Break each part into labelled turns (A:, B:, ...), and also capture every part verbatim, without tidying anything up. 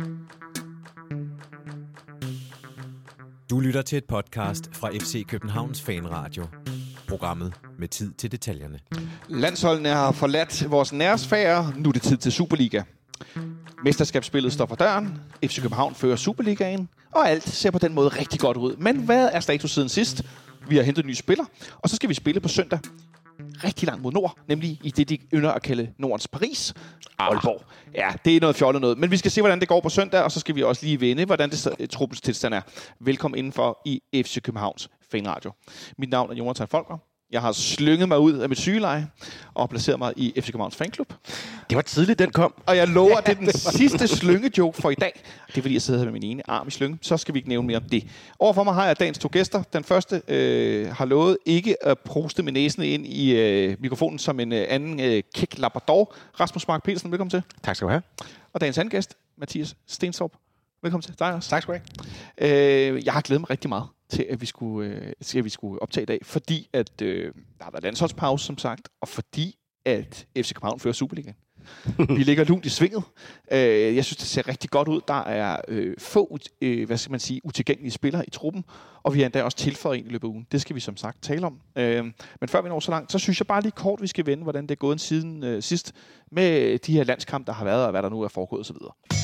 A: Du lytter til et podcast fra F C Københavns Fanradio. Programmet med tid til detaljerne.
B: Landsholdene har forladt vores nærsfære. Nu er det tid til Superliga. Mesterskabsspillet står for døren. F C København fører Superligaen. Og alt ser på den måde rigtig godt ud. Men hvad er status siden sidst? Vi har hentet en ny spiller. Og så skal vi spille på søndag. Rigtig langt mod nord. Nemlig i det, de ynder at kalde Nordens Paris. Aalborg. Ja, det er noget fjollet noget. Men vi skal se, hvordan det går på søndag. Og så skal vi også lige vende, hvordan det truppens tilstand er. Velkommen indenfor i F C Københavns Fanradio. Mit navn er Jonathan Folker. Jeg har slynget mig ud af mit sygeleje og placeret mig i F C Københavns Fanklub.
C: Det var tidligt, den kom.
B: Og jeg lover, at det er den sidste slyngejoke for i dag. Det er, fordi jeg sidder her med min ene arm i slynge. Så skal vi ikke nævne mere om det. Overfor mig har jeg dagens to gæster. Den første øh, har lovet ikke at proste med næsen ind i øh, mikrofonen som en øh, anden øh, kæk labrador. Rasmus Mark Petersen, velkommen til.
C: Tak skal du have.
B: Og dagens anden gæst, Mathias Stenstorp. Velkommen til dig også.
C: Tak skal du have.
B: Øh, jeg har glædet mig rigtig meget til, at vi skulle, øh, til, at vi skulle optage i dag, fordi at, øh, der har været landsholdspause, som sagt, og fordi at F C København fører Superligaen. Vi ligger lunt i svinget. Øh, jeg synes, det ser rigtig godt ud. Der er øh, få øh, hvad skal man sige, utilgængelige spillere i truppen, og vi har endda også tilføjet en i løbet af ugen. Det skal vi som sagt tale om. Øh, men før vi når så langt, så synes jeg bare lige kort, vi skal vende, hvordan det er gået siden øh, sidst med de her landskampe, der har været, og hvad der nu er foregået osv.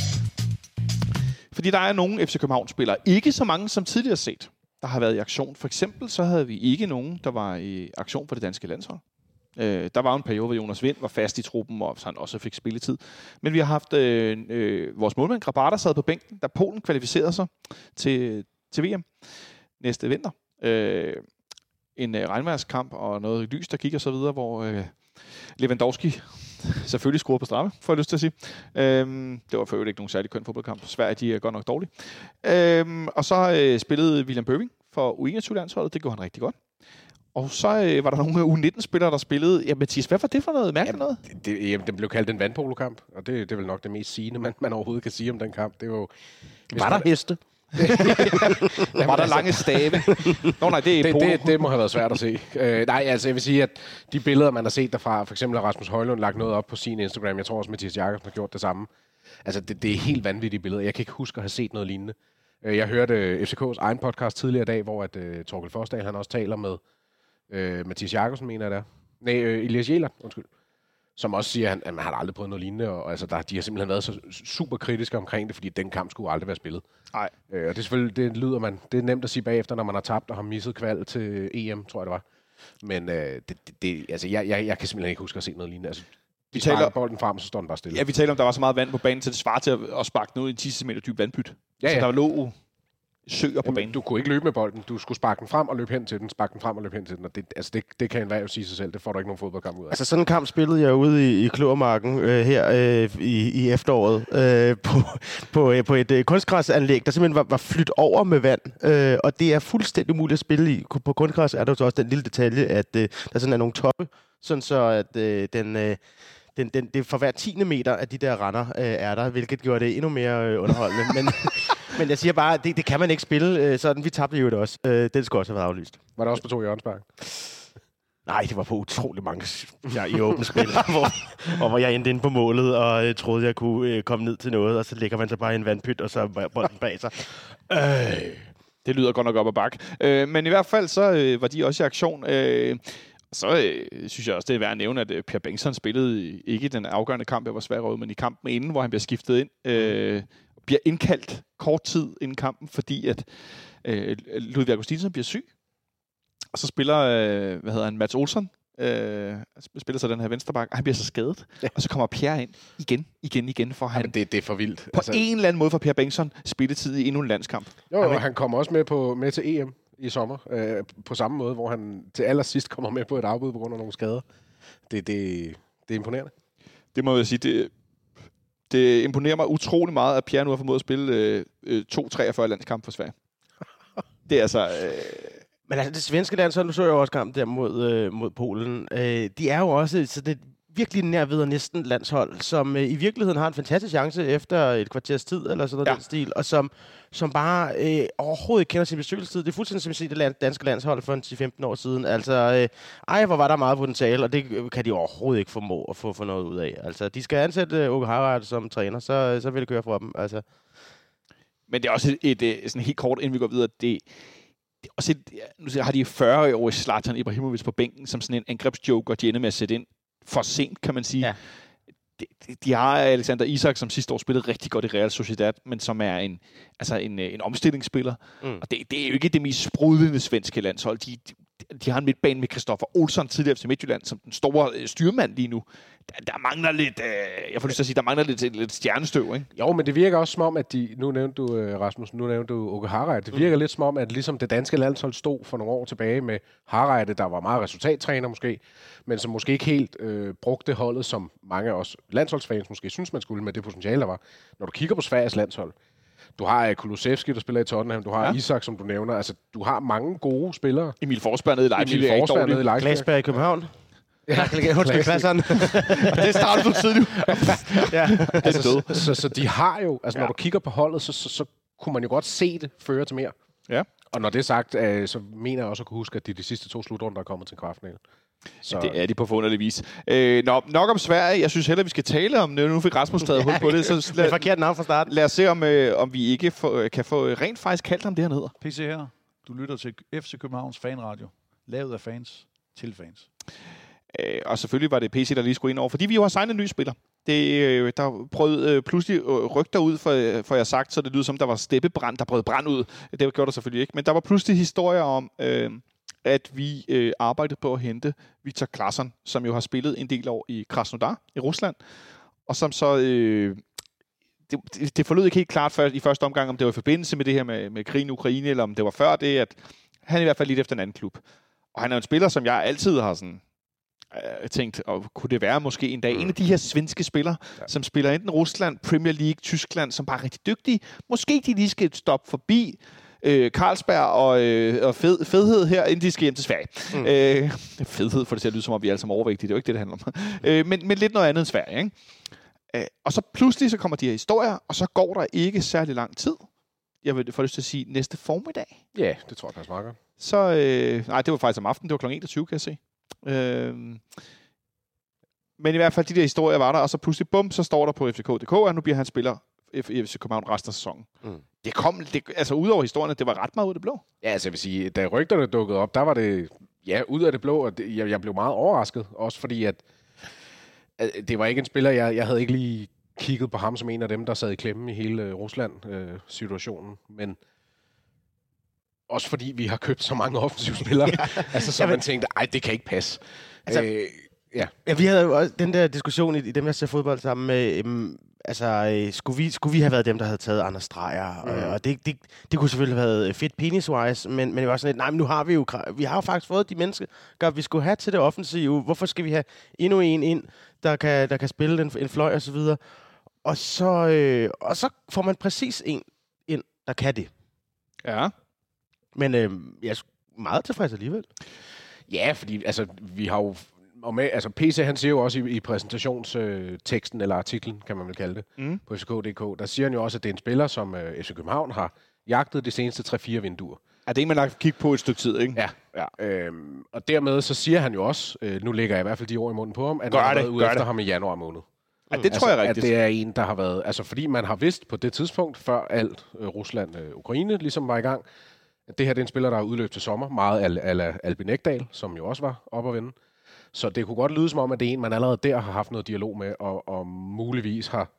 B: Fordi der er nogle F C København-spillere, ikke så mange som tidligere set, der har været i aktion. For eksempel så havde vi ikke nogen, der var i aktion for det danske landshold. Øh, der var en periode, hvor Jonas Vind var fast i truppen, og han også fik spilletid. Men vi har haft øh, øh, vores målmand Grabara sad på bænken, da Polen kvalificerede sig til, til V M næste vinter. Øh, en øh, regnværskamp og noget lys, der gik og så videre, hvor øh, Lewandowski selvfølgelig scorede på straffe, får jeg lyst til at sige. Øhm, det var for øvrigt ikke nogen særlig køn fodboldkamp. Sverige, de er godt nok dårlige. Øhm, og så øh, spillede William Bøving for U enogtyve-landsholdet. Det gjorde han rigtig godt. Og så øh, var der nogle U nitten-spillere, der spillede. Ja, Mathias, hvad var det for noget mærkeligt noget?
C: Det, det, jamen, den blev kaldt en vandpolokamp, og det, det er vel nok det mest sigende, man, man overhovedet kan sige om den kamp. Det var, jo,
B: var der heste? Var der lange stave? Nå nej, det er
C: det, det, det må have været svært at se. Uh, nej, altså jeg vil sige, at de billeder, man har set derfra, for eksempel har Rasmus Højlund lagt noget op på sin Instagram. Jeg tror også, Mathias Jakobsen har gjort det samme. Altså det, det er helt vanvittige billeder. Jeg kan ikke huske at have set noget lignende. Uh, jeg hørte F C K's egen podcast tidligere i dag, hvor at, uh, Torkel Forsdal, han også taler med uh, Mathias Jakobsen, mener jeg det er. Nej, uh, Elias Jæler, undskyld. Som også siger, at han, at man har aldrig prøvet noget lignende, og altså, der, de har simpelthen været så super kritiske omkring det, fordi den kamp skulle aldrig være spillet.
B: Nej.
C: Øh, og det er selvfølgelig, det lyder man, det er nemt at sige bagefter, når man har tabt og har misset kval til E M, tror jeg det var. Men øh, det, det, altså, jeg, jeg, jeg kan simpelthen ikke huske at se noget lignende. Altså, vi taler bolden frem, så står den bare stille.
B: Ja, vi taler om, der var så meget vand på banen, så det svarer til at, at sparke noget i en ti centimeter dyb vandpyt. Ja, ja. Så der lå søer på banen.
C: Du kunne ikke løbe med bolden. Du skulle sparke den frem og løbe hen til den, sparke den frem og løbe hen til den. Og det, altså det, det kan enhver jo sige sig selv. Det får du ikke nogen fodboldkamp ud af.
D: Altså sådan en kamp spillede jeg ude i, i Kløvermarken øh, her øh, i, i efteråret øh, på, på, øh, på et øh, kunstgræsanlæg, der simpelthen var, var flyttet over med vand. Øh, og det er fuldstændig umuligt at spille i. På kunstgræs er der så også den lille detalje, at øh, der sådan er nogle toppe, sådan så at øh, den... Øh, Den, den, det for hver tiende meter af de der render øh, er der, hvilket gjorde det endnu mere øh, underholdende. men, men jeg siger bare, det, det kan man ikke spille øh, sådan. Vi tabte jo det også. Øh, den skulle også have været aflyst.
C: Var det også på to hjørnespark?
D: Nej, det var på utrolig mange ja, i åbent spil, hvor, og hvor jeg endte inde på målet og øh, troede, jeg kunne øh, komme ned til noget, og så lægger man så bare i en vandpyt, og så er bolden bag sig. Øh.
B: Det lyder godt nok op ad bakke. Øh, men i hvert fald så øh, var de også i aktion. Øh, Så øh, synes jeg også, det er værd at nævne, at øh, Per Bengtsson spillede ikke i den afgørende kamp, jeg var svær råd, men i kampen inden, hvor han bliver skiftet ind, øh, bliver indkaldt kort tid inden kampen, fordi at øh, Ludvig Augustinsson bliver syg. Og så spiller, øh, hvad hedder han, Mats Olsson, øh, spiller så den her venstreback, og han bliver så skadet. Ja. Og så kommer Pierre ind igen, igen, igen, for han...
C: Ja, det, det er for vildt.
B: På altså... en eller anden måde for Per Bengtsson spilletid i endnu en landskamp.
C: Jo, jo, han kommer også med, på, med til E M i sommer, øh, på samme måde, hvor han til allersidst kommer med på et afbud på grund af nogle skader. Det, det, det er imponerende.
B: Det må jeg sige, det, det imponerer mig utrolig meget, at Pierre nu har formået at spille øh, to treogfyrre landskamp for Sverige. Det er altså... Øh...
D: Men altså, det svenske landshold, nu så jeg jo også kamp der mod, øh, mod Polen, øh, de er jo også så det virkelig nær ved at næsten landshold, som øh, i virkeligheden har en fantastisk chance efter et kvarters tid, eller sådan noget ja. Den stil, og som, som bare øh, overhovedet ikke kender sin besøgelsestid. Det er fuldstændig som at se det land, danske landshold for ti til femten år siden. Altså, øh, ej, hvor var der meget potentiale, og det kan de overhovedet ikke formå at få for noget ud af. Altså, de skal ansætte øh, Åke Harald som træner, så, så vil det køre for dem. Altså.
B: Men det er også et, et, et sådan helt kort, inden vi går videre, det, det er også et, nu har de fyrre år i Zlatan Ibrahimovic på bænken, som sådan en angrebsjoker, de ender med at sætte ind for sent, kan man sige. Ja. De, de har Alexander Isak, som sidste år spillede rigtig godt i Real Sociedad, men som er en, altså en, en omstillingsspiller. Mm. Og det, det er jo ikke det mest sprudlende svenske landshold. De, de, de har en midtbane med Christoffer Olsson, tidligere F C Midtjylland, som den store styrmand lige nu. Der, der mangler lidt, øh, jeg får lyst til at sige, der mangler lidt, lidt stjernestøv, ikke?
C: Jo, men det virker også som om, at de, nu nævnte du, Rasmus, nu nævnte du Åke Hareide, det virker mm. lidt som om, at ligesom det danske landshold stod for nogle år tilbage med Hareide, der var meget resultattræner måske, men som måske ikke helt øh, brugte holdet, som mange af os landsholdsfans måske synes, man skulle med det potentiale, der var. Når du kigger på Sveriges landshold, du har Kulusevski, der spiller i Tottenham, du har ja. Isak, som du nævner, altså du har mange gode spillere.
B: Emil Forsberg nede i Leipzig.
C: Emil Forsberg nede i Leipzig.
D: Glasberg i København. Ja, undskyld, klasseren.
B: Det starter du tidligt.
D: Ja,
C: altså, så, så, så de har jo, altså ja. Når du kigger på holdet, så, så, så kunne man jo godt se det føre til mere.
B: Ja.
C: Og når det er sagt, øh, så mener jeg også at kunne huske, at de de sidste to slutrunder er kommet til en kvartfinale.
B: Så det er de på forunderlig vis. Øh, nå, nok om Sverige. Jeg synes heller, vi skal tale om det. Nu fik Rasmus taget hul på det. Så lad,
D: det er forkert navn fra starten.
B: Lad os se, om, øh, om vi ikke få, kan få rent faktisk kaldt ham det her ned.
E: P C her. Du lytter til F C Københavns fanradio. Lavet af fans til fans.
B: Øh, og selvfølgelig var det P C, der lige skulle ind over, fordi vi jo har signet en ny spiller. Det, øh, der brød øh, pludselig øh, rygter ud, for, for jeg sagt, så det lyder som, der var steppebrand, der brød brand ud. Det gjorde der selvfølgelig ikke. Men der var pludselig historier om, øh, at vi øh, arbejdede på at hente Viktor Claesson, som jo har spillet en del år i Krasnodar i Rusland, og som så... Øh, det, det, det forlød ikke helt klart for, i første omgang, om det var i forbindelse med det her med, med krigen i Ukraine, eller om det var før det, at han i hvert fald lidt efter en anden klub. Og han er en spiller, som jeg altid har sådan... Jeg tænkte, og kunne det være måske en dag mm. en af de her svenske spillere, ja. Som spiller enten Rusland, Premier League, Tyskland, som bare er rigtig dygtige. Måske de lige skal stoppe forbi øh, Carlsberg og, øh, og fed, fedhed her, inden de skal hjem til Sverige. Mm. Øh, fedhed, for det ser ud som om, vi er alle sammen overvægtige. Det er jo ikke det, det handler om. øh, men, men lidt noget andet end Sverige, ikke? Øh, og så pludselig så kommer de her historier, og så går der ikke særlig lang tid. Jeg vil få lyst til at sige næste formiddag.
C: Ja, yeah, det tror jeg faktisk meget godt.
B: Så, øh, nej, det var faktisk om aftenen. Det var klokken enogtyve, kan jeg se. Øhm, men i hvert fald de der historier var der, og så pludselig bum, så står der på F C K punktum d k, at nu bliver han spiller i F C København resten af sæsonen. Mm. Det kom, det, altså udover historierne, det var ret meget ud af det blå.
C: Ja, altså jeg vil sige, da rygterne dukkede op, der var det, ja, ud af det blå, og det, jeg, jeg blev meget overrasket, også fordi at, at det var ikke en spiller, jeg, jeg havde ikke lige kigget på ham som en af dem, der sad i klemme i hele uh, Rusland-situationen, uh, men også fordi vi har købt så mange offensive spillere, ja. Altså så ja, man tænkte, ej, det kan ikke passe. Altså, øh, ja.
D: ja, vi havde jo også den der diskussion i, i dem, der ser fodbold sammen med, øhm, altså, øh, skulle, vi, skulle vi have været dem, der havde taget Anders Strejer? Mm. Og, og det, det, det kunne selvfølgelig have været fedt penis-wise, men, men det var også sådan lidt, nej, men nu har vi jo, vi har jo faktisk fået de mennesker, gør, vi skulle have til det offensive. Hvorfor skal vi have endnu en ind, der kan, der kan spille en, en fløj og så videre? Og så, øh, og så får man præcis en ind, der kan det.
B: Ja.
D: Men øh, jeg er meget tilfreds alligevel.
C: Ja, fordi altså, vi har jo... Og med, altså P C, han siger jo også i, i præsentationsteksten, øh, eller artiklen, kan man vel kalde det, mm. på F C K punktum d k, der siger han jo også, at det er en spiller, som øh, F C København har jagtet de seneste tre fire vinduer.
B: Ja, det er en, man har kigget på et stykke tid, ikke?
C: Ja. ja. Øhm, og dermed så siger han jo også, øh, nu lægger jeg i hvert fald de ord i munden på ham, at
B: gør
C: han har
B: været
C: ude efter
B: det.
C: ham i januar måned.
B: Ja, det altså, tror jeg rigtigt.
C: At det er en, der har været... Altså, fordi man har vidst på det tidspunkt, før alt øh, Rusland-Ukraine øh, ligesom var i gang, at det her det er en spiller, der har udløbet til sommer, meget al, al, Albin Ekdal, som jo også var oppe at vende. Så det kunne godt lyde som om, at det er en, man allerede der har haft noget dialog med, og, og muligvis har,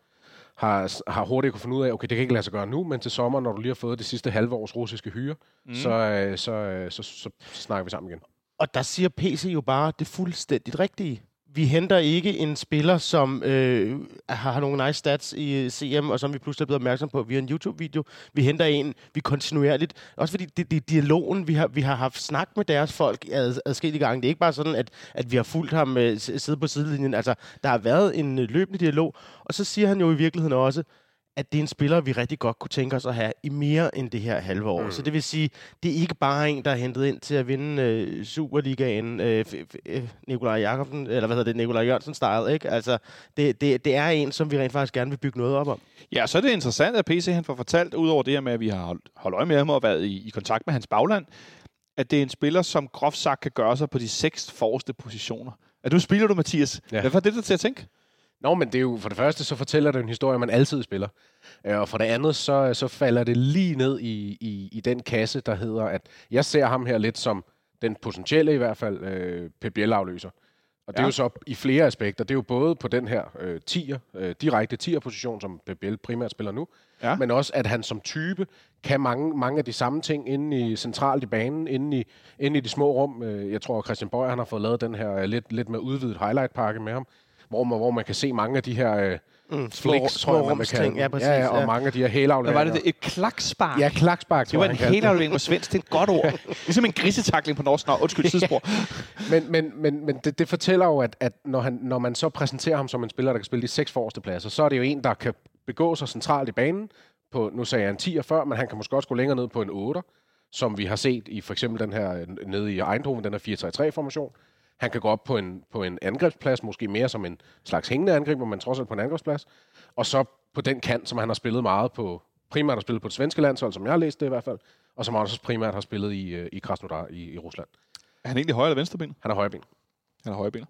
C: har, har hurtigt kunne finde ud af, okay, det kan ikke lade sig gøre nu, men til sommer, når du lige har fået det sidste halve års russiske hyre, mm. så, så, så, så, så, så snakker vi sammen igen.
D: Og der siger P C jo bare det fuldstændigt rigtige. Vi henter ikke en spiller, som øh, har, har nogle nice stats i C M, og som vi pludselig er blevet opmærksom på via en YouTube-video. Vi henter en, vi kontinuerligt. Også fordi det, det er dialogen, vi har, vi har haft snak med deres folk ad, adskillige gange. Det er ikke bare sådan, at, at vi har fulgt ham øh, sidde på sidelinjen. Altså, der har været en løbende dialog. Og så siger han jo i virkeligheden også, at det er en spiller, vi rigtig godt kunne tænke os at have i mere end det her halve år. Mm. Så det vil sige, det er ikke bare en, der er hentet ind til at vinde øh, Superligaen, øh, f- f- Nikolaj Jakobsen, eller hvad hedder det, Nikolaj Jørgensen-style, ikke? Altså, det, det, det er en, som vi rent faktisk gerne vil bygge noget op om.
B: Ja, så er det interessant, at P C han får fortalt, udover det her med, at vi har holdt, holdt øje med ham og været i, i kontakt med hans bagland, at det er en spiller, som groft sagt kan gøre sig på de seks forreste positioner. Er du spiller du, Mathias? Ja. Hvad får det der til at tænke?
C: Nå, men det er jo for det første, så fortæller det en historie, man altid spiller. Og for det andet, så, så falder det lige ned i, i, i den kasse, der hedder, at jeg ser ham her lidt som den potentielle i hvert fald øh, P B L-afløser. Og det ja. er jo så i flere aspekter. Det er jo både på den her øh, tier, øh, direkte tier-position, som P B L primært spiller nu, ja. men også at han som type kan mange, mange af de samme ting inde i centralt i banen, inde i, inde i de små rum. Jeg tror, at Christian Bøjer, han har fået lavet den her lidt, lidt med udvidet highlight-pakke med ham, hvor man, hvor man kan se mange af de her øh,
D: mm,
C: flicks,
D: små, tror jeg, man kan. Ja, præcis,
C: ja, ja, og
D: ja.
C: mange af de her hælafleveringer.
B: Der var det et klakspark.
C: Ja, klakspark.
B: Det var en hælaflevering på svensk. Det er et godt ord. Ligesom en grisetakling på norsk. Nå, undskyld, tidsspor.
C: men men, men, men det, det fortæller jo, at, at når, han, når man så præsenterer ham som en spiller, der kan spille de seks forreste pladser, så er det jo en, der kan begå sig centralt i banen. På, nu sagde jeg en tier før, men han kan måske også gå længere ned på en otter, som vi har set i for eksempel den her nede i Eindhoven, den her fire tre tre-formation. Han kan gå op på en, på en angrebsplads, måske mere som en slags hængende angriber, men trods alt på en angrebsplads. Og så på den kant, som han har spillet meget på, primært har spillet på det svenske landshold, som jeg har læst det i hvert fald, og som han også primært har spillet i, i Krasnodar i, i Rusland.
B: Er han egentlig højre eller venstreben?
C: Han er højreben.
B: Han er højreben.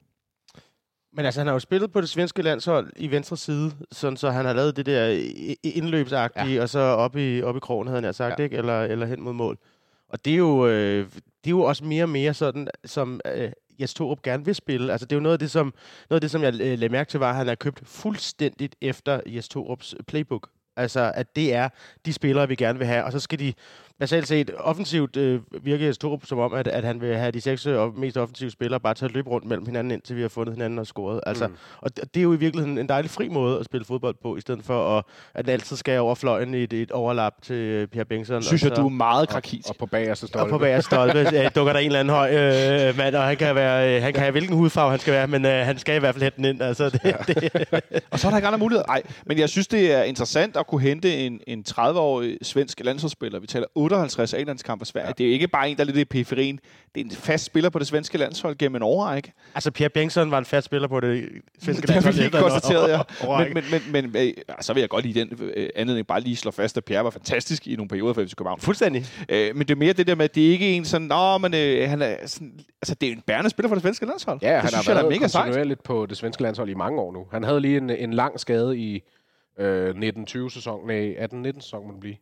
D: Men altså, han har jo spillet på det svenske landshold i venstre side, sådan så han har lavet det der indløbsagtige, ja. og så op i, op i krogen, havde han sagt, ja. ikke? Eller, eller hen mod mål. Og det er jo, øh, det er jo også mere og mere sådan, som øh, Jes Torup gerne vil spille. Altså, det er jo noget af det, som, noget af det, som jeg øh, lagde mærke til, var, at han har købt fuldstændigt efter Jes Torups playbook. Altså, at det er de spillere, vi gerne vil have, og så skal de basalt set offensivt øh, virke Jes Torup som om, at, at han vil have de seks og mest offensive spillere bare til at løbe rundt mellem hinanden, indtil vi har fundet hinanden og scoret. Altså, mm. Og det, det er jo i virkeligheden en dejlig fri måde at spille fodbold på, i stedet for at, at den altid skal over fløjen i et, et overlap til Pierre Bengtsson.
B: Synes jeg, du er meget krakit.
C: Og, og på bagerste stolpe.
D: Og på bagerste stolpe øh, dukker der en eller anden høj øh, mand, og han kan, være, øh, han kan have hvilken hudfarve han skal være, men øh, han skal i hvert fald hætte den ind. Altså, det, ja. det.
B: Og så er der ikke andre muligheder. Nej, men jeg synes, det er interessant at kunne hente en, en tredive-årig svensk landsholdsspiller. Vi taler otteoghalvtreds A-landskampe for Sverige. Ja. Det er ikke bare en, der er lidt i periferien. Det er en fast spiller på det svenske landshold gennem en årrække.
D: Altså, Pierre Bengtsson var en fast spiller på det svenske
B: det
D: landshold.
B: Det har vi ikke konstateret, ja. Men, men, men, men øh, så vil jeg godt lide den øh, anledning bare lige slå fast, at Pierre var fantastisk i nogle perioder for F C København.
D: Fuldstændig.
B: Øh, men det er mere det der med, at det ikke er en sådan, nå, men øh, han er sådan, altså det er en bærende spiller for det svenske landshold.
C: Ja,
B: det
C: han
B: synes
C: har
B: jeg,
C: været
B: mega
C: kontinuerligt på det svenske landshold i mange år nu. Han havde lige en, en lang skade i øh, nitten tyve sæson, nej, atten nitten sæson må det blive.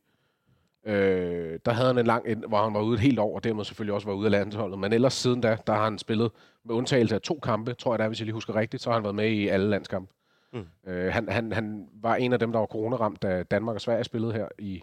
C: Øh, der havde han en lang, en, hvor han var ude et helt år, og dermed selvfølgelig også var ude af landsholdet. Men ellers siden da, der har han spillet med undtagelse af to kampe, tror jeg da, hvis jeg lige husker rigtigt, så har han været med i alle landskampe. Mm. Øh, han, han, han var en af dem, der var coronaramt, da Danmark og Sverige spillede her i...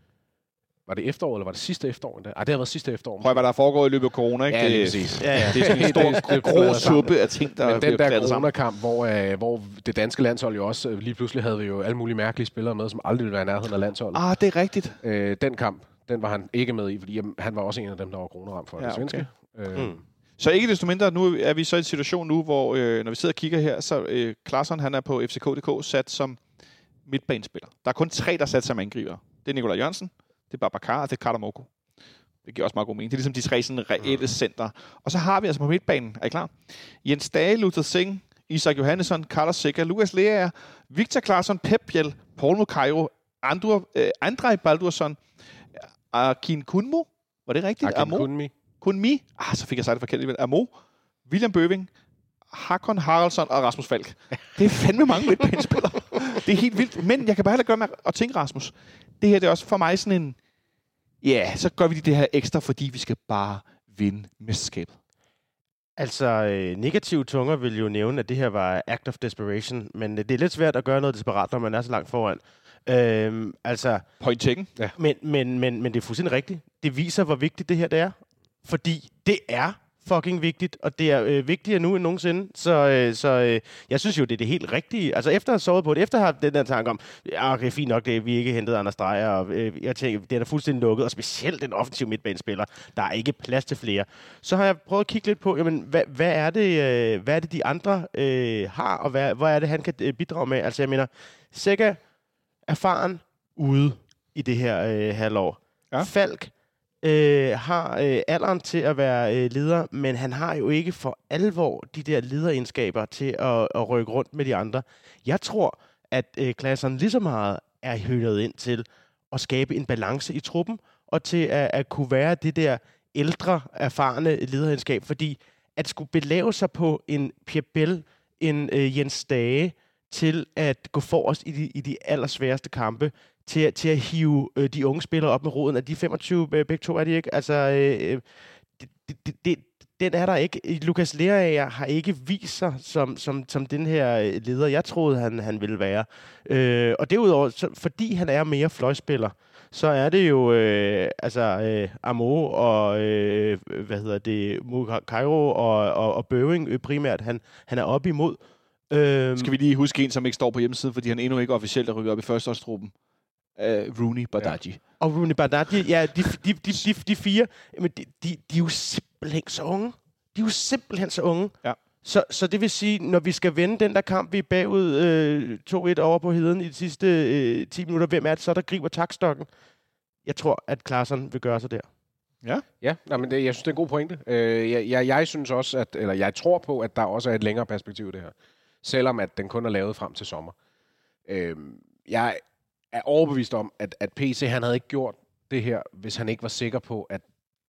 C: Var det efterår, eller var det sidste efterår? Ej, det har været sidste efterår.
B: Prøv hvad der er foregået i løbet af corona, ikke?
C: Ja,
B: det,
C: præcis.
B: Ja, ja. Det er sådan en stor, grå suppe af ting, der
C: men den der coronakamp, hvor, øh, hvor det danske landshold jo også, lige pludselig havde vi jo alle mulige mærkelige spillere med, som aldrig ville være i nærheden af landsholdet.
B: Ah, det er rigtigt.
C: Øh, den kamp, den var han ikke med i, fordi jamen, han var også en af dem, der var coronaramt for ja, det svenske. Okay. Øh,
B: mm. Så ikke desto mindre, nu er vi så i en situation nu, hvor øh, når vi sidder og kigger her, så øh, Klaasson, han er på F C K punktum d k sat som midtbanespiller. Der er kun tre, der er sat som angriber. Det er Nikolaj Jørgensen, det er Babacar, og det er Karamoko. Det giver også meget god mening. Det er ligesom de tre sådan reelle mm. center. Og så har vi altså på midtbanen, er I klar? Jens Dage, Luther Singh, Isak Johannesson, Carlos Sækker, Lukas Leaer, Victor Claesson, Pep Biel, Paul Mukairo, Andur, øh, Andrej Baldursson, Akin Kunmo, var det rigtigt?
C: Akin Kunmi.
B: Kunmi, ah, så fik jeg sagt det forkert. Amo, William Bøving, Hakon Haraldsson og Rasmus Falk. Det er fandme mange midtbanespillere. Det er helt vildt. Men jeg kan bare heller gøre med at tænke, Rasmus, det her det er også for mig sådan en, ja, yeah, så gør vi det her ekstra, fordi vi skal bare vinde mesterskabet.
D: Altså, øh, negative tunger vil jo nævne, at det her var act of desperation, men øh, det er lidt svært at gøre noget desperat, når man er så langt foran. Øhm, altså,
B: Point taken.
D: Ja. Men, men, men, men det er fuldstændig rigtigt. Det viser, hvor vigtigt det her det er. Fordi det er fucking vigtigt, og det er øh, vigtigere nu end nogensinde. Så, øh, så øh, jeg synes jo, det er det helt rigtige. Altså efter at have sovet på det, efter at have den der tanke om, ja, okay, fint nok, det, vi ikke hentet Anders Dreyer, og øh, jeg tænker, det er da fuldstændig lukket, og specielt den offensive midtbanespiller, der er ikke plads til flere. Så har jeg prøvet at kigge lidt på, jamen, hvad, hvad, er, det, øh, hvad er det, de andre øh, har, og hvad, hvad er det, han kan øh, bidrage med? Altså jeg mener, Sækker erfaren ude i det her øh, halvår. Ja. Falk Øh, har øh, alderen til at være øh, leder, men han har jo ikke for alvor de der lederegenskaber til at, at rykke rundt med de andre. Jeg tror, at øh, Klaasson lige så meget er hyret ind til at skabe en balance i truppen, og til at, at kunne være det der ældre, erfarne lederegenskab, fordi at skulle belave sig på en Pierre Biel, en øh, Jens Dage, til at gå forrest i de, i de allersværeste kampe, til, til at hive øh, de unge spillere op med roden. Er de femogtyve begge to, er de ikke? Altså, øh, det, det, det, den er der ikke. Lukas Lerager har ikke vist sig som, som, som den her leder, jeg troede, han, han ville være. Øh, og derudover, så, fordi han er mere fløjspiller, så er det jo øh, altså øh, Amo og øh, hvad hedder det, Mukairo og, og, og Bøving øh, primært, han, han er op imod. Øh,
B: Skal vi lige huske en, som ikke står på hjemmesiden, fordi han endnu ikke officielt er rykket op i førsteårstruppen? Uh, Rooney Badaji.
D: Ja. Og Rooney Badaji, ja, de, de, de, de, de fire, men de, de, de er jo simpelthen så unge. De er jo simpelthen så unge.
B: Ja.
D: Så, så det vil sige, når vi skal vende den der kamp, vi er bagud øh, to et over på Heden i de sidste øh, ti minutter, hvem er det så, der griber takstokken? Jeg tror, at Klaarsson vil gøre sig der.
B: Ja,
C: ja nej, men det, jeg synes, det er en god pointe. Øh, jeg, jeg, jeg synes også, at, eller jeg tror på, at der også er et længere perspektiv i det her. Selvom at den kun er lavet frem til sommer. Øh, jeg er overbevist om, at, at P C, han havde ikke gjort det her, hvis han ikke var sikker på, at,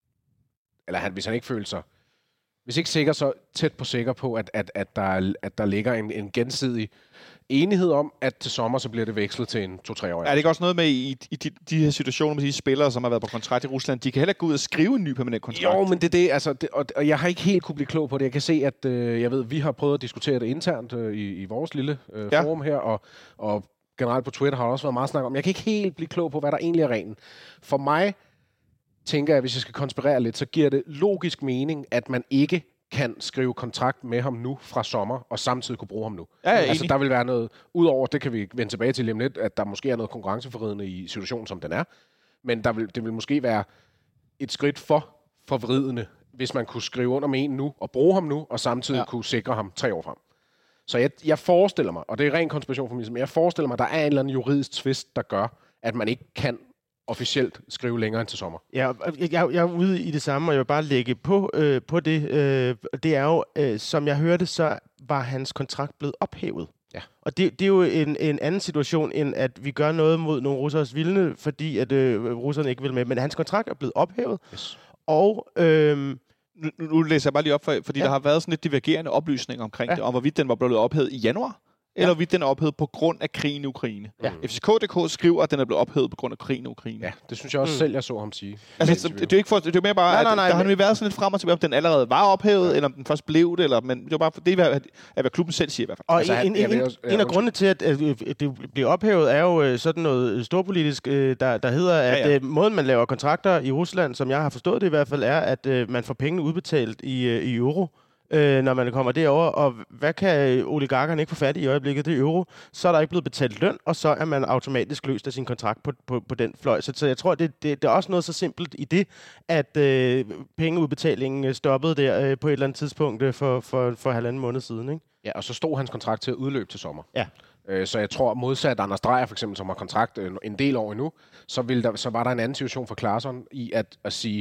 C: eller han, hvis han ikke følte sig, hvis ikke sikker, så tæt på sikker på, at, at, at, der, at der ligger en, en gensidig enighed om, at til sommer, så bliver det vekslet til en to-tre år.
B: Er det ikke også noget med i, i de, de her situationer med de spillere, som har været på kontrakt i Rusland, de kan heller ikke gå ud og skrive en ny permanent kontrakt?
C: Jo, men det er det, altså, det, og, og jeg har ikke helt kunne blive klog på det. Jeg kan se, at øh, jeg ved, vi har prøvet at diskutere det internt øh, i, i vores lille øh,
B: ja.
C: forum her, og, og generelt på Twitter har der også været meget snak om. Jeg kan ikke helt blive klog på, hvad der egentlig er reglen. For mig tænker jeg, hvis jeg skal konspirere lidt, så giver det logisk mening, at man ikke kan skrive kontrakt med ham nu fra sommer, og samtidig kunne bruge ham nu.
B: Ja, ja,
C: altså, der vil være noget, udover, det kan vi vende tilbage til lige om lidt, at der måske er noget konkurrenceforvridende i situationen, som den er, men der vil, det vil måske være et skridt for forvridende, hvis man kunne skrive under med en nu, og bruge ham nu, og samtidig ja. kunne sikre ham tre år frem. Så jeg, jeg forestiller mig, og det er ren konspiration for mig, men jeg forestiller mig, at der er en eller anden juridisk tvist, der gør, at man ikke kan officielt skrive længere end til sommer.
D: Ja, jeg, jeg er ude i det samme, og jeg vil bare lægge på, øh, på det. Øh, det er jo, øh, som jeg hørte, så var hans kontrakt blevet ophævet.
C: Ja.
D: Og det, det er jo en, en anden situation, end at vi gør noget mod nogle russers vilde, fordi at øh, russerne ikke vil med. Men hans kontrakt er blevet ophævet,
C: yes.
D: og... Øh,
B: nu, nu læser jeg bare lige op, for, fordi ja. der har været sådan lidt divergerende oplysninger omkring ja. det, om hvorvidt den var blevet ophævet i januar, ja. eller hvorvidt den er ophævet på grund af krigen i Ukraine. Ja. F C K punktum d k skriver, at den er blevet ophævet på grund af krigen i Ukraine.
C: Ja, det synes jeg også mm. selv, jeg så ham sige.
B: Altså, det, det, er ikke for, det er mere bare, nej, nej, nej, at der har nemlig været sådan lidt frem og tilbage, om den allerede var ophævet, ja. eller om den først blev det, eller, men det var bare for, det er, hvad, hvad klubben selv siger i hvert fald.
D: Og
B: altså,
D: en, en, en, også, ja, en af grundene til, at, at det bliver ophævet, er jo sådan noget storpolitisk, der, der hedder, at ja, ja. måden, man laver kontrakter i Rusland, som jeg har forstået det i hvert fald, er, at man får pengene udbetalt i, i euro. Øh, når man kommer derover, og hvad kan oligarkerne ikke få fat i i øjeblikket? Det er euro. Så er der ikke blevet betalt løn, og så er man automatisk løst af sin kontrakt på, på, på den fløj. Så, så jeg tror, det, det, det er også noget så simpelt i det, at øh, pengeudbetalingen stoppede der øh, på et eller andet tidspunkt øh, for, for, for halvanden måned siden. Ikke?
C: Ja, og så stod hans kontrakt til at udløbe til sommer.
D: Ja.
C: Øh, så jeg tror, modsat Anders Dreyer for eksempel, som har kontrakt øh, en del år endnu, så, ville der, så var der en anden situation for Klaarsson i at, at sige,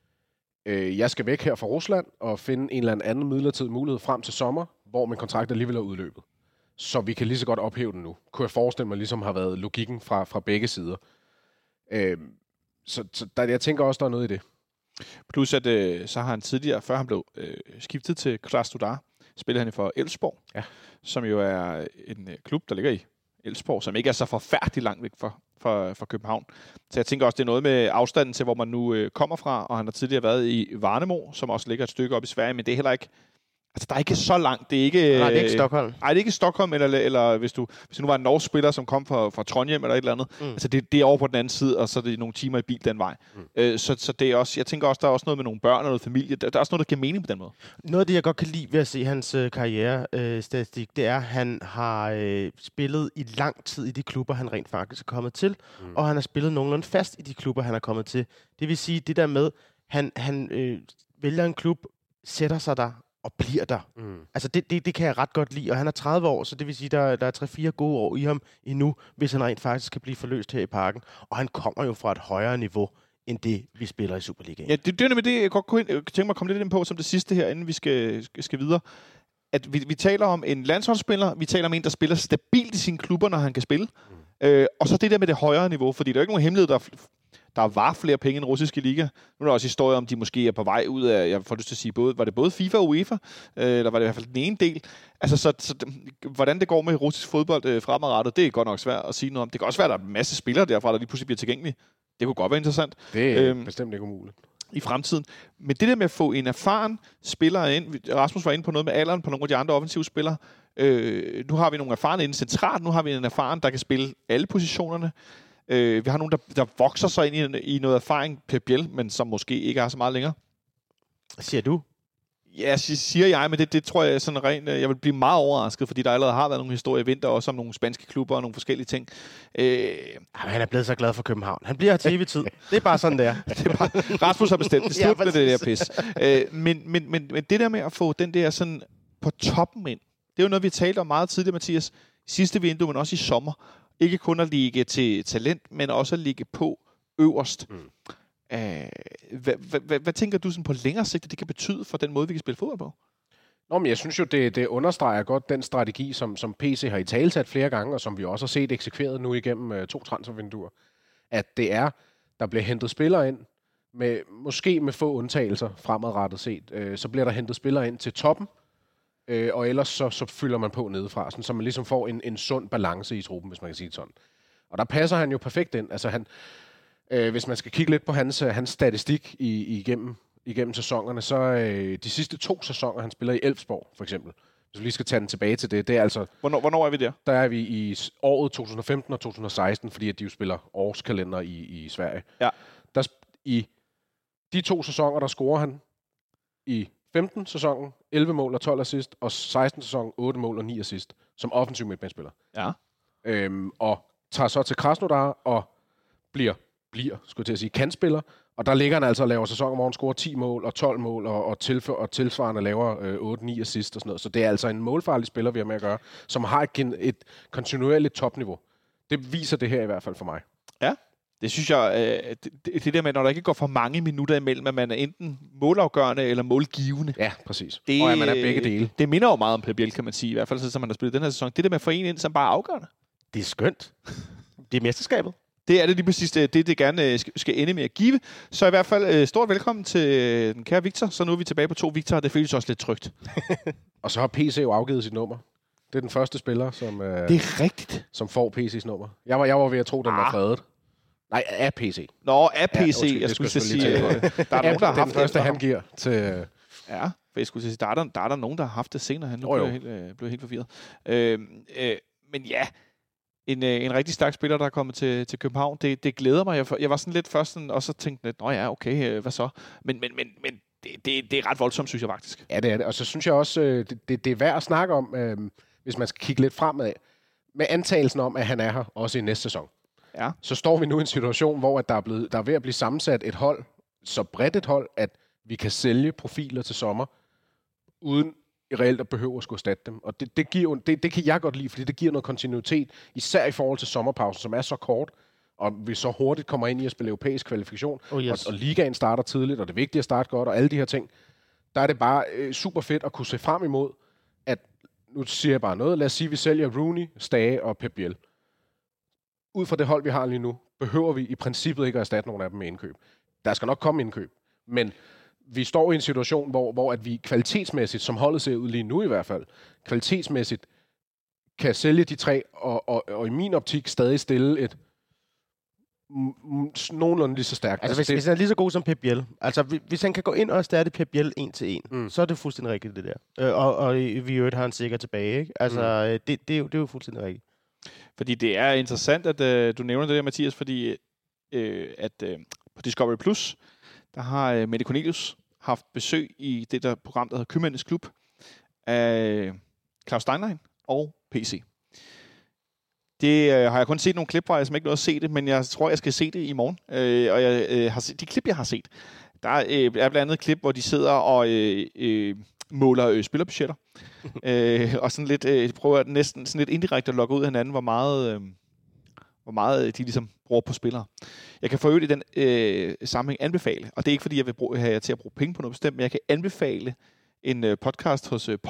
C: jeg skal væk her fra Rusland og finde en eller anden midlertidig mulighed frem til sommer, hvor min kontrakt alligevel er udløbet. Så vi kan lige så godt ophæve den nu. Kunne jeg forestille mig, ligesom har været logikken fra, fra begge sider. Øh, så så der, jeg tænker også, der er noget i det.
B: Plus at øh, så har han tidligere, før han blev øh, skiftet til Krasnodar, spillede han for Elfsborg,
C: ja. som
B: jo er en øh, klub, der ligger i Elfsborg, som ikke er så forfærdeligt langt væk fra For, for København. Så jeg tænker også, det er noget med afstanden til, hvor man nu øh, kommer fra, og han har tidligere været i Varnemo, som også ligger et stykke op i Sverige, men det er heller ikke, altså der er ikke så langt, det er ikke...
D: Nej, det er ikke Stockholm.
B: Nej, det er ikke Stockholm, eller, eller hvis, du, hvis du nu var en norsk spiller, som kom fra, fra Trondheim eller et eller andet, mm. altså det, det er over på den anden side, og så er det nogle timer i bil den vej. Mm. Øh, så, så det er også, jeg tænker også, der er også noget med nogle børn og noget familie, der, der er også noget, der giver mening på den måde.
D: Noget af det, jeg godt kan lide ved at se hans øh, karriere-statistik, øh, det er, at han har øh, spillet i lang tid i de klubber, han rent faktisk er kommet til, mm. og han har spillet nogenlunde fast i de klubber, han er kommet til. Det vil sige, det der med, han, han øh, vælger en klub, sætter sig der, og bliver der. Mm. Altså, det, det, det kan jeg ret godt lide. Og han er tredive år, så det vil sige, der, der er tre fire gode år i ham endnu, hvis han rent faktisk kan blive forløst her i Parken. Og han kommer jo fra et højere niveau, end det, vi spiller i Superligaen.
B: Ja, det, det er nemlig det, jeg godt kunne tænke mig at komme lidt ind på som det sidste her, inden vi skal, skal, skal videre. At vi, vi taler om en landsholdsspiller, vi taler om en, der spiller stabilt i sine klubber, når han kan spille. Mm. Øh, og så det der med det højere niveau, fordi der er ikke nogen hemmelighed, der der var flere penge i den russiske liga. Nu er der også historier om, de måske er på vej ud af, jeg får lyst til at sige, både, var det både FIFA og UEFA, øh, eller var det i hvert fald den ene del. Altså, så, så hvordan det går med russisk fodbold øh, fremadrettet, det er godt nok svært at sige noget om. Det kan også være, at der er en masse spillere derfra, der lige pludselig bliver tilgængelige. Det kunne godt være interessant.
C: Det er øhm, bestemt ikke umuligt.
B: I fremtiden. Men det der med at få en erfaren spiller ind, Rasmus var inde på noget med alderen på nogle af de andre offensive spillere. Øh, nu har vi nogle erfarne inden centralt, nu har vi en erfaren, der kan spille alle positionerne. Øh, vi har nogen, der, der vokser sig ind i, i noget erfaring, Pep Biel, men som måske ikke har så meget længere.
D: Siger du?
B: Ja, siger jeg, men det, det tror jeg sådan rent, jeg vil blive meget overrasket, fordi der allerede har været nogle historier i vinter, også om nogle spanske klubber og nogle forskellige ting. Øh,
D: Jamen, han er blevet så glad for København. Han bliver her til evig tid. Det er bare sådan, det er.
B: det er bare, Rasmus har bestemt. Det er slut ja, med det der pis. Øh, men, men, men, men det der med at få den der sådan på toppen ind, det er jo noget, vi talte om meget tidligere, Mathias. Sidste vindue, men også i sommer. Ikke kun at ligge til talent, men også at ligge på øverst. Mm. Øh, hvad, hvad, hvad, hvad tænker du sådan på længere sigt, at det kan betyde for den måde, vi kan spille fodbold på?
C: Nå, men jeg synes jo, det, det understreger godt den strategi, som, som P C har i talesat flere gange, og som vi også har set eksekveret nu igennem uh, to transfervinduer. At det er, der bliver hentet spillere ind, med, måske med få undtagelser fremadrettet set, uh, så bliver der hentet spillere ind til toppen, uh, og ellers så, så fylder man på nedefra, sådan, så man ligesom får en, en sund balance i truppen, hvis man kan sige det sådan. Og der passer han jo perfekt ind. Altså han... Øh, hvis man skal kigge lidt på hans, hans statistik i, igennem, igennem sæsonerne, så øh, de sidste to sæsoner, han spiller i Elfsborg, for eksempel. Hvis vi lige skal tage den tilbage til det, det er altså...
B: Hvornår, hvornår er vi der?
C: Der er vi i året to tusind og femten og to tusind og seksten, fordi at de jo spiller årskalender i, i Sverige.
B: Ja.
C: Der, I de to sæsoner, der scorer han i femten-sæsonen elleve mål og tolv assist, og seksten-sæsonen otte mål og ni assist, som offensiv midtbanespiller.
B: Ja.
C: Øhm, og tager så til Krasnodar og bliver... bliver, skulle jeg til at sige, kantspiller, og der ligger han altså og laver sæsoner, hvor han scorer ti mål og tolv mål, og, og, tilfør, og tilsvarende laver øh, otte ni assist og sådan noget. Så det er altså en målfarlig spiller, vi har med at gøre, som har et, et kontinuerligt topniveau. Det viser det her i hvert fald for mig.
B: Ja, det synes jeg, øh, det, det der med, når der ikke går for mange minutter imellem, at man er enten målafgørende eller målgivende.
C: Ja, præcis.
B: Det,
C: og at man er begge dele.
B: Det minder jo meget om Pep Biel, kan man sige, i hvert fald så man har spillet den her sæson. Det der med at få en ind, som bare er afgørende.
D: Det er skønt. Det er mesterskabet.
B: Det er det lige præcis, det, det gerne skal ende med at give. Så i hvert fald stort velkommen til den kære Victor. Så nu er vi tilbage på to Victor, og det føles også lidt trygt.
C: Og så har P C jo afgivet sit nummer. Det er den første spiller, som,
B: det er rigtigt.
C: som får P C's nummer. Jeg var, jeg var ved at tro, den ah. var fredet. Nej, af P C.
B: Nå, af P C. Ja,
C: undskyld,
B: jeg skulle
C: skulle
B: sige, der er nogen, der har haft
C: den første, han giver til...
B: Ja, for jeg skulle sige, der er der, der, er der nogen, der har haft det senere. Han nu oh, blev, helt, øh, blev helt forvirret. Øh, øh, men ja... En, en rigtig stærk spiller, der er kommet til, til København. Det, det glæder mig. Jeg, jeg var sådan lidt først sådan, og så tænkte lidt, nå ja, okay, hvad så? Men, men, men, men det, det, det er ret voldsomt, synes jeg faktisk.
C: Ja, det er det. Og så synes jeg også, det, det, det er værd at snakke om, øh, hvis man skal kigge lidt fremad, med antagelsen om, at han er her også i næste sæson.
B: Ja.
C: Så står vi nu i en situation, hvor at der, er blevet, der er ved at blive sammensat et hold, så bredt et hold, at vi kan sælge profiler til sommer, uden reelt at behøve at skulle erstatte dem. Og det, det, giver, det, det kan jeg godt lide, fordi det giver noget kontinuitet, især i forhold til sommerpausen, som er så kort, og vi så hurtigt kommer ind i at spille europæisk kvalifikation,
D: oh yes.
C: og, og ligaen starter tidligt, og det er vigtigt at starte godt, og alle de her ting. Der er det bare øh, super fedt at kunne se frem imod, at, nu siger jeg bare noget, lad os sige, at vi sælger Rooney, Stage og Pep Biel. Ud fra det hold, vi har lige nu, behøver vi i princippet ikke at erstatte nogen af dem med indkøb. Der skal nok komme indkøb, men vi står i en situation, hvor, hvor at vi kvalitetsmæssigt, som holdet ser ud lige nu i hvert fald, kvalitetsmæssigt kan sælge de tre, og, og, og i min optik stadig stille et m- nogenlunde lige så stærkt.
D: Altså, altså hvis, hvis han er lige så god som Pep Biel, altså hvis han kan gå ind og erstatte Pep Biel en til en, mm. så er det fuldstændig rigtigt det der. Øh, og, og vi jo har han sikkert tilbage, ikke? Altså, mm. det, det, er jo, det er jo fuldstændig rigtigt.
B: Fordi det er interessant, at øh, du nævner det der, Mathias, fordi øh, at øh, på Discovery Plus, der har øh, Mette Cornelius haft besøg i det der program, der hedder Købmændenes Klub, af Claus Steinlein og P C. Det øh, har jeg kun set nogle klip fra, jeg har ikke noget at se det, men jeg tror, jeg skal se det i morgen. Øh, og jeg, øh, har set, de klip, jeg har set, der øh, er blandt andet et klip, hvor de sidder og øh, øh, måler øh, spillerbudgetter. øh, og sådan lidt, øh, prøver næsten sådan lidt indirekte at logge ud af hinanden, hvor meget... Øh, hvor meget de ligesom bruger på spillere. Jeg kan for øvrigt i den øh, sammenhæng anbefale, og det er ikke fordi, jeg vil bruge, have jer til at bruge penge på noget bestemt, men jeg kan anbefale en øh, podcast hos øh, Podimo,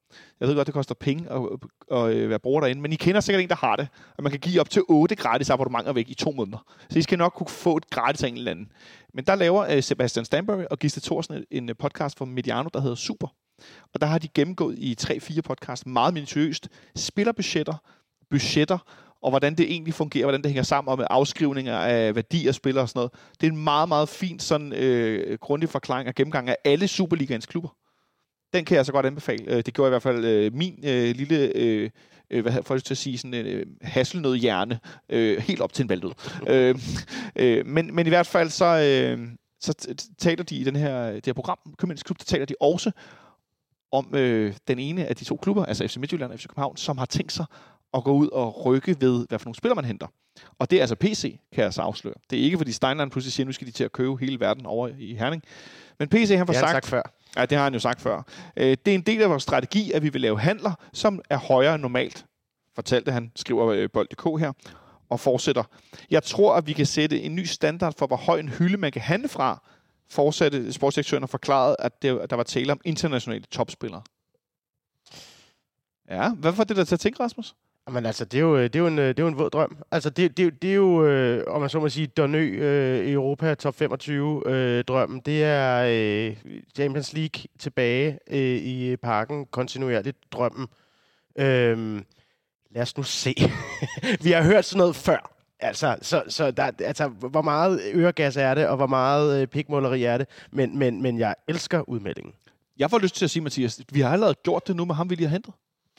B: Jeg ved godt, det koster penge at, at, at være bruger derinde, men I kender sikkert en, der har det, og man kan give op til otte gratis abonnementer væk i to måneder. Så I skal nok kunne få et gratis af en eller anden. Men der laver uh, Sebastian Stanbury og Gisle Thorsen en podcast fra Mediano, der hedder Super. Og der har de gennemgået i tre fire podcast meget minutiøst spillerbudgetter, budgetter, og hvordan det egentlig fungerer, hvordan det hænger sammen, og med afskrivninger af værdier, spillere og sådan noget. Det er en meget, meget fint sådan, øh, grundig forklaring og gennemgang af alle Superligaens klubber. Den kan jeg så godt anbefale. Det gjorde i hvert fald øh, min øh, lille, øh, hvad får jeg til at sige, sådan øh, hasselnødhjerne, øh, helt op til en valgdød. øh, øh, men, men i hvert fald så, øh, så taler de i den her, det her program, Københavns Klub, der taler de også om øh, den ene af de to klubber, altså F C Midtjylland og F C København, som har tænkt sig at gå ud og rykke ved, hvad for nogle spillere man henter. Og det er altså P C, kan jeg så afsløre. Det er ikke, fordi Steinlein pludselig siger, nu skal de til at købe hele verden over i Herning. Men P C, han får sagt,
D: sagt før.
B: Ja, det har han jo sagt før. Det er en del af vores strategi, at vi vil lave handler, som er højere end normalt, fortalte han, skriver bold punktum d k her, og fortsætter. Jeg tror, at vi kan sætte en ny standard for, hvor høj en hylde man kan handle fra, fortsatte sportsdirektøren og forklarede, at der var tale om internationale topspillere. Ja, hvad får det der til at tænke, Rasmus?
D: Men altså, det er jo, det er jo, en, det er jo en våd drøm. Altså, det, det, det er jo, øh, om man så må sige, Donø øh, Europa top femogtyve øh, drømmen. Det er øh, Champions League tilbage øh, i parken, kontinuerligt drømmen. Øh, lad os nu se. Vi har hørt sådan noget før. Altså, så, så der, altså, hvor meget øregas er det, og hvor meget øh, pikmåleri er det. Men, men, men jeg elsker udmeldingen.
B: Jeg får lyst til at sige, Mathias, vi har allerede gjort det nu med ham, vi lige har hentet.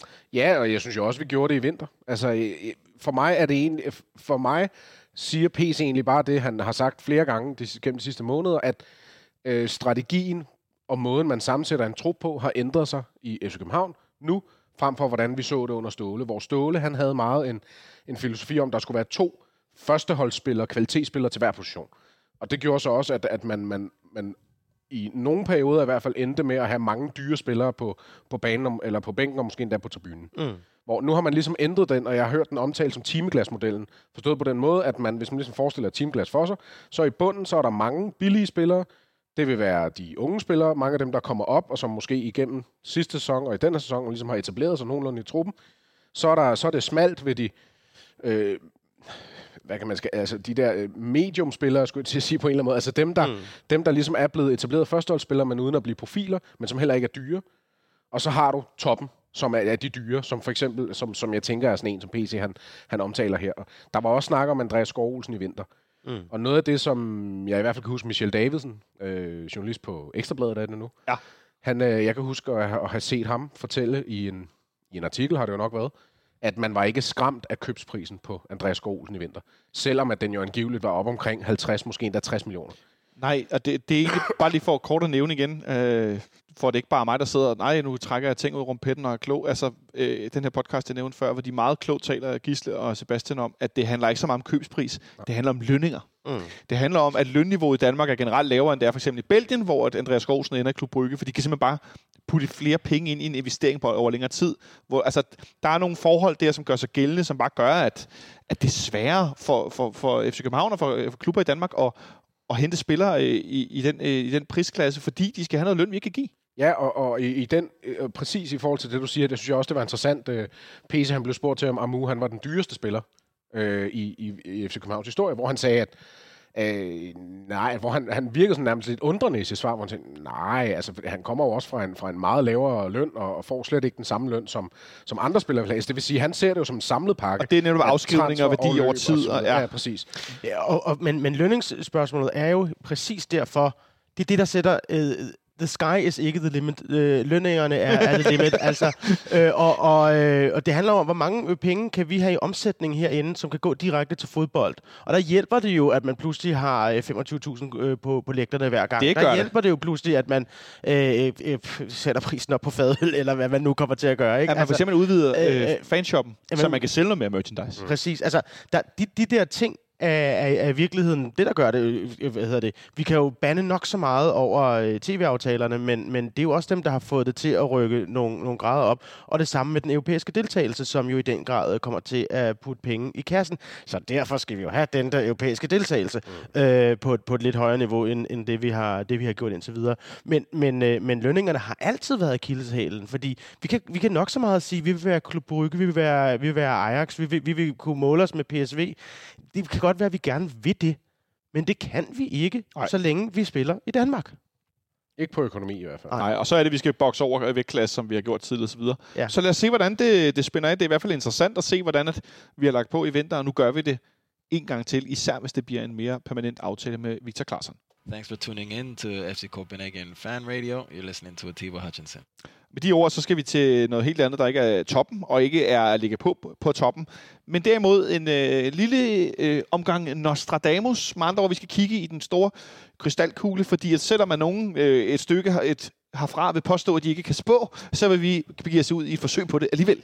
C: Ja, og jeg synes jo også, vi gjorde det i vinter. Altså, for mig er det egentlig, for mig siger P C egentlig bare det, han har sagt flere gange de, gennem de sidste måneder, at øh, strategien og måden, man sammensætter en trup på, har ændret sig i F C København nu, frem for hvordan vi så det under Ståle. Hvor Ståle, han havde meget en, en filosofi om, at der skulle være to førsteholdsspillere, kvalitetsspillere til hver position. Og det gjorde så også, at, at man, man, man i nogle perioder i hvert fald endte med at have mange dyre spillere på, på banen, eller på bænken, og måske endda på tribunen. Mm. Hvor nu har man ligesom ændret den, og jeg har hørt den omtalt som timeglasmodellen. Forstået på den måde, at man, hvis man ligesom forestiller et timeglas for sig, så i bunden, så er der mange billige spillere. Det vil være de unge spillere, mange af dem, der kommer op, og som måske igennem sidste sæson og i denne sæson, og ligesom har etableret sig nogenlunde i truppen. Så er, der, så er det smalt ved de... Øh, hvad kan man skal, altså de der medium-spillere, skulle jeg til at sige på en eller anden måde, altså dem der, mm. dem, der ligesom er blevet etableret førsteholdsspillere, men uden at blive profiler, men som heller ikke er dyre. Og så har du toppen, som er, er de dyre, som for eksempel, som, som jeg tænker er sådan en, som P C han, han omtaler her. Og der var også snak om Andreas Skov Olsen i vinter. Mm. Og noget af det, som jeg i hvert fald kan huske, Michel Davidsen, øh, journalist på Ekstrabladet, er det nu.
B: Ja.
C: Han, øh, jeg kan huske at have, at have set ham fortælle i en, i en artikel, har det jo nok været, at man var ikke skræmt af købsprisen på Andreas Skov Olsen i vinter. Selvom at den jo angiveligt var op omkring halvtreds, måske endda tres millioner.
B: Nej, og det, det er ikke bare lige for kort at nævne igen, øh, for det ikke bare mig, der sidder, nej, nu trækker jeg ting ud rumpetten og er klog. Altså, øh, den her podcast, jeg nævnte før, hvor de meget klogt taler, Gisle og Sebastian, om, at det handler ikke så meget om købspris, ja. Det handler om lønninger. Mm. Det handler om, at lønniveauet i Danmark er generelt lavere, end det er for eksempel i Belgien, hvor Andreas Skovsen ender i Klub Brygge, for de kan simpelthen bare putte flere penge ind i en investering på over længere tid. Hvor, altså, der er nogle forhold der, som gør sig gældende, som bare gør, at, at det er sværere for, for, for F C København og for, for klubber i Danmark at, at hente spillere i, i, den, i den prisklasse, fordi de skal have noget løn, vi ikke kan give.
C: Ja, og, og i, i den, øh, præcis i forhold til det, du siger, det synes jeg også, det var interessant. Øh, P C, han blev spurgt til, om Amu, han var den dyreste spiller øh, i, i, i F C Københavns historie, hvor han sagde, at Øh, nej, hvor han, han virkede sådan nærmest lidt undrende i sit svar, hvor han tænkte, nej, altså han kommer jo også fra en, fra en meget lavere løn, og, og får slet ikke den samme løn, som, som andre spillere vil have. Det vil sige, han ser det jo som en samlet pakke.
B: Og det er netop afskrivninger og værdi over tid.
C: Og, og, ja. ja, præcis.
D: Ja, og, og, men, men lønningsspørgsmålet er jo præcis derfor, det er det, der sætter... Øh, the sky is ikke the limit. Øh, lønningerne er, er the limit. altså, øh, og, og, øh, og det handler om, hvor mange penge kan vi have i omsætning herinde, som kan gå direkte til fodbold. Og der hjælper det jo, at man pludselig har femogtyve tusind øh, på, på lægterne hver gang.
B: Det
D: der
B: hjælper
D: det. det jo pludselig, at man øh, øh, sætter prisen op på fadøl, eller hvad man nu kommer til at gøre. Ikke?
B: At man
D: altså,
B: for eksempel udvider øh,
D: øh,
B: fanshoppen, øh, så man kan sælge noget mere merchandise.
D: Mm. Præcis. Altså, der, de, de der ting, er, er, er virkeligheden det, der gør det, hvad hedder det. Vi kan jo bande nok så meget over øh, tv-aftalerne, men, men det er jo også dem, der har fået det til at rykke nogle, nogle grader op. Og det samme med den europæiske deltagelse, som jo i den grad kommer til at putte penge i kassen. Så derfor skal vi jo have den der europæiske deltagelse mm. øh, på, et, på et lidt højere niveau, end, end det, vi har, det, vi har gjort indtil videre. Men, men, øh, men lønningerne har altid været akilleshælen, fordi vi kan, vi kan nok så meget sige, at vi vil være Club Brugge, vi vil være, vi vil være Ajax, vi vil, vi vil kunne måle os med P S V. Det kan godt være, at vi gerne vil det, men det kan vi ikke, Ej. så længe vi spiller i Danmark.
C: Ikke på økonomi i hvert fald.
B: Nej, og så er det, vi skal bokse over vægtklasse, som vi har gjort tidligere og så videre.
D: Ja.
B: Så lad os se, hvordan det, det spænder af. Det er i hvert fald interessant at se, hvordan at vi har lagt på i vinter, og nu gør vi det en gang til, især hvis det bliver en mere permanent aftale med Victor Claesson.
F: Thanks for tuning in to F C Copenhagen Fan Radio. You're listening to Atiba Hutchinson.
B: Med de ord, så skal vi til noget helt andet, der ikke er toppen, og ikke er at ligge på på toppen. Men derimod en øh, lille øh, omgang Nostradamus. Med andre ord, vi skal kigge i den store krystalkugle, fordi at selvom man nogen øh, et stykke har, et, herfra vil påstå, at de ikke kan spå, så vil vi begive os ud i et forsøg på det alligevel.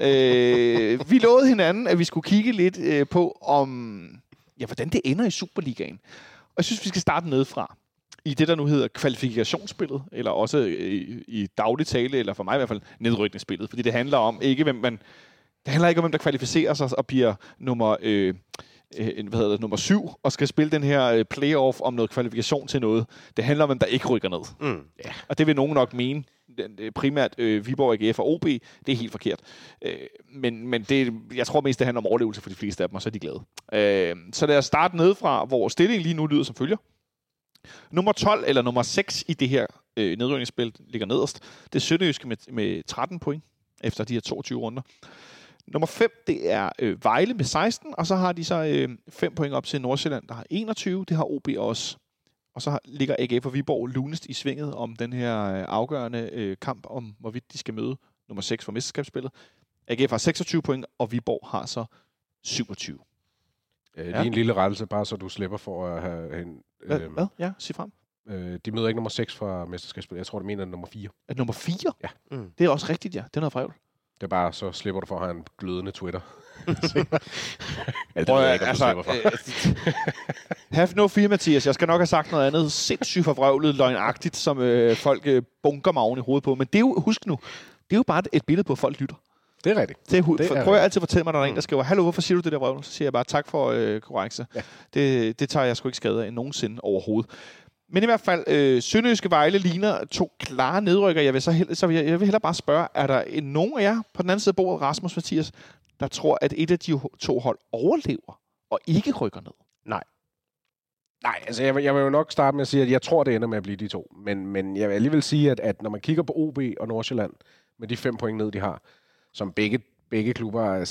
B: øh, vi lovede hinanden, at vi skulle kigge lidt øh, på, om ja, hvordan det ender i Superligaen. Og jeg synes, vi skal starte nedefra. I det, der nu hedder kvalifikationsspillet, eller også i, i daglig tale, eller for mig i hvert fald nedrykningsspillet. Fordi det handler om ikke, hvem man, det handler ikke om, hvem der kvalificerer sig og bliver nummer, øh, øh, hvad hedder det, nummer syv, og skal spille den her øh, playoff om noget kvalifikation til noget. Det handler om, hvem der ikke rykker ned. Mm. Ja. Og det vil nogen nok mene, primært øh, Viborg, A G F og O B, det er helt forkert. Øh, men men det, jeg tror mest, det handler om overlevelse for de fleste af dem, og så er de glade. Øh, så lad os starte nedefra, hvor stillingen lige nu lyder som følger. Nummer tolv eller nummer seks i det her øh, nedrykningsspil ligger nederst. Det er Sønderjyske med, med tretten point efter de her toogtyve runder. Nummer fem, det er øh, Vejle med seksten, og så har de så øh, fem point op til Nordsjælland, der har enogtyve. Det har O B også. Og så har, ligger A G F og Viborg lunest i svinget om den her øh, afgørende øh, kamp om, hvorvidt de skal møde nummer seks for mesterskabsspillet. A G F har seksogtyve point, og Viborg har så syvogtyve.
C: Øh, lige ja. en lille rettelse, bare så du slipper for at have en...
B: Hvad? Øh, Hvad? Ja, sig frem.
C: Øh, de møder ikke nummer seks fra mesterskabsspillet. Jeg tror, det mener nummer fire.
B: Er nummer fire?
C: Ja.
B: Mm. Det er også rigtigt, ja. Det er noget vrøvl.
C: Det er bare, så slipper du for at have en glødende Twitter.
B: ja, Prøv, jeg ikke, altså, øh, have no fear, Mathias. Jeg skal nok have sagt noget andet sindssygt forvrøvlet, løgnagtigt, som øh, folk øh, bunker mig oven i hovedet på. Men det er jo, husk nu, det er jo bare et billede på, at folk lytter.
C: Det er rigtigt.
B: Det er, det er prøv jeg altid at fortælle mig, når der er en, der skriver, hallo, hvorfor siger du det der vrøvl? Så siger jeg bare, tak for øh, korrekse. Ja. Det, det tager jeg sgu ikke skade af nogensinde overhovedet. Men i hvert fald, øh, Sønderjyske Vejle ligner to klare nedrykker. Jeg vil, så hellere, så vil jeg, jeg vil hellere bare spørge, er der en, nogen af jer på den anden side af bordet, Rasmus Mathias, der tror, at et af de to hold overlever og ikke rykker ned?
C: Nej. Nej, altså jeg vil, jeg vil jo nok starte med at sige, at jeg tror, det ender med at blive de to. Men, men jeg vil alligevel sige, at, at når man kigger på O B og Nordsjælland, med de fem point ned, de har, som begge, begge klubber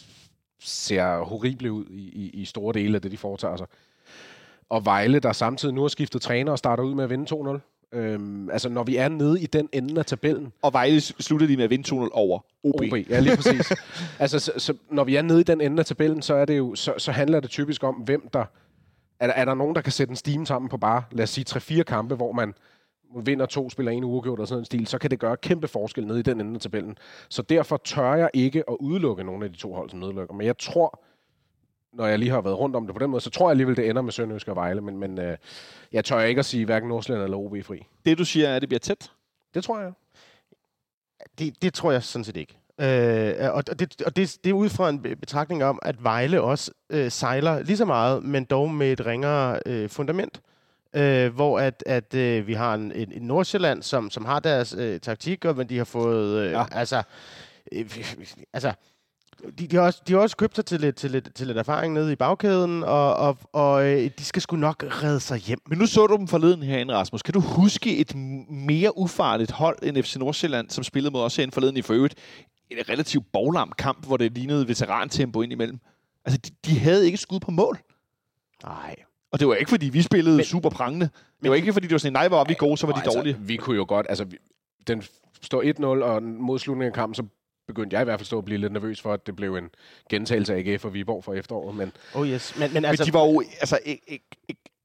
C: ser horrible ud i, i, i store dele af det, de foretager sig. Og Vejle, der samtidig nu har skiftet træner og starter ud med at vinde to nul. Øhm, altså, når vi er nede i den ende af tabellen...
B: Og Vejle slutter lige med at vinde to nul over O B.
C: O B, ja, lige præcis. altså, så, så, når vi er nede i den ende af tabellen, så, er det jo, så, så handler det typisk om, hvem der... Er der, er der nogen, der kan sætte en stime sammen på bare, lad os sige, tre fire kampe, hvor man vinder to, spiller en uafgjort og sådan en stil, så kan det gøre kæmpe forskel nede i den ende af tabellen. Så derfor tør jeg ikke at udelukke nogle af de to hold som nedlukker. Men jeg tror... Når jeg lige har været rundt om det på den måde, så tror jeg alligevel, det ender med Sønderjyske og Vejle, men, men øh, jeg tør ikke at sige hverken Nordsjælland eller O B fri.
B: Det, du siger, er, at det bliver tæt?
C: Det tror jeg.
D: Det, det tror jeg sådan set ikke. Øh, og det, og det, det er ud fra en betragtning om, at Vejle også øh, sejler lige så meget, men dog med et ringere øh, fundament. Øh, hvor at, at øh, vi har en, en, en Nordsjælland, som, som har deres øh, taktikker, men de har fået... Øh, ja. Altså... Øh, altså De, de, har også, de har også købt sig til lidt, til, lidt, til lidt erfaring nede i bagkæden, og, og, og øh, de skal sgu nok redde sig hjem.
B: Men nu så du dem forleden herinde, Rasmus. Kan du huske et mere ufarligt hold end F C Nordsjælland, som spillede mod os herinde forleden i for øvrigt? En relativt boglam kamp, hvor det lignede veterantempo ind imellem. Altså, de, de havde ikke skud på mål.
D: Nej.
B: Og det var ikke, fordi vi spillede men, super prangende. Det var ikke, fordi det var sådan, nej, hvor var vi gode, så var de
C: altså,
B: dårlige.
C: Vi kunne jo godt, altså, vi, den står et nul, og mod slutningen af kampen, så begyndte jeg i hvert fald stå at blive lidt nervøs for, at det blev en gentagelse af A G F og Viborg for efteråret. Men,
D: oh yes. men, men,
B: altså,
D: altså,
B: men de var jo... Altså, ikke, ikke, ikke,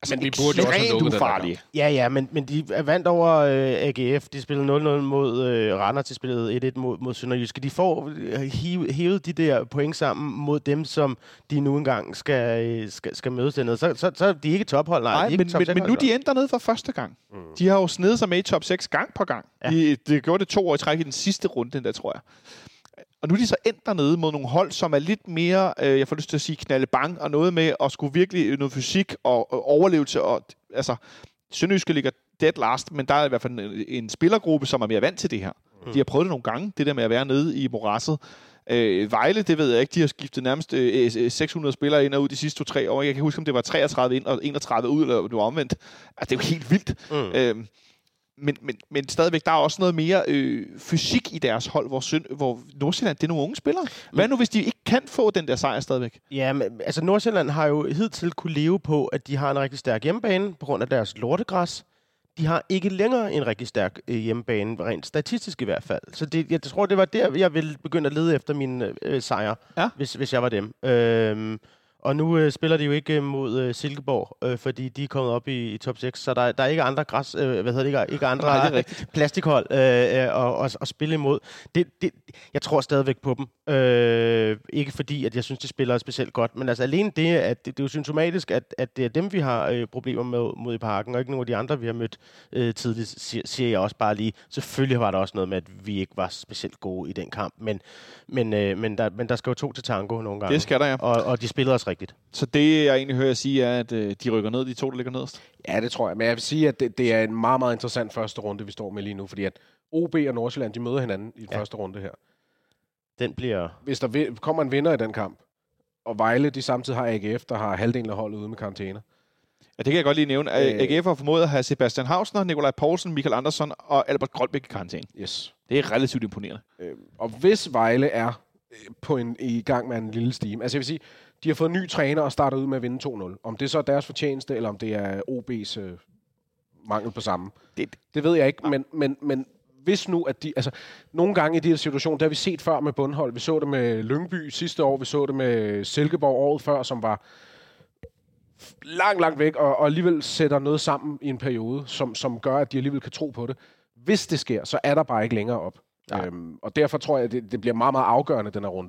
C: Men vi burde jo også have lukket
B: ufarlige.
D: Ja, ja, men, men de er vandt over øh, A G F. De spillede nul nul mod øh, Randers. De spillede et et mod, mod Sønderjyske. De får øh, hive, hævet de der point sammen mod dem, som de nu engang skal, øh, skal, skal mødes dernede. Så, så, så er de ikke tophold. Nej,
B: Nej
D: de er
B: men,
D: ikke top
B: men,
D: seks,
B: men nu er de endt dernede for første gang. Mm. De har jo snedet sig med i top seks gang på gang.
D: Ja.
B: De, de gjorde det to år i træk i den sidste runde, den der, tror jeg. Og nu er de så endt dernede mod nogle hold, som er lidt mere, øh, jeg får lyst til at sige, knalde bang, og noget med at skulle virkelig noget fysik og, og overlevelse. Og, altså, Sønderjyske ligger dead last, men der er i hvert fald en, en spillergruppe, som er mere vant til det her. Mm. De har prøvet det nogle gange, det der med at være nede i morasset. Øh, Vejle, det ved jeg ikke, de har skiftet nærmest øh, seks hundrede spillere ind og ud de sidste to-tre år. Jeg kan huske, om det var treogtredive ind og enogtredive ud, eller det var omvendt. Altså, det er jo helt vildt. Mm. Øh, Men, men, men stadigvæk, der er også noget mere øh, fysik i deres hold, hvor, Søn, hvor Nordsjælland, det er nogle unge spillere. Hvad nu, hvis de ikke kan få den der sejr stadigvæk?
D: Ja, men altså Nordsjælland har jo hidtil kunne leve på, at de har en rigtig stærk hjemmebane på grund af deres lortegræs. De har ikke længere en rigtig stærk øh, hjemmebane, rent statistisk i hvert fald. Så det, jeg tror, det var der, jeg ville begynde at lede efter mine øh, sejre,
B: ja.
D: hvis, hvis jeg var dem. Øh, Og nu øh, spiller de jo ikke mod øh, Silkeborg, øh, fordi de er kommet op i, i top seks, så der, der er ikke andre græs, øh, hvad hedder det, ikke, ikke andre Nej, plastikhold øh, øh, at, at spille imod. Det, det, jeg tror stadigvæk på dem. Øh, ikke fordi, at jeg synes, de spiller specielt godt, men altså alene det, at det, det er jo symptomatisk, at, at det er dem, vi har øh, problemer med mod i parken, og ikke nogen af de andre, vi har mødt øh, tidligt, siger, siger jeg også bare lige. Selvfølgelig var der også noget med, at vi ikke var specielt gode i den kamp, men, men, øh, men, der, men der skal jo to til tango nogle gange.
B: Det skal der, ja.
D: Og, og de spillede os rigtigt.
B: Så det, jeg egentlig hører sige, er, at øh, de rykker ned, de to, der ligger nederst?
C: Ja, det tror jeg. Men jeg vil sige, at det, det er en meget, meget interessant første runde, vi står med lige nu, fordi at O B og Nordsjælland, de møder hinanden i den ja. første runde her.
D: Den bliver...
C: Hvis der vi- kommer en vinder i den kamp, og Vejle, de samtidig har A G F, der har halvdelen af holdet ude med karantæne.
B: Ja, det kan jeg godt lige nævne. Øh, A G F har formået at have Sebastian Hausner, Nikolaj Poulsen, Michael Andersson og Albert Grolbæk i karantæne.
C: Yes.
B: Det er relativt imponerende.
C: Øh, og hvis Vejle er på en, i gang med en lille stime, altså jeg vil sige, de har fået en ny træner og startet ud med at vinde to nul. Om det så er deres fortjeneste, eller om det er O B's øh, mangel på samme. Det, det ved jeg ikke, ja. men, men, men hvis nu, at de... Altså, nogle gange i de her situationer, der har vi set før med bundhold. Vi så det med Lyngby sidste år, vi så det med Silkeborg året før, som var langt, langt væk, og, og alligevel sætter noget sammen i en periode, som, som gør, at de alligevel kan tro på det. Hvis det sker, så er der bare ikke længere op. Øhm, og derfor tror jeg, at det, det bliver meget, meget afgørende, den her runde.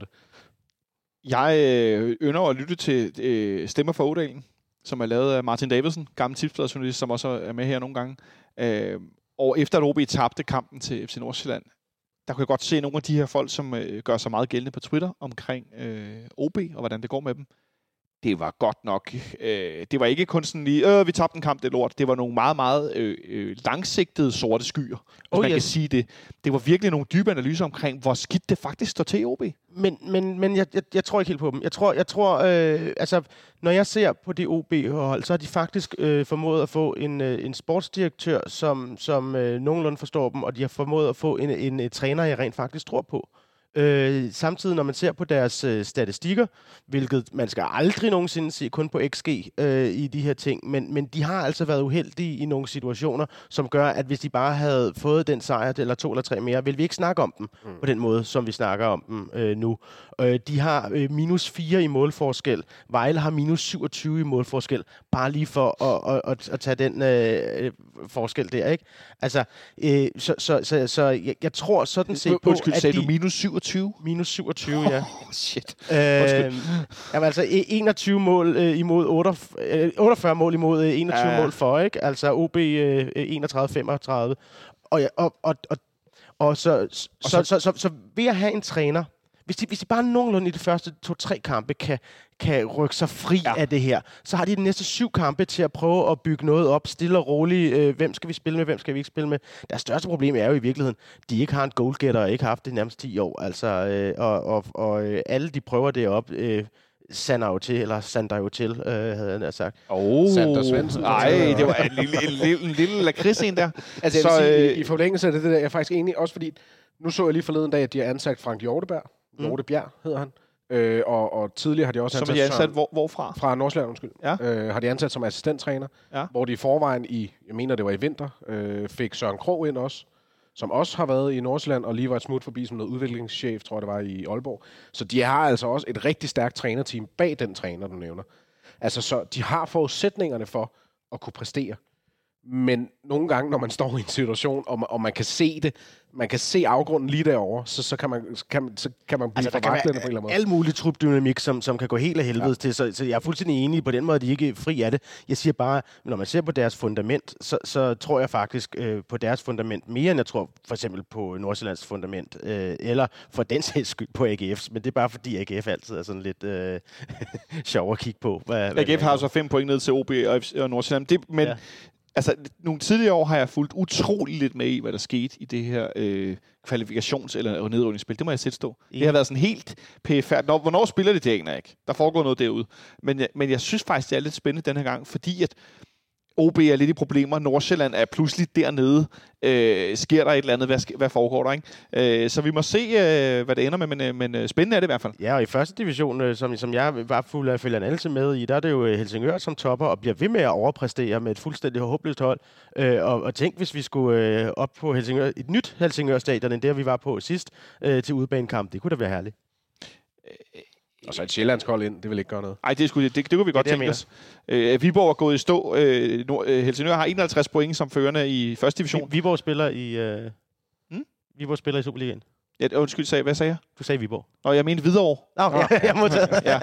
B: Jeg øh, ynder at lytte til øh, Stemmer for Odalen, som er lavet af Martin Davidsen, gammel tipsbladsjournalist, som også er med her nogle gange. Øh, og efter at O B tabte kampen til F C Nordsjælland, der kunne jeg godt se nogle af de her folk, som øh, gør sig meget gældende på Twitter omkring øh, O B og hvordan det går med dem. Det var godt nok. Øh, det var ikke kun sådan lige, øh, vi tabte en kamp, det er lort. Det var nogle meget, meget øh, øh, langsigtede sorte skyer, hvis oh, man yes. kan sige det. Det var virkelig nogle dybe analyser omkring, hvor skidt det faktisk står til i O B.
D: Men, men, men jeg, jeg, jeg tror ikke helt på dem. Jeg tror, jeg tror øh, altså, når jeg ser på det O B-hold, så har de faktisk øh, formået at få en, øh, en sportsdirektør, som, som øh, nogenlunde forstår dem, og de har formået at få en, en, en, en træner, jeg rent faktisk tror på. Øh, samtidig, når man ser på deres øh, statistikker, hvilket man skal aldrig nogensinde se kun på X G øh, i de her ting, men, men de har altså været uheldige i nogle situationer, som gør, at hvis de bare havde fået den sejr, eller to eller tre mere, vil vi ikke snakke om dem mm. på den måde, som vi snakker om dem øh, nu. Øh, de har øh, minus fire i målforskel. Vejle har minus syvogtyve i målforskel. Bare lige for at, at, at, at tage den øh, forskel der, ikke? Altså, øh, så, så, så, så jeg, jeg tror sådan set på,
B: Undskyld,
D: at
B: sagde
D: de...
B: du minus syvogtyve?
D: Minus syvogtyve, ja.
B: Oh, shit.
D: Øh, jamen, altså enogtyve mål øh, imod otteogfyrre, øh, otteogfyrre mål imod øh, enogtyve ja. mål for, ikke? Altså O B øh, enogtredive femogtredive. Og, og, og, og, og så, så, så, så, så, så ved at have en træner, hvis de, hvis de bare nogenlunde i de første to-tre kampe kan, kan rykke sig fri ja. af det her, så har de de næste syv kampe til at prøve at bygge noget op, stille og roligt. Øh, hvem skal vi spille med, hvem skal vi ikke spille med? Deres største problem er jo i virkeligheden, de ikke har en goalgetter og ikke har haft det nærmest ti år. Altså, øh, og og, og øh, alle de prøver det op. Øh, sander jo til, eller sander jo til, øh, havde jeg sagt.
B: Åh, oh,
C: Sander Svendsen.
B: Nej, det var en lille, en lille, en lille lakridsen der.
C: Altså,
B: så,
C: jeg vil sige,
B: øh,
C: i, i forlængelse af det, det der, jeg er faktisk enig, også fordi, nu så jeg lige forleden dag, at de har ansat Frank Hjorteberg. Mm. Hjortebjerg hedder han. Øh, og, og tidligere har de også
B: som
C: ansat...
B: Som de ansat hvor, hvorfra?
C: Fra Nordsjælland, undskyld.
B: Ja.
C: Øh, har de ansat som assistenttræner, ja. Hvor de i forvejen i, jeg mener det var i vinter, øh, fik Søren Krog ind også, som også har været i Nordsjælland, og lige var et smut forbi som noget udviklingschef, tror jeg det var, i Aalborg. Så de har altså også et rigtig stærkt trænerteam bag den træner, du nævner. Altså, så de har forudsætningerne for at kunne præstere. Men nogle gange, når man står i en situation, og man, og man kan se det, man kan se afgrunden lige derovre, så, så, kan, man, kan, man, så kan man blive altså, forvaklende på en eller anden måde.
D: Al mulig trupdynamik, som, som kan gå helt af helvede ja. til, så, så jeg er fuldstændig enig på den måde, at de ikke er fri af det. Jeg siger bare, når man ser på deres fundament, så, så tror jeg faktisk øh, på deres fundament mere, end jeg tror for eksempel på Nordsjællands fundament, øh, eller for den sags skyld på A G F's, men det er bare fordi A G F altid er sådan lidt øh, sjov at kigge på. Hvad,
B: A G F har så fem point ned til O B og, og Nordsjælland, det, men... Ja. Altså, nogle tidligere år har jeg fulgt utrolig lidt med i, hvad der skete i det her øh, kvalifikations- eller nedrykningsspil. Det må jeg selv stå. Ja. Det har været sådan helt pæfærdigt. Hvornår spiller det, det aner jeg ikke. Der foregår noget derude. Men jeg, men jeg synes faktisk, det er lidt spændende den her gang, fordi at O B er lidt i problemer. Nordsjælland er pludselig dernede. Øh, sker der et eller andet? Hvad, hvad foregår der, ikke? Øh, så vi må se, øh, hvad det ender med, men, men spændende er det i hvert fald.
D: Ja, og i første division, øh, som, som jeg var fuld af følge analyse med i, der er det jo Helsingør som topper, og bliver ved med at overpræstere med et fuldstændig håbløst hold. Øh, og, og tænk, hvis vi skulle øh, op på Helsingør, et nyt Helsingør-stadion, end det, vi var på sidst, øh, til udbanekamp. Det kunne da være herligt.
C: Og så et sjællandsk hold ind, det vil ikke gøre noget.
B: Nej, det, det, det, det kunne vi godt ja, tænke os. Øh, Viborg er gået i stå. Øh, Nord, øh, Helsingør har enoghalvtreds point som førende i første division.
D: Viborg spiller i øh, hmm? Viborg spiller i Superligaen.
B: Ja, undskyld, sag, hvad sagde jeg?
D: Du sagde Viborg.
B: Nå, jeg mente Hvidovre.
D: Nå, ja, jeg må tage.
B: Ja.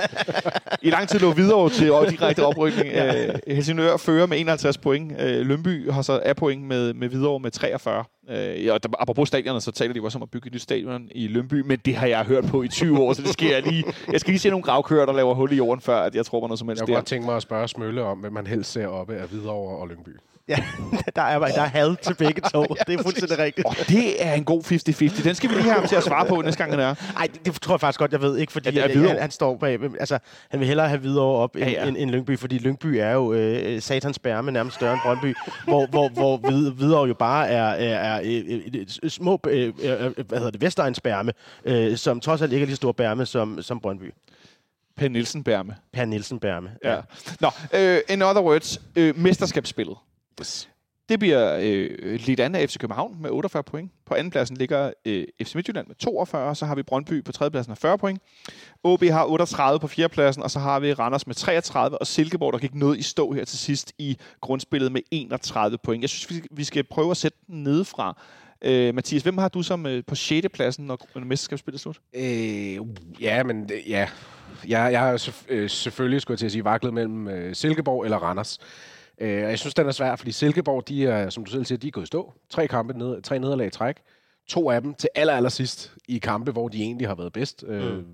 B: I lang tid lå Hvidovre til og direkte oprykning. ja. øh, Helsingør fører med enoghalvtreds point. Øh, Lønby har så af point med, med Hvidovre med treogfyrre. Øh, og der, apropos stadioner, så taler de også om at bygge et nyt stadion i Lønby, men det har jeg hørt på i tyve år, så det skal jeg lige... Jeg skal lige se nogle gravkører, der laver hul i jorden, før at jeg tror på noget som helst.
C: Jeg kunne godt tænke mig at spørge Smølle om, hvad man helst ser oppe af Hvidovre og Lyngby.
D: Ja, der er, der er had til begge to. Det er fuldstændig rigtigt.
B: Oh, det er en god halvtreds halvtreds. Den skal vi lige have ham til at svare på næste gang, han er.
D: Nej, det, det tror jeg faktisk godt, jeg ved. Ikke fordi
B: ja,
D: han, han, han står bag... Altså, han vil hellere have Hvidovre op ja, ja. end, end Lyngby, fordi Lyngby er jo øh, satans bærme, nærmest større end Brøndby, hvor, hvor, hvor Hvidovre jo bare er, er, er øh, øh, små... Øh, øh, hvad hedder det? Vestegnsbærme, øh, som trods alt ikke er lige stor bærme som, som Brøndby.
B: Per Nielsen-bærme.
D: Per Nielsen-bærme,
B: ja. ja. Nå, uh, in other words, uh, mesterskabsspillet.
C: Yes.
B: Det bliver øh, lidt andet af F C København med otteogfyrre point. På andenpladsen ligger øh, F C Midtjylland med toogfyrre, så har vi Brøndby på tredjepladsen med fyrre point. O B har otteogtredive på fjerdepladsen, og så har vi Randers med treogtredive, og Silkeborg, der gik noget i stå her til sidst i grundspillet med enogtredive point. Jeg synes, vi skal prøve at sætte den nedefra. Øh, Mathias, hvem har du som øh, på sjette pladsen, når, når mesterskabsspillet er slut?
C: Øh, ja, men ja. Jeg, jeg har selvf- øh, selvfølgelig, skulle jeg til at sige, vaklet mellem øh, Silkeborg eller Randers. Uh, jeg synes, den er svær, fordi Silkeborg, de er, som du selv siger, de er gået i stå. Tre kampe, ned, tre nederlag i træk. To af dem til aller, aller sidst i kampe, hvor de egentlig har været bedst. Mm. Uh,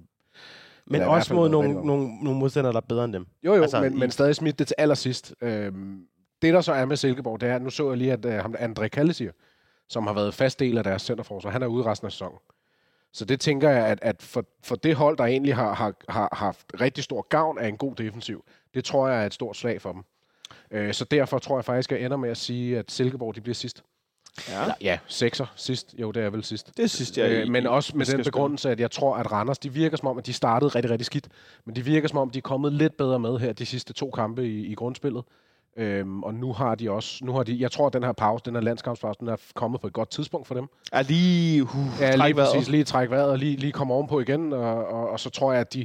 D: men også mod nogle, nogle, nogle modstandere, der er bedre end dem.
C: Jo, jo, altså, men, i... men stadig smidt det til allersidst. Uh, det, der så er med Silkeborg, det er, nu så jeg lige, at uh, ham, André Kallesier, som har været fast del af deres centerforsvar, han er ude resten af sæsonen. Så det tænker jeg, at, at for, for det hold, der egentlig har, har, har haft rigtig stor gavn af en god defensiv, det tror jeg er et stort slag for dem. Så derfor tror jeg faktisk, at jeg ender med at sige, at Silkeborg de bliver sidst. Ja, Eller, ja sekser sidst. Jo, det er vel sidst.
B: Det er sidst, jeg
C: øh, Men også med den begrundelse, at jeg tror, at Randers, de virker som om, at de startede rigtig, rigtig skidt. Men de virker som om, de er kommet lidt bedre med her de sidste to kampe i, i grundspillet. Øhm, og nu har de også, nu har de, jeg tror, at den her pause, den her landskampspause, den er kommet på et godt tidspunkt for dem.
B: Er lige, uh,
C: ja, lige præcis, lige træk vejret og lige, lige komme ovenpå igen. Og, og, og så tror jeg, at de...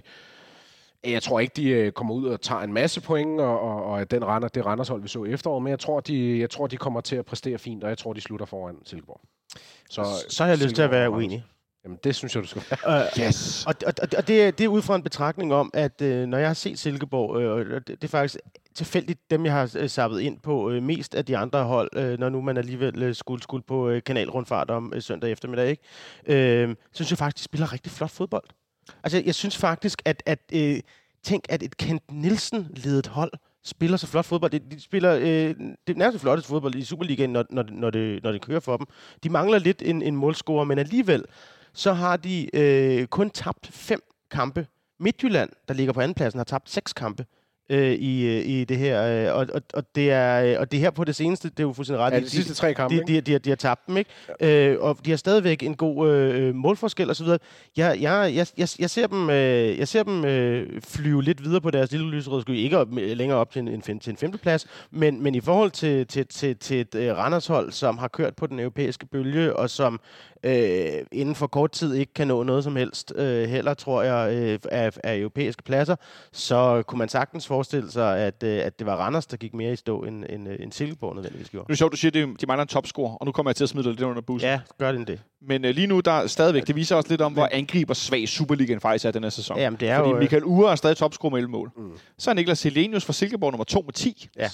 C: Jeg tror ikke, de kommer ud og tager en masse point, og, og, og den render, det Randershold, vi så i efteråret, men jeg tror, de, jeg tror, de kommer til at præstere fint, og jeg tror, de slutter foran Silkeborg.
D: Så, så har jeg lyst til at være uenig.
C: Jamen, det synes jeg, du skal
D: uh, yes. Og, og, og det, er, det er ud fra en betragtning om, at uh, når jeg har set Silkeborg, øh, det, det er faktisk tilfældigt dem, jeg har uh, sappet ind på uh, mest af de andre hold, uh, når nu man alligevel uh, skulle, skulle på uh, kanalrundfart om uh, søndag eftermiddag, ikke? Uh, synes jeg faktisk, de spiller rigtig flot fodbold. Altså, jeg synes faktisk, at, at øh, tænk, at et Kent Nielsen-ledet hold spiller så flot fodbold. De, de spiller øh, det nærmest flotteste fodbold i Superligaen, når, når, når, det, når det kører for dem. De mangler lidt en, en målscorer, men alligevel så har de øh, kun tabt fem kampe. Midtjylland, der ligger på andenpladsen, har tabt seks kampe øh, i, i det her. Øh, og, og, og, det er, og det her på det seneste, det er jo fuldstændig ret.
C: Ja, de, de sidste tre kampe,
D: de, de, de, de, har, de har tabt dem, ikke? Ja. Øh, og de har stadigvæk en god øh, målforskel og så videre. Jeg, jeg, jeg, jeg, jeg ser dem, øh, jeg ser dem øh, flyve lidt videre på deres lille lyserøde sky. Ikke op, længere op til en, en, til en femteplads, men, men i forhold til, til, til, til et øh, Randershold, som har kørt på den europæiske bølge, og som øh, inden for kort tid ikke kan nå noget som helst, øh, heller tror jeg, øh, af, af europæiske pladser, så kunne man sagtens forestille sig, at, øh, at det var Randers, der gik mere i stå, end, end, end Silkeborg nødvendigvis gjorde.
B: Nu er det sjovt, du siger, at de mangler en topscorer, og nu kommer jeg til at smide dig lidt under bussen.
D: Ja, gør den det.
B: Men øh, lige nu, der er stadigvæk, det viser også lidt om, hvor angriber svag Superligaen faktisk er den her sæson.
D: Jamen, det er
B: Fordi
D: jo, øh...
B: Michael Ure er stadig topscorer med elleve mål. Mm. Så er Niklas Helenius fra Silkeborg nummer to med ti.
D: Ja.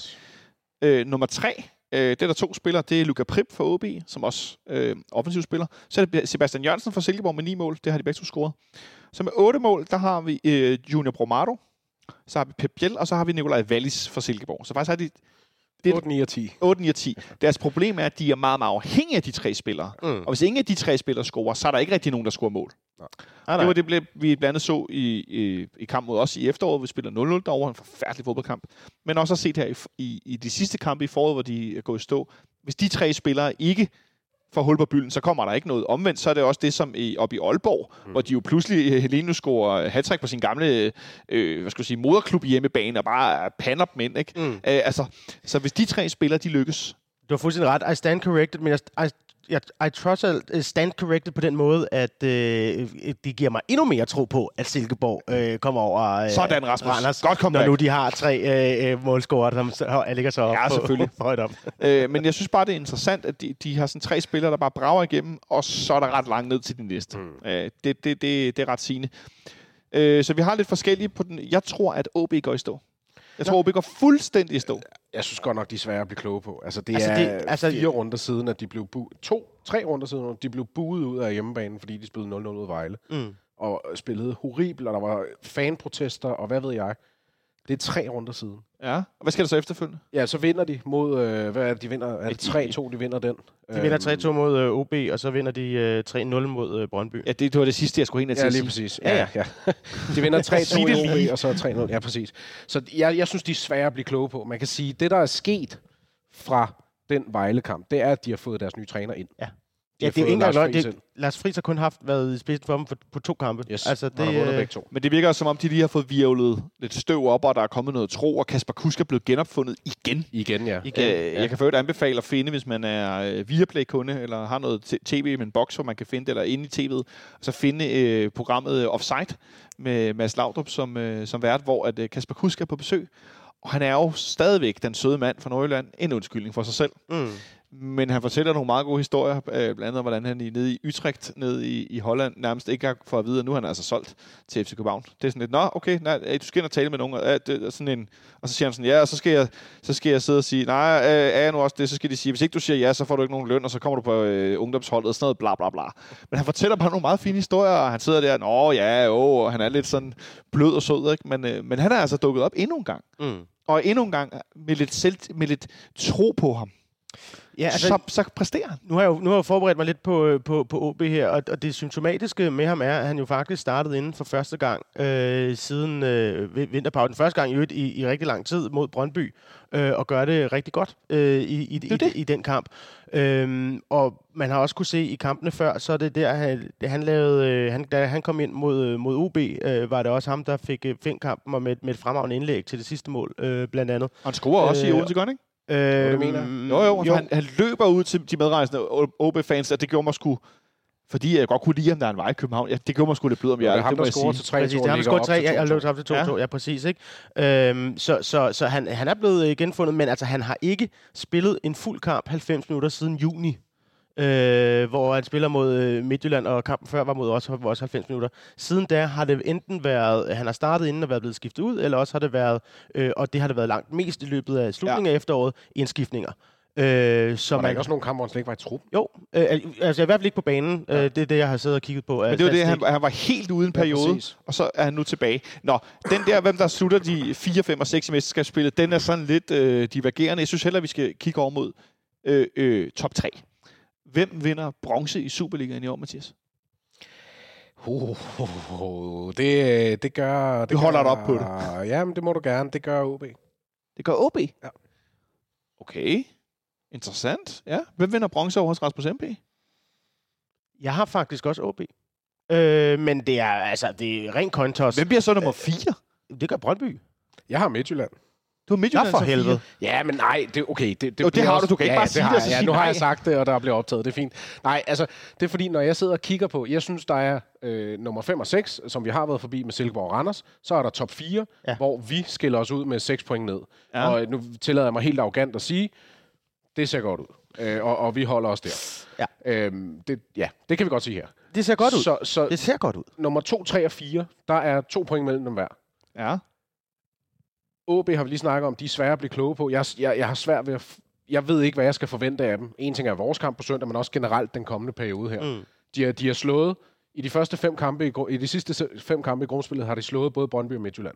B: Øh, nummer tre, øh, det er der to spillere, det er Luka Prip fra O B, som også øh, offensiv spiller. Så er det Sebastian Jørgensen fra Silkeborg med ni mål, det har de begge to scoret. Så med otte mål, der har vi øh, Junior Bromado, så har vi Pep Biel, og så har vi Nikolaj Wallis fra Silkeborg. Så faktisk har de
C: otte, ni og ti.
B: otte, ni og ti. Deres problem er, at de er meget, meget afhængige af de tre spillere. Mm. Og hvis ingen af de tre spillere scorer, så er der ikke rigtig nogen, der scorer mål. Nej. Ah, det var det, vi blandt andet så i, i, i kamp mod os i efteråret. Vi spiller nul nul derovre, en forfærdelig fodboldkamp. Men også har set her i, i, i de sidste kampe i foråret, hvor de er gået i stå. Hvis de tre spillere ikke får hul på bylden, så kommer der ikke noget. Omvendt, så er det også det, som i, op i Aalborg, mm. hvor de jo pludselig, Helenius scorer hattrick på sin gamle øh, hvad skal jeg sige, moderklub hjemmebane, og bare pander dem ind. Ikke? Mm. Æ, altså, så hvis de tre spillere, de lykkes...
D: Du har fuldstændig ret. I stand corrected, men I, I, I trust I stand corrected på den måde, at øh, det giver mig endnu mere tro på, at Silkeborg øh, kommer over øh,
B: sådan, Rasmus.
D: Randers,
B: godt kom
D: når nu de har tre øh, målscorer, som så, ligger så op
B: ja,
D: på,
B: selvfølgelig.
D: på højt op.
B: øh, men jeg synes bare, det er interessant, at de, de har sådan tre spillere, der bare brager igennem, og så er der ret langt ned til de næste. Mm. Øh, det, det, det, det er ret sigende. Øh, så vi har lidt forskellige på den. Jeg tror, at O B går i stå. Jeg tror, O B går fuldstændig i stå.
C: Jeg synes godt nok, de er svære at blive kloge på. Altså, det
D: altså,
C: er
D: det, altså,
C: fire runder siden, at de blev bu- to, tre runder siden, at de blev buet ud af hjemmebanen, fordi de spillede nul nul ud af Vejle. Mm. Og spillede horribelt, og der var fanprotester, og hvad ved jeg. Det er tre runder siden.
B: Ja, og hvad skal der så efterfølgende?
C: Ja, så vinder de mod, øh, hvad er det, de vinder? Er det tre to, de vinder den?
D: De vinder tre to mod øh, O B, og så vinder de øh, tre nul mod øh, Brøndby.
B: Ja, det, det var det sidste, jeg skulle hen til.
C: Ja, lige præcis. Ja, ja, ja. De vinder tre to i O B, og så tre nul. Ja, præcis. Så jeg, jeg synes, de er svære at blive kloge på. Man kan sige, det der er sket fra den Vejle-kamp, det er, at de har fået deres nye træner ind.
D: Ja. Ja, det er ikke engang løgn. Lars Friis har kun haft været i spidsen for dem for, på to kampe.
C: Yes,
D: altså, det,
C: har vundet begge to.
B: Men det virker også, som om de lige har fået virvlet lidt støv op, og der er kommet noget tro, og Kasper Kusk er blevet genopfundet igen.
C: Igen, ja.
B: Igen. Øh, jeg kan for øvrigt anbefale at finde, hvis man er øh, Viaplay-kunde, eller har noget tv med en boks, hvor man kan finde det, eller inde i tv'et, så finde øh, programmet Offside med Mads Laudrup som, øh, som vært, hvor at, øh, Kasper Kusk er på besøg. Og han er jo stadigvæk den søde mand fra Nordjylland, en undskyldning for sig selv. Mm. Men han fortæller nogle meget gode historier, øh, blandt andet hvordan han nede i Utrecht, nede i, i Holland, nærmest ikke har fået at vide, at nu er han altså solgt til F C København. Det er sådan lidt, nå, okay, nej, du skal ind og tale med nogen, og, øh, det er sådan en, og så siger han sådan, ja, og så skal jeg, så skal jeg sidde og sige, nej, øh, er jeg nu også det, så skal de sige, hvis ikke du siger ja, så får du ikke nogen løn, og så kommer du på øh, ungdomsholdet og sådan noget, bla bla bla. Men han fortæller bare nogle meget fine historier, og han sidder der, nå ja, jo, og han er lidt sådan blød og sød, ikke? Men, øh, men han er altså dukket op endnu en gang. Mm. Og endnu en gang med lidt, selv, med lidt tro på ham. Ja, altså, så, så præsterer han.
D: Nu har jeg jo, nu har jeg forberedt mig lidt på, på, på O B her, og, og det symptomatiske med ham er, at han jo faktisk startede inden for første gang øh, siden øh, vinterpausen. Første gang i, i, i rigtig lang tid mod Brøndby, øh, og gør det rigtig godt øh, i, i, i, i den kamp. Øhm, og man har også kunne se i kampene før, så er det der, han, han lavede, øh, han, da han kom ind mod, mod O B, øh, var det også ham, der fik øh, fik kampen og med, med et fremragende indlæg til det sidste mål, øh, blandt andet.
B: Og han scorer også øh, i Odense, gør han ikke?
D: Øh,
B: det mener jo, jo, jo. Han, han løber ud til de medrejsende O B-fans, at det gjorde mig sgu, fordi jeg godt kunne lide ham, der er en vej i København. Ja, det gjorde mig sgu lidt blød om hjertet.
C: Det er ham, der scorer til tre to.
D: Det er ham, der scorer tre, jeg har løbet op til to to. Ja, præcis. Ikke? Øhm, så så, så han, han er blevet genfundet, men altså, han har ikke spillet en fuld kamp halvfems minutter siden juni. Øh, hvor han spiller mod øh, Midtjylland, og kampen før var mod os, var også halvfems minutter. Siden da har det enten været, han har startet inden og været blevet skiftet ud, eller også har det været, øh, og det har det været langt mest i løbet af slutningen ja. af efteråret, indskiftninger. Øh, så
C: var der
D: man
C: ikke også nogle kampe, hvor han slet ikke var i trup?
D: Jo, øh, altså i hvert fald ikke på banen. Ja. Øh, det er det, jeg har siddet og kigget på.
B: Men det var det, han, han var helt ude en periode, ja, og så er han nu tilbage. Nå, den der, hvem der slutter de fire, fem og seks i mesterskabsspillet, den er sådan lidt øh, divergerende. Jeg synes hellere, vi skal kigge over mod øh, øh, top tre. Hvem vinder bronze i Superligaen i år, Mathias?
C: Uh, uh, uh, det, det gør... Det
B: du holder
C: gør,
B: dig op på det.
C: Ja, men det må du gerne. Det gør O B.
B: Det gør O B?
C: Ja.
B: Okay. Interessant. Ja. Hvem vinder bronze over hos Rasmus M P?
D: Jeg har faktisk også O B. Øh, men det er altså det er rent kontos.
B: Hvem bliver så nummer fire?
D: Det gør Brøndby.
C: Jeg har Midtjylland.
B: Du har Midtjylland
D: for
B: som
D: helvede.
B: fire.
C: Ja, men nej, det, okay. Det, det,
B: Jo, det
C: bliver
B: har
C: også,
B: du. Du kan ikke
C: ja,
B: bare
C: det
B: sige
C: har
B: det, og
C: jeg.
B: så
C: Ja,
B: sige
C: nu har
B: nej.
C: jeg sagt det, og der bliver optaget. Det er fint. Nej, altså, det er fordi, når jeg sidder og kigger på, jeg synes, der er øh, nummer fem og seks, som vi har været forbi med Silkeborg og Randers. Så er der top fire,
D: Ja.
C: hvor vi skiller os ud med seks point ned.
B: Ja.
C: Og nu tillader jeg mig helt arrogant at sige, det ser godt ud. Øh, og, og vi holder os der.
D: Ja.
C: Øhm, det, ja, det kan vi godt sige her.
D: Det ser godt ud.
C: Så, så
D: Det ser godt ud.
C: nummer to, tre og fire, der er to point mellem dem hver.
B: Ja.
C: O B har vi lige snakket om, de er svære at blive kloge på. Jeg, jeg, jeg har svært ved at... F- jeg ved ikke, hvad jeg skal forvente af dem. En ting er vores kamp på søndag, men også generelt den kommende periode her.
D: Mm.
C: De, er, de har slået... I de første fem kampe, i, gru- i de sidste se- fem kampe i grundspillet, har de slået både Brøndby og Midtjylland.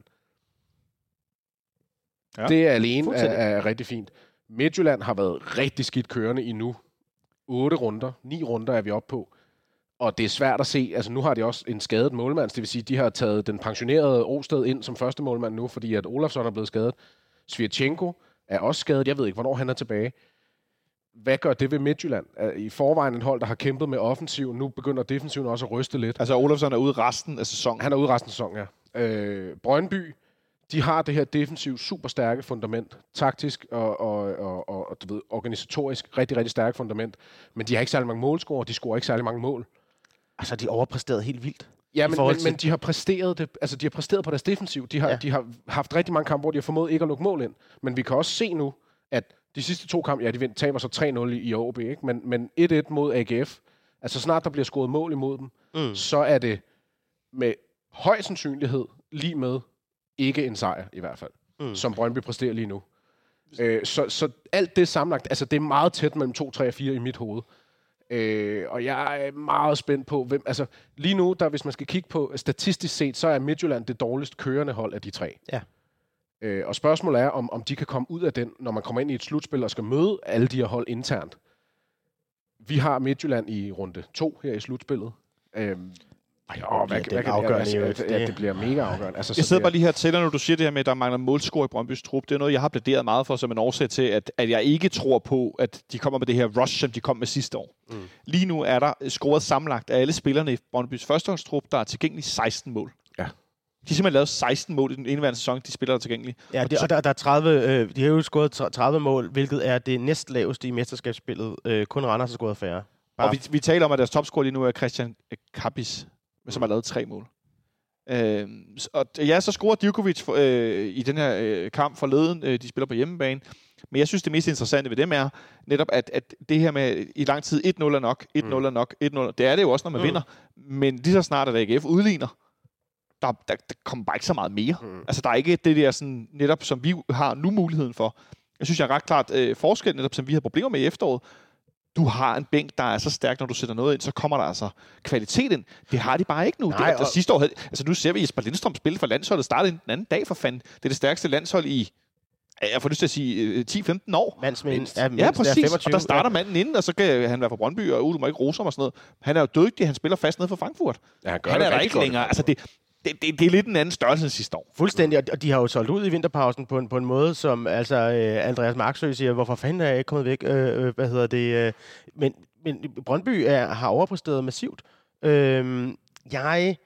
B: Ja.
C: Det er alene er,
D: Fuldstændig.
C: er rigtig fint. Midtjylland har været rigtig skidt kørende i nu. Otte runder, ni runder er vi oppe på. Og det er svært at se. Altså nu har de også en skadet målmand. Det vil sige, de har taget den pensionerede Osted ind som første målmand nu, fordi at Olafsson er blevet skadet. Svirchenko er også skadet. Jeg ved ikke, hvornår han er tilbage. Hvad gør det ved Midtjylland? Er I forvejen en hold, der har kæmpet med offensiv. Nu begynder defensiven også at ryste lidt.
B: Altså, Olafsson er ude resten af sæsonen.
C: Han er ude resten af sæsonen, ja. Øh, Brøndby, de har det her defensivt super stærke fundament. Taktisk og, og, og, og, og du ved, organisatorisk rigtig, rigtig stærkt fundament. Men de har ikke særlig mange målscorer. De scorer ikke særlig mange mål.
D: Altså, de overpræsterede helt vildt.
C: Ja,
D: I
C: men,
D: forhold
C: men,
D: til-
C: men de har præsteret det. Altså, de har præsteret på deres defensiv. De har,
D: Ja.
C: ja. de har haft rigtig mange kampe, hvor de har formået ikke at lukke mål ind. Men vi kan også se nu, at de sidste to kampe, ja, de vind, taber så tre nul i, i O B, ikke? Men, men et et mod A G F. Altså, snart der bliver scoret mål imod dem,
D: Mm.
C: så er det med høj sandsynlighed lige med ikke en sejr, i hvert fald.
D: Mm.
C: Mm. Som Brøndby præsterer lige nu. Øh, så, så alt det sammenlagt, altså det er meget tæt mellem to, tre og fire i mit hoved. Øh, og jeg er meget spændt på, hvem, altså lige nu, der, hvis man skal kigge på statistisk set, så er Midtjylland det dårligst kørende hold af de tre.
D: Ja.
C: Øh, og spørgsmålet er, om, om de kan komme ud af den, når man kommer ind i et slutspil og skal møde alle de her hold internt. Vi har Midtjylland i runde to her i slutspillet. Øh,
D: Ej,
C: åh,
D: hvad,
C: hvad,
D: det
C: hvad,
D: er
C: hvad,
D: afgørende.
C: ja,
D: jo.
C: altså, ja, det bliver mega afgørende. Altså,
B: Jeg
C: så
B: sidder
C: det
B: bare
C: er-
B: lige her til dig, når du siger det her med, at der mangler målscore i Brøndbys trup. Det er noget, jeg har plæderet meget for som en årsag til, at, at jeg ikke tror på, at de kommer med det her rush, som de kom med sidste år. Mm. Lige nu er der scoret sammenlagt af alle spillerne i Brøndbys førsteholdstrup, der er tilgængelig seksten mål.
C: Ja.
B: De har simpelthen lavet seksten mål i den indeværende sæson, de spiller der tilgængelige.
D: Ja, det, og der, der er tredive, øh, de har jo scoret tredive mål, hvilket er det næstlaveste i mesterskabsspillet. Øh, kun Randers har scoret færre. Bare
B: Og vi, vi taler om, at deres topscorer lige nu er Christian Kappis, som har lavet tre mål. Øh, og ja, så scorer Djokovic øh, i den her øh, kamp forleden. Øh, de spiller på hjemmebane. Men jeg synes, det mest interessante ved dem er netop, at, at det her med i lang tid et nul er nok, et nul er nok, et nul. Det er det jo også, når man mm. vinder. Men lige så snart, at A G F udligner, der, der, der kommer bare ikke så meget mere. Mm. Altså, der er ikke det der sådan, netop, som vi har nu muligheden for. Jeg synes, jeg er ret klart øh, forskel, netop som vi har problemer med i efteråret. Du har en bænk, der er så stærk, når du sætter noget ind, så kommer der altså kvalitet ind. Det har de bare ikke nu.
D: Nej,
B: det, der
D: og-
B: sidste år havde, altså nu ser vi Jesper Lindstrøm spille for landsholdet, startede den anden dag for fanden. Det er det stærkeste landshold i, jeg får lyst til at sige, ti femten år.
D: mandsmindst. Ja,
B: Ja, præcis.
D: femogtyve.
B: Og der starter manden inden, og så kan han være fra Brøndby, og uh, du må ikke rose ham og sådan noget. Han er jo dygtig, han spiller fast nede for Frankfurt.
C: Ja, han gør
B: Han
C: det
B: er der
C: rigtig
B: ikke
C: godt.
B: længere. Altså, det, det, det, det er lidt en anden størrelse end sidste år.
D: Fuldstændig, og- og de har jo solgt ud i vinterpausen på en, på en måde, som altså øh, Andreas Marksø siger, hvorfor fanden er jeg ikke kommet væk? Øh, øh, hvad hedder det? Øh, men, men Brøndby er, har overpræsteret massivt. Øh, jeg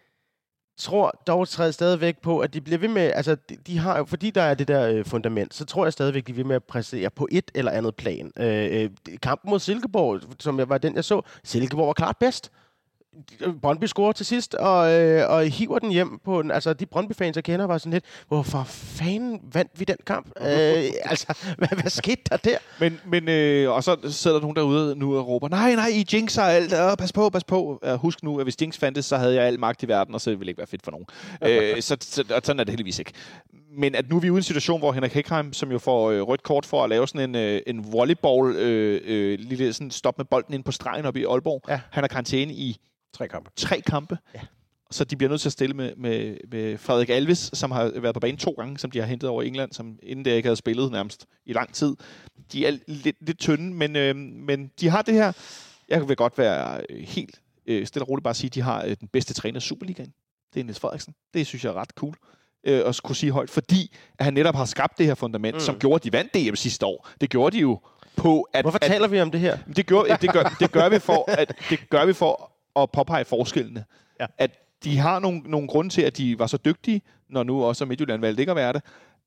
D: tror dog stadigvæk på, at de bliver ved med, altså de, de har jo, fordi der er det der øh, fundament, så tror jeg stadigvæk, de er ved med at præstere på et eller andet plan. Øh, øh, kampen mod Silkeborg, som jeg var den, jeg så, Silkeborg var klart bedst. Brøndby scorer til sidst, og, øh, og hiver den hjem på den. Altså, de Brøndby-fans, jeg kender, var sådan lidt, hvorfor fanden vandt vi den kamp? øh, altså, hvad, hvad skete der der?
B: Men, men øh, og så sidder der nogen derude nu og råber, nej, nej, I jinxer alt, øh, pas på, pas på. Uh, husk nu, at hvis jinx fandtes, så havde jeg al magt i verden, og så ville det ikke være fedt for nogen. øh, så, så, og sådan er det heldigvis ikke. Men at nu er vi ude i en situation, hvor Henrik Hækheim, som jo får øh, rødt kort for at lave sådan en, øh, en volleyball, øh, øh, lille sådan stop med bolden ind på stregen oppe i Aalborg.
D: Ja.
B: Han har karantæne i
C: Tre kampe.
B: tre kampe.
D: Ja.
B: Så de bliver nødt til at stille med, med, med Frederik Alves, som har været på banen to gange, som de har hentet over England, som inden det ikke havde spillet nærmest i lang tid. De er lidt, lidt tynde, men, øh, men de har det her. Jeg vil godt være helt øh, stille og roligt bare sige, at de har øh, den bedste træner i Superligaen. Det er Niels Frederiksen. Det synes jeg er ret cool øh, at kunne sige højt, fordi at han netop har skabt det her fundament, mm. som gjorde, at de vandt D M sidste år. Det gjorde de jo på, at...
D: Hvorfor
B: at,
D: taler vi om det her?
B: det, gør, det, gør, det, gør vi for, at, det gør vi for at påpege forskellene.
D: Ja.
B: At de har nogle, nogle grunde til, at de var så dygtige, når nu også Midtjylland valgte ikke at være det,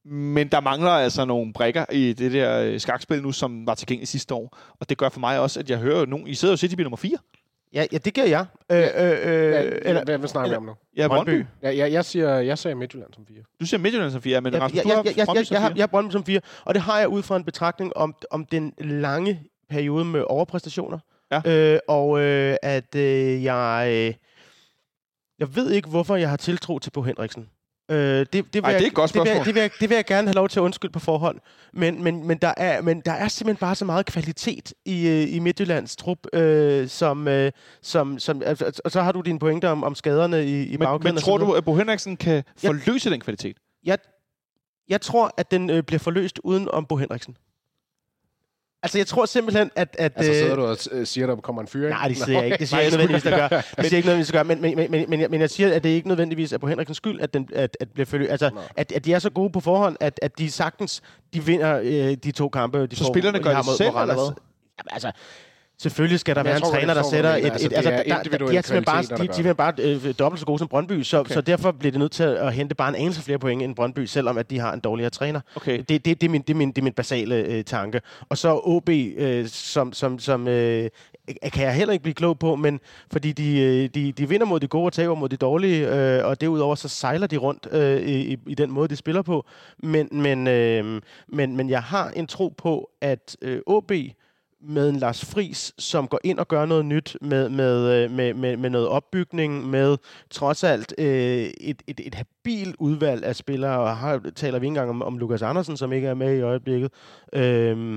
B: Men der mangler altså nogle brikker i det der skakspil nu, som var tilgængeligt sidste år. Og det gør for mig også, at jeg hører nogen... I sidder jo City nummer fire.
D: Ja, ja, det gør jeg. Øh, øh, øh,
C: eller, hvad, hvad snakker vi om nu?
B: Ja, Brøndby.
C: Ja, jeg, jeg, siger, jeg siger Midtjylland som fire.
B: Du siger Midtjylland som fire, men
D: ja,
B: Rasmus,
D: jeg,
B: du har
D: jeg, jeg,
B: Brøndby
D: jeg,
B: som
D: jeg, har,
B: fire.
D: jeg har Brøndby som fire, og det har jeg ud fra en betragtning om, om den lange periode med overpræstationer.
B: Ja.
D: Øh, og øh, at øh, jeg... Øh, jeg ved ikke, hvorfor jeg har tiltro til Bo Henriksen. Øh, det, det, vil
B: Ej,
D: jeg,
B: det er et godt
D: det, vil jeg,
B: spørgsmål.
D: det, vil jeg, det vil jeg gerne have lov til at undskylde på forhånd. Men, men, men, der, er, men der er simpelthen bare så meget kvalitet i, øh, i Midtjyllands trup, øh, som... Øh, som, som altså, og så har du dine pointer om, om skaderne i, i
B: Men,
D: bagkæden.
B: men tror du, at Bo Henriksen kan forløse den kvalitet?
D: Jeg, jeg tror, at den øh, bliver forløst uden om Bo Henriksen. Altså, jeg tror simpelthen, at... at
C: altså, sidder
D: øh,
C: du og øh, siger, der kommer en fyr, ikke?
D: Nej, det siger jeg ikke. Det siger jeg ikke nødvendigvis, der gør. Det siger jeg ikke nødvendigvis, der gør. Men, men, men, men, jeg, men jeg siger, at det ikke nødvendigvis er på Henriksens skyld, at den at, at bliver forløst. Altså, at, at de er så gode på forhånd, at, at de sagtens de vinder øh, de to kampe. De
B: så
D: får,
B: spillerne
D: de
B: gør
D: har
B: det
D: mod,
B: selv,
D: mod
B: eller hvad?
D: Jamen, altså... Selvfølgelig skal der
C: Men
D: være
C: jeg
D: en
C: tror,
D: træner,
C: jeg
D: der
C: forstår,
D: sætter
C: hvad du
D: et...
C: mener.
D: et
C: Altså,
D: altså,
C: det er
D: der, der,
C: individuelle
D: de er simpelthen bare,
C: kvaliteter,
D: de,
C: der
D: de er bare øh, dobbelt så gode som Brøndby, så,
C: Okay.
D: så derfor bliver det nødt til at hente bare en anelse flere point end Brøndby, selvom at de har en dårligere træner.
B: Okay.
D: Det, det, det, er, min, det, er, min, det er min basale øh, tanke. Og så O B, øh, som, som, som øh, kan jeg heller ikke blive klog på, men fordi de, øh, de, de vinder mod de gode og taber mod de dårlige, øh, og derudover så sejler de rundt øh, i, i den måde, de spiller på. Men, men, øh, men, men jeg har en tro på, at øh, O B med en Lars Friis, som går ind og gør noget nyt med, med, med, med, med noget opbygning, med trods alt øh, et, et, et habil udvalg af spillere, og her taler vi ikke engang om, om Lukas Andersen, som ikke er med i øjeblikket. Øh,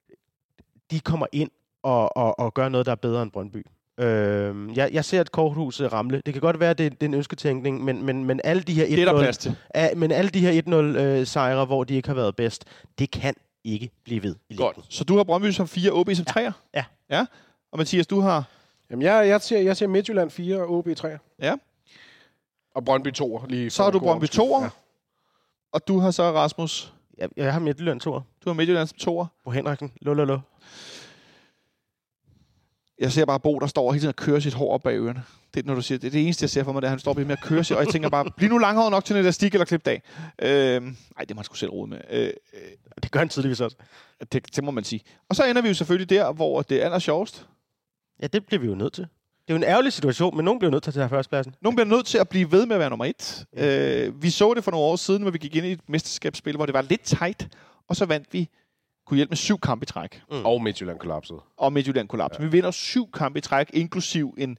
D: de kommer ind og, og, og gør noget, der er bedre end Brøndby. Øh, jeg, jeg ser et korthus ramle. Det kan godt være, at det, det er en ønsketænkning, men, men, men alle de her
B: Det er der plads til.
D: Ja, men alle de her et nul øh, sejre, hvor de ikke har været bedst, det kan ikke blive ved i
B: Godt.
D: længden.
B: Så du har Brøndby som fire, O B som treer?
D: Ja.
B: Ja. Og Mathias, du har...
C: Jamen, jeg, jeg, siger, jeg siger Midtjylland fire og O B tre.
B: Ja.
C: Og Brøndby to. Lige
B: Så har du Brøndby toer.
C: Ja.
B: Og du har så Rasmus...
D: Jeg, jeg har Midtjylland toer.
B: Du har Midtjylland som toer.
D: På Henriksen. Lololo.
B: Jeg ser bare Bo, der står hele tiden og kører sit hår op bag ørerne. Det er, når du siger, det er det eneste, jeg ser for mig, det er, at han står med at køre sig, og jeg tænker bare, bliv nu langhåret nok til en elastik eller klip af. Øh, nej, det må han sgu selv rode med. Øh, øh,
D: Det gør han tydeligvis også.
B: det, det må man sige. Og så ender vi jo selvfølgelig der, hvor det er aller sjovest.
D: Ja, det bliver vi jo nødt til. Det er jo en ærgerlig situation, men nogen bliver nødt til at tage førstepladsen.
B: Nogen bliver nødt til at blive ved med at være nummer et. Øh, vi så det for nogle år siden, hvor vi gik ind i et mesterskabsspil, hvor det var lidt tight, og så vandt vi, kunne hjælpe med syv kampe i træk.
D: Mm.
C: Og Midtjylland kollapsede.
B: Og Midtjylland kollaps. Ja. Vi vinder syv kampe i træk, inklusiv en...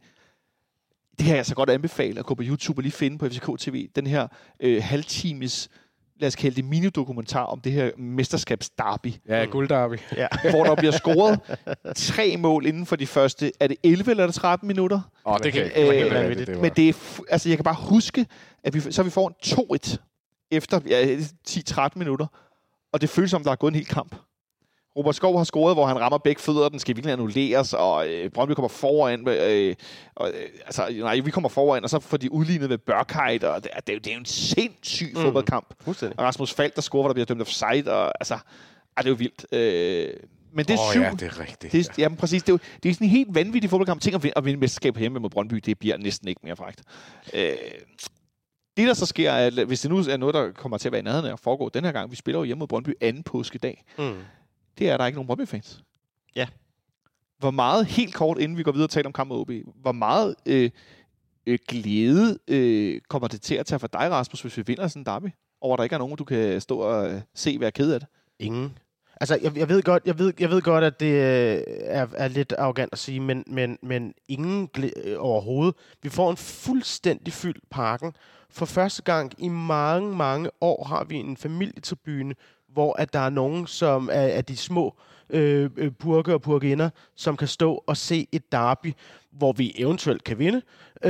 B: Det her jeg så godt anbefale at gå på YouTube og lige finde på F C K T V. Den her øh, halvtimes, lad os kalde det minidokumentar om det her mesterskabsderby.
C: Ja, guldderby.
D: Ja.
B: Hvor der bliver scoret tre mål inden for de første, er det elleve eller er det tretten minutter?
C: Åh, det kan
B: Øh,
C: jeg ikke.
B: men
C: Det, det var-
B: Men det er, fu- altså jeg kan bare huske, at vi, så vi får en to et efter ja, ti tretten minutter. Og det føles som, der er gået en hel kamp. Robert Skov har scoret, hvor han rammer begge fødder, den skal virkelig annulleres, og øh, Brøndby kommer foran. Øh, og, øh, altså, nej, vi kommer foran, og så får de udlignet ved Børkheit, og det, er- det, er jo- det er jo en sindssyg mm. fodboldkamp.
D: Fuldstændig.
B: Og Rasmus Falk, der scorer, hvor der bliver dømt offside, og altså, ej, det er jo vildt. Øh, men det er
C: Åh,
B: syv.
C: ja, det er rigtigt.
B: Det er, jamen, præcis. Det er, jo, det er sådan en helt vanvittig fodboldkamp. Tænk at vinde, at vinde mesterskab hjemme mod Brøndby, det bliver næsten ikke mere frækt. Øh, det, der så sker, er, at hvis det nu er noget, der kommer til at være i nærheden af at foregå den her gang, vi spiller jo hjemme mod Brøndby anden påskedag,
D: Mm.
B: det er, at der er ikke nogen Brøndby-fans.
D: Ja.
B: Hvor meget, helt kort inden vi går videre og taler om kampen mod O B, hvor meget øh, øh, glæde øh, kommer det til at tage for dig, Rasmus, hvis vi vinder sådan en derby? Over, at der ikke er nogen, du kan stå og øh, se, være ked af det?
D: Ingen. Altså, jeg, jeg, ved godt, jeg, ved, jeg ved godt, at det øh, er, er lidt arrogant at sige, men, men, men ingen glæ- øh, overhovedet. Vi får en fuldstændig fyldt parken. For første gang i mange, mange år har vi en familietribune, hvor at der er nogen, som er, er de små øh, øh, purke og purkinder, som kan stå og se et derby, hvor vi eventuelt kan vinde.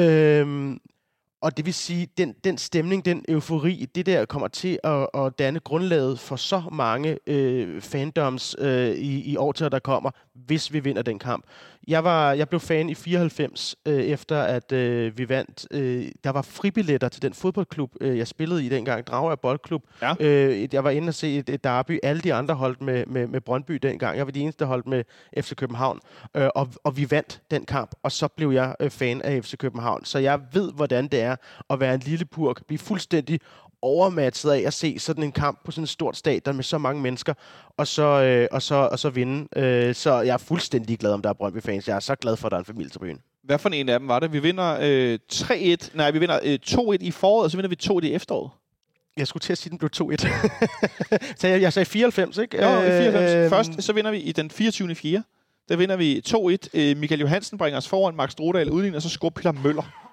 D: Øh, Og det vil sige, den, den stemning, den eufori, det der kommer til at, at danne grundlaget for så mange øh, fandoms øh, i, i årtider, der kommer, hvis vi vinder den kamp. Jeg var, jeg blev fan i fireoghalvfems, øh, efter at øh, vi vandt. Øh, der var fribilletter til den fodboldklub, øh, jeg spillede i dengang, Dragør Boldklub.
B: Ja.
D: Øh, jeg var inde og se et, et derby. Alle de andre holdt med, med, med Brøndby dengang. Jeg var de eneste, der holdt med F C København. Øh, og, og vi vandt den kamp, og så blev jeg øh, fan af F C København. Så jeg ved, hvordan det er at være en lille purk, blive fuldstændig overmatchet af at se sådan en kamp på sådan en stort stadion med så mange mennesker, og så, øh, og så, og så vinde. Øh, så jeg er fuldstændig glad, om der er Brøndby-fans. Jeg er så glad for, at der er en familietribune.
B: Hvad for en af dem var det? Vi vinder øh, tre et. Nej, vi vinder øh, to et i foråret, og så vinder vi to et i efteråret.
D: Jeg skulle til at sige, at den blev to et. Så jeg, jeg sagde fireoghalvfems, ikke?
B: Jo, i fireoghalvfems.
D: Øh,
B: Først så vinder vi i den fireogtyvende fjerde Der vinder vi to et. Øh, Michael Johansen bringer os foran, Max Strodal udligner, og så scorer Peter Møller.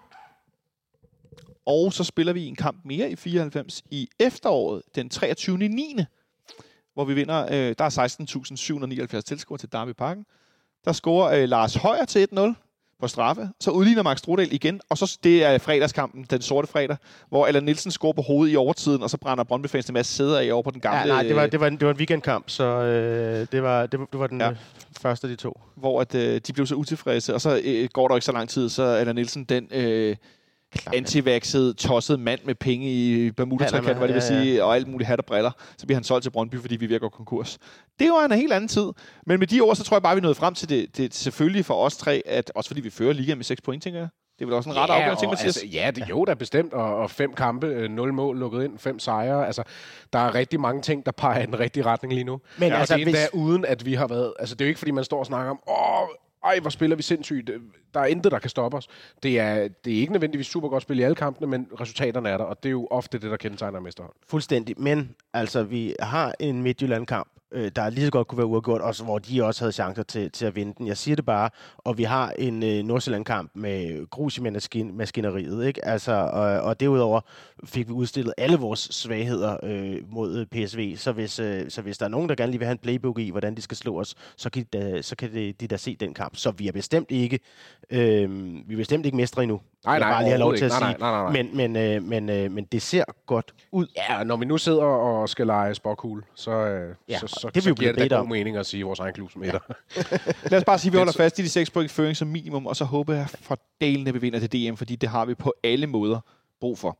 B: Og så spiller vi en kamp mere i fireoghalvfems i efteråret, den treogtyvende niende hvor vi vinder. Øh, der er seksten tusind syv hundrede nioghalvfjerds tilskuere til Derby Parken. Der scorer øh, Lars Højer til et nul på straffe. Så udligner Max Strodal igen, og så det er fredagskampen, den sorte fredag, hvor Allan Nielsen scorer på hovedet i overtiden, og så brænder Brøndby-fans en masse sæder af over på den gamle...
D: Ja, nej, det var, det var, en, det var en weekendkamp, så øh, det, var, det, var, det var den ja. første af de to.
B: Hvor at, øh, de blev så utilfredse, og så øh, går der ikke så lang tid, så Allan Nielsen, den... Øh, antivaxede, tosset mand med penge i Bermuda-trekant, hvad det vil sige, ja, ja. og alt muligt hat og briller, så bliver han solgt til Brøndby, fordi vi virker konkurs. Det var en helt anden tid. Men med de ord, så tror jeg bare, vi nåede frem til det, det selvfølgelig for os tre, at også fordi vi fører ligaen med seks point, tænker jeg. Det er vel også en ret
C: ja,
B: afgørende ting, Mathias?
C: Altså, ja, det jo da bestemt, og, og fem kampe, nul mål lukket ind, fem sejre. Altså, der er rigtig mange ting, der peger i den rigtige retning lige nu. Men ja, altså, det er hvis... endda uden, at vi har været... Altså, det er jo ikke, fordi man står og snakker om, åh, ej, hvor spiller vi sindssygt. Der er intet, der kan stoppe os. Det er, det er ikke nødvendigvis super godt spil i alle kampene, men resultaterne er der, og det er jo ofte det, der kendetegner mesterhold.
D: Fuldstændig. Men altså, vi har en Midtjylland-kamp, øh, der lige så godt kunne være uafgjort, også hvor de også havde chancer til, til at vinde den. Jeg siger det bare. Og vi har en øh, Nordsjælland-kamp med grus i maskineriet, ikke? Altså, og, og derudover fik vi udstillet alle vores svagheder øh, mod P S V. Så hvis, øh, så hvis der er nogen, der gerne lige vil have en playbook i, hvordan de skal slå os, så kan de da, så kan de, de da se den kamp. Så vi er bestemt ikke, øh, vi er bestemt ikke mestre endnu.
C: Nej, nej,
D: bare lige have lov til at
C: nej,
D: sige.
C: Nej, nej, nej.
D: Men, men, øh, men, øh, men det ser godt ud.
C: Ja, når vi nu sidder og skal lege spåkugle, så, øh,
D: ja,
C: så, så,
D: det
C: så giver det da god
D: om.
C: mening at sige vores egen klub som etter.
B: Ja. Lad os bare sige, at vi holder fast i de seks point føring som minimum, og så håber jeg for delen, at vi vinder til D M, fordi det har vi på alle måder brug for.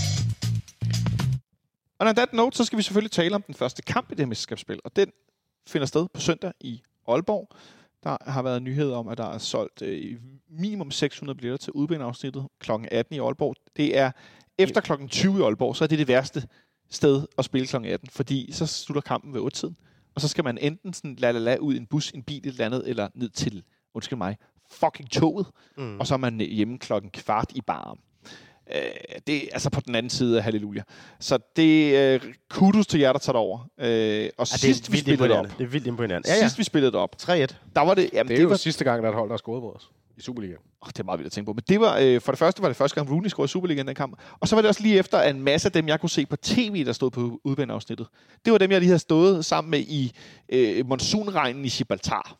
B: Og on that note, så skal vi selvfølgelig tale om den første kamp i det her mesterskabsspil, og den finder sted på søndag i Aalborg. Der har været nyheder om, at der er solgt øh, minimum seks hundrede billetter til udbaneafsnittet klokken atten i Aalborg. Det er efter klokken tyve i Aalborg, så er det det værste sted at spille klokken atten, fordi så slutter kampen ved otte-tiden. Og så skal man enten sådan la la la ud i en bus, en bil et eller andet, eller ned til, undskyld mig, fucking toget, mm. og så er man hjemme klokken kvart i baren. Øh, det er altså på den anden side af halleluja. Så det er øh, kudos til jer, der tager det over. Øh, og ja, sidst vi spillede op.
D: Det er vildt imponerende.
B: Ja, ja. Sidst vi spillede op.
D: tre et
B: Der var det, jamen,
C: det er
B: det
C: jo
B: var,
C: sidste gang, der er et hold, der har scoret mod os i Superligaen.
B: Oh, det er meget vildt at tænke på. Men det var, øh, for det første var det første gang, Rooney scorede i Superligaen den kamp. Og så var det også lige efter, at en masse af dem, jeg kunne se på tv, der stod på udbaneafsnittet. Det var dem, jeg lige havde stået sammen med i øh, monsunregnen i Gibraltar.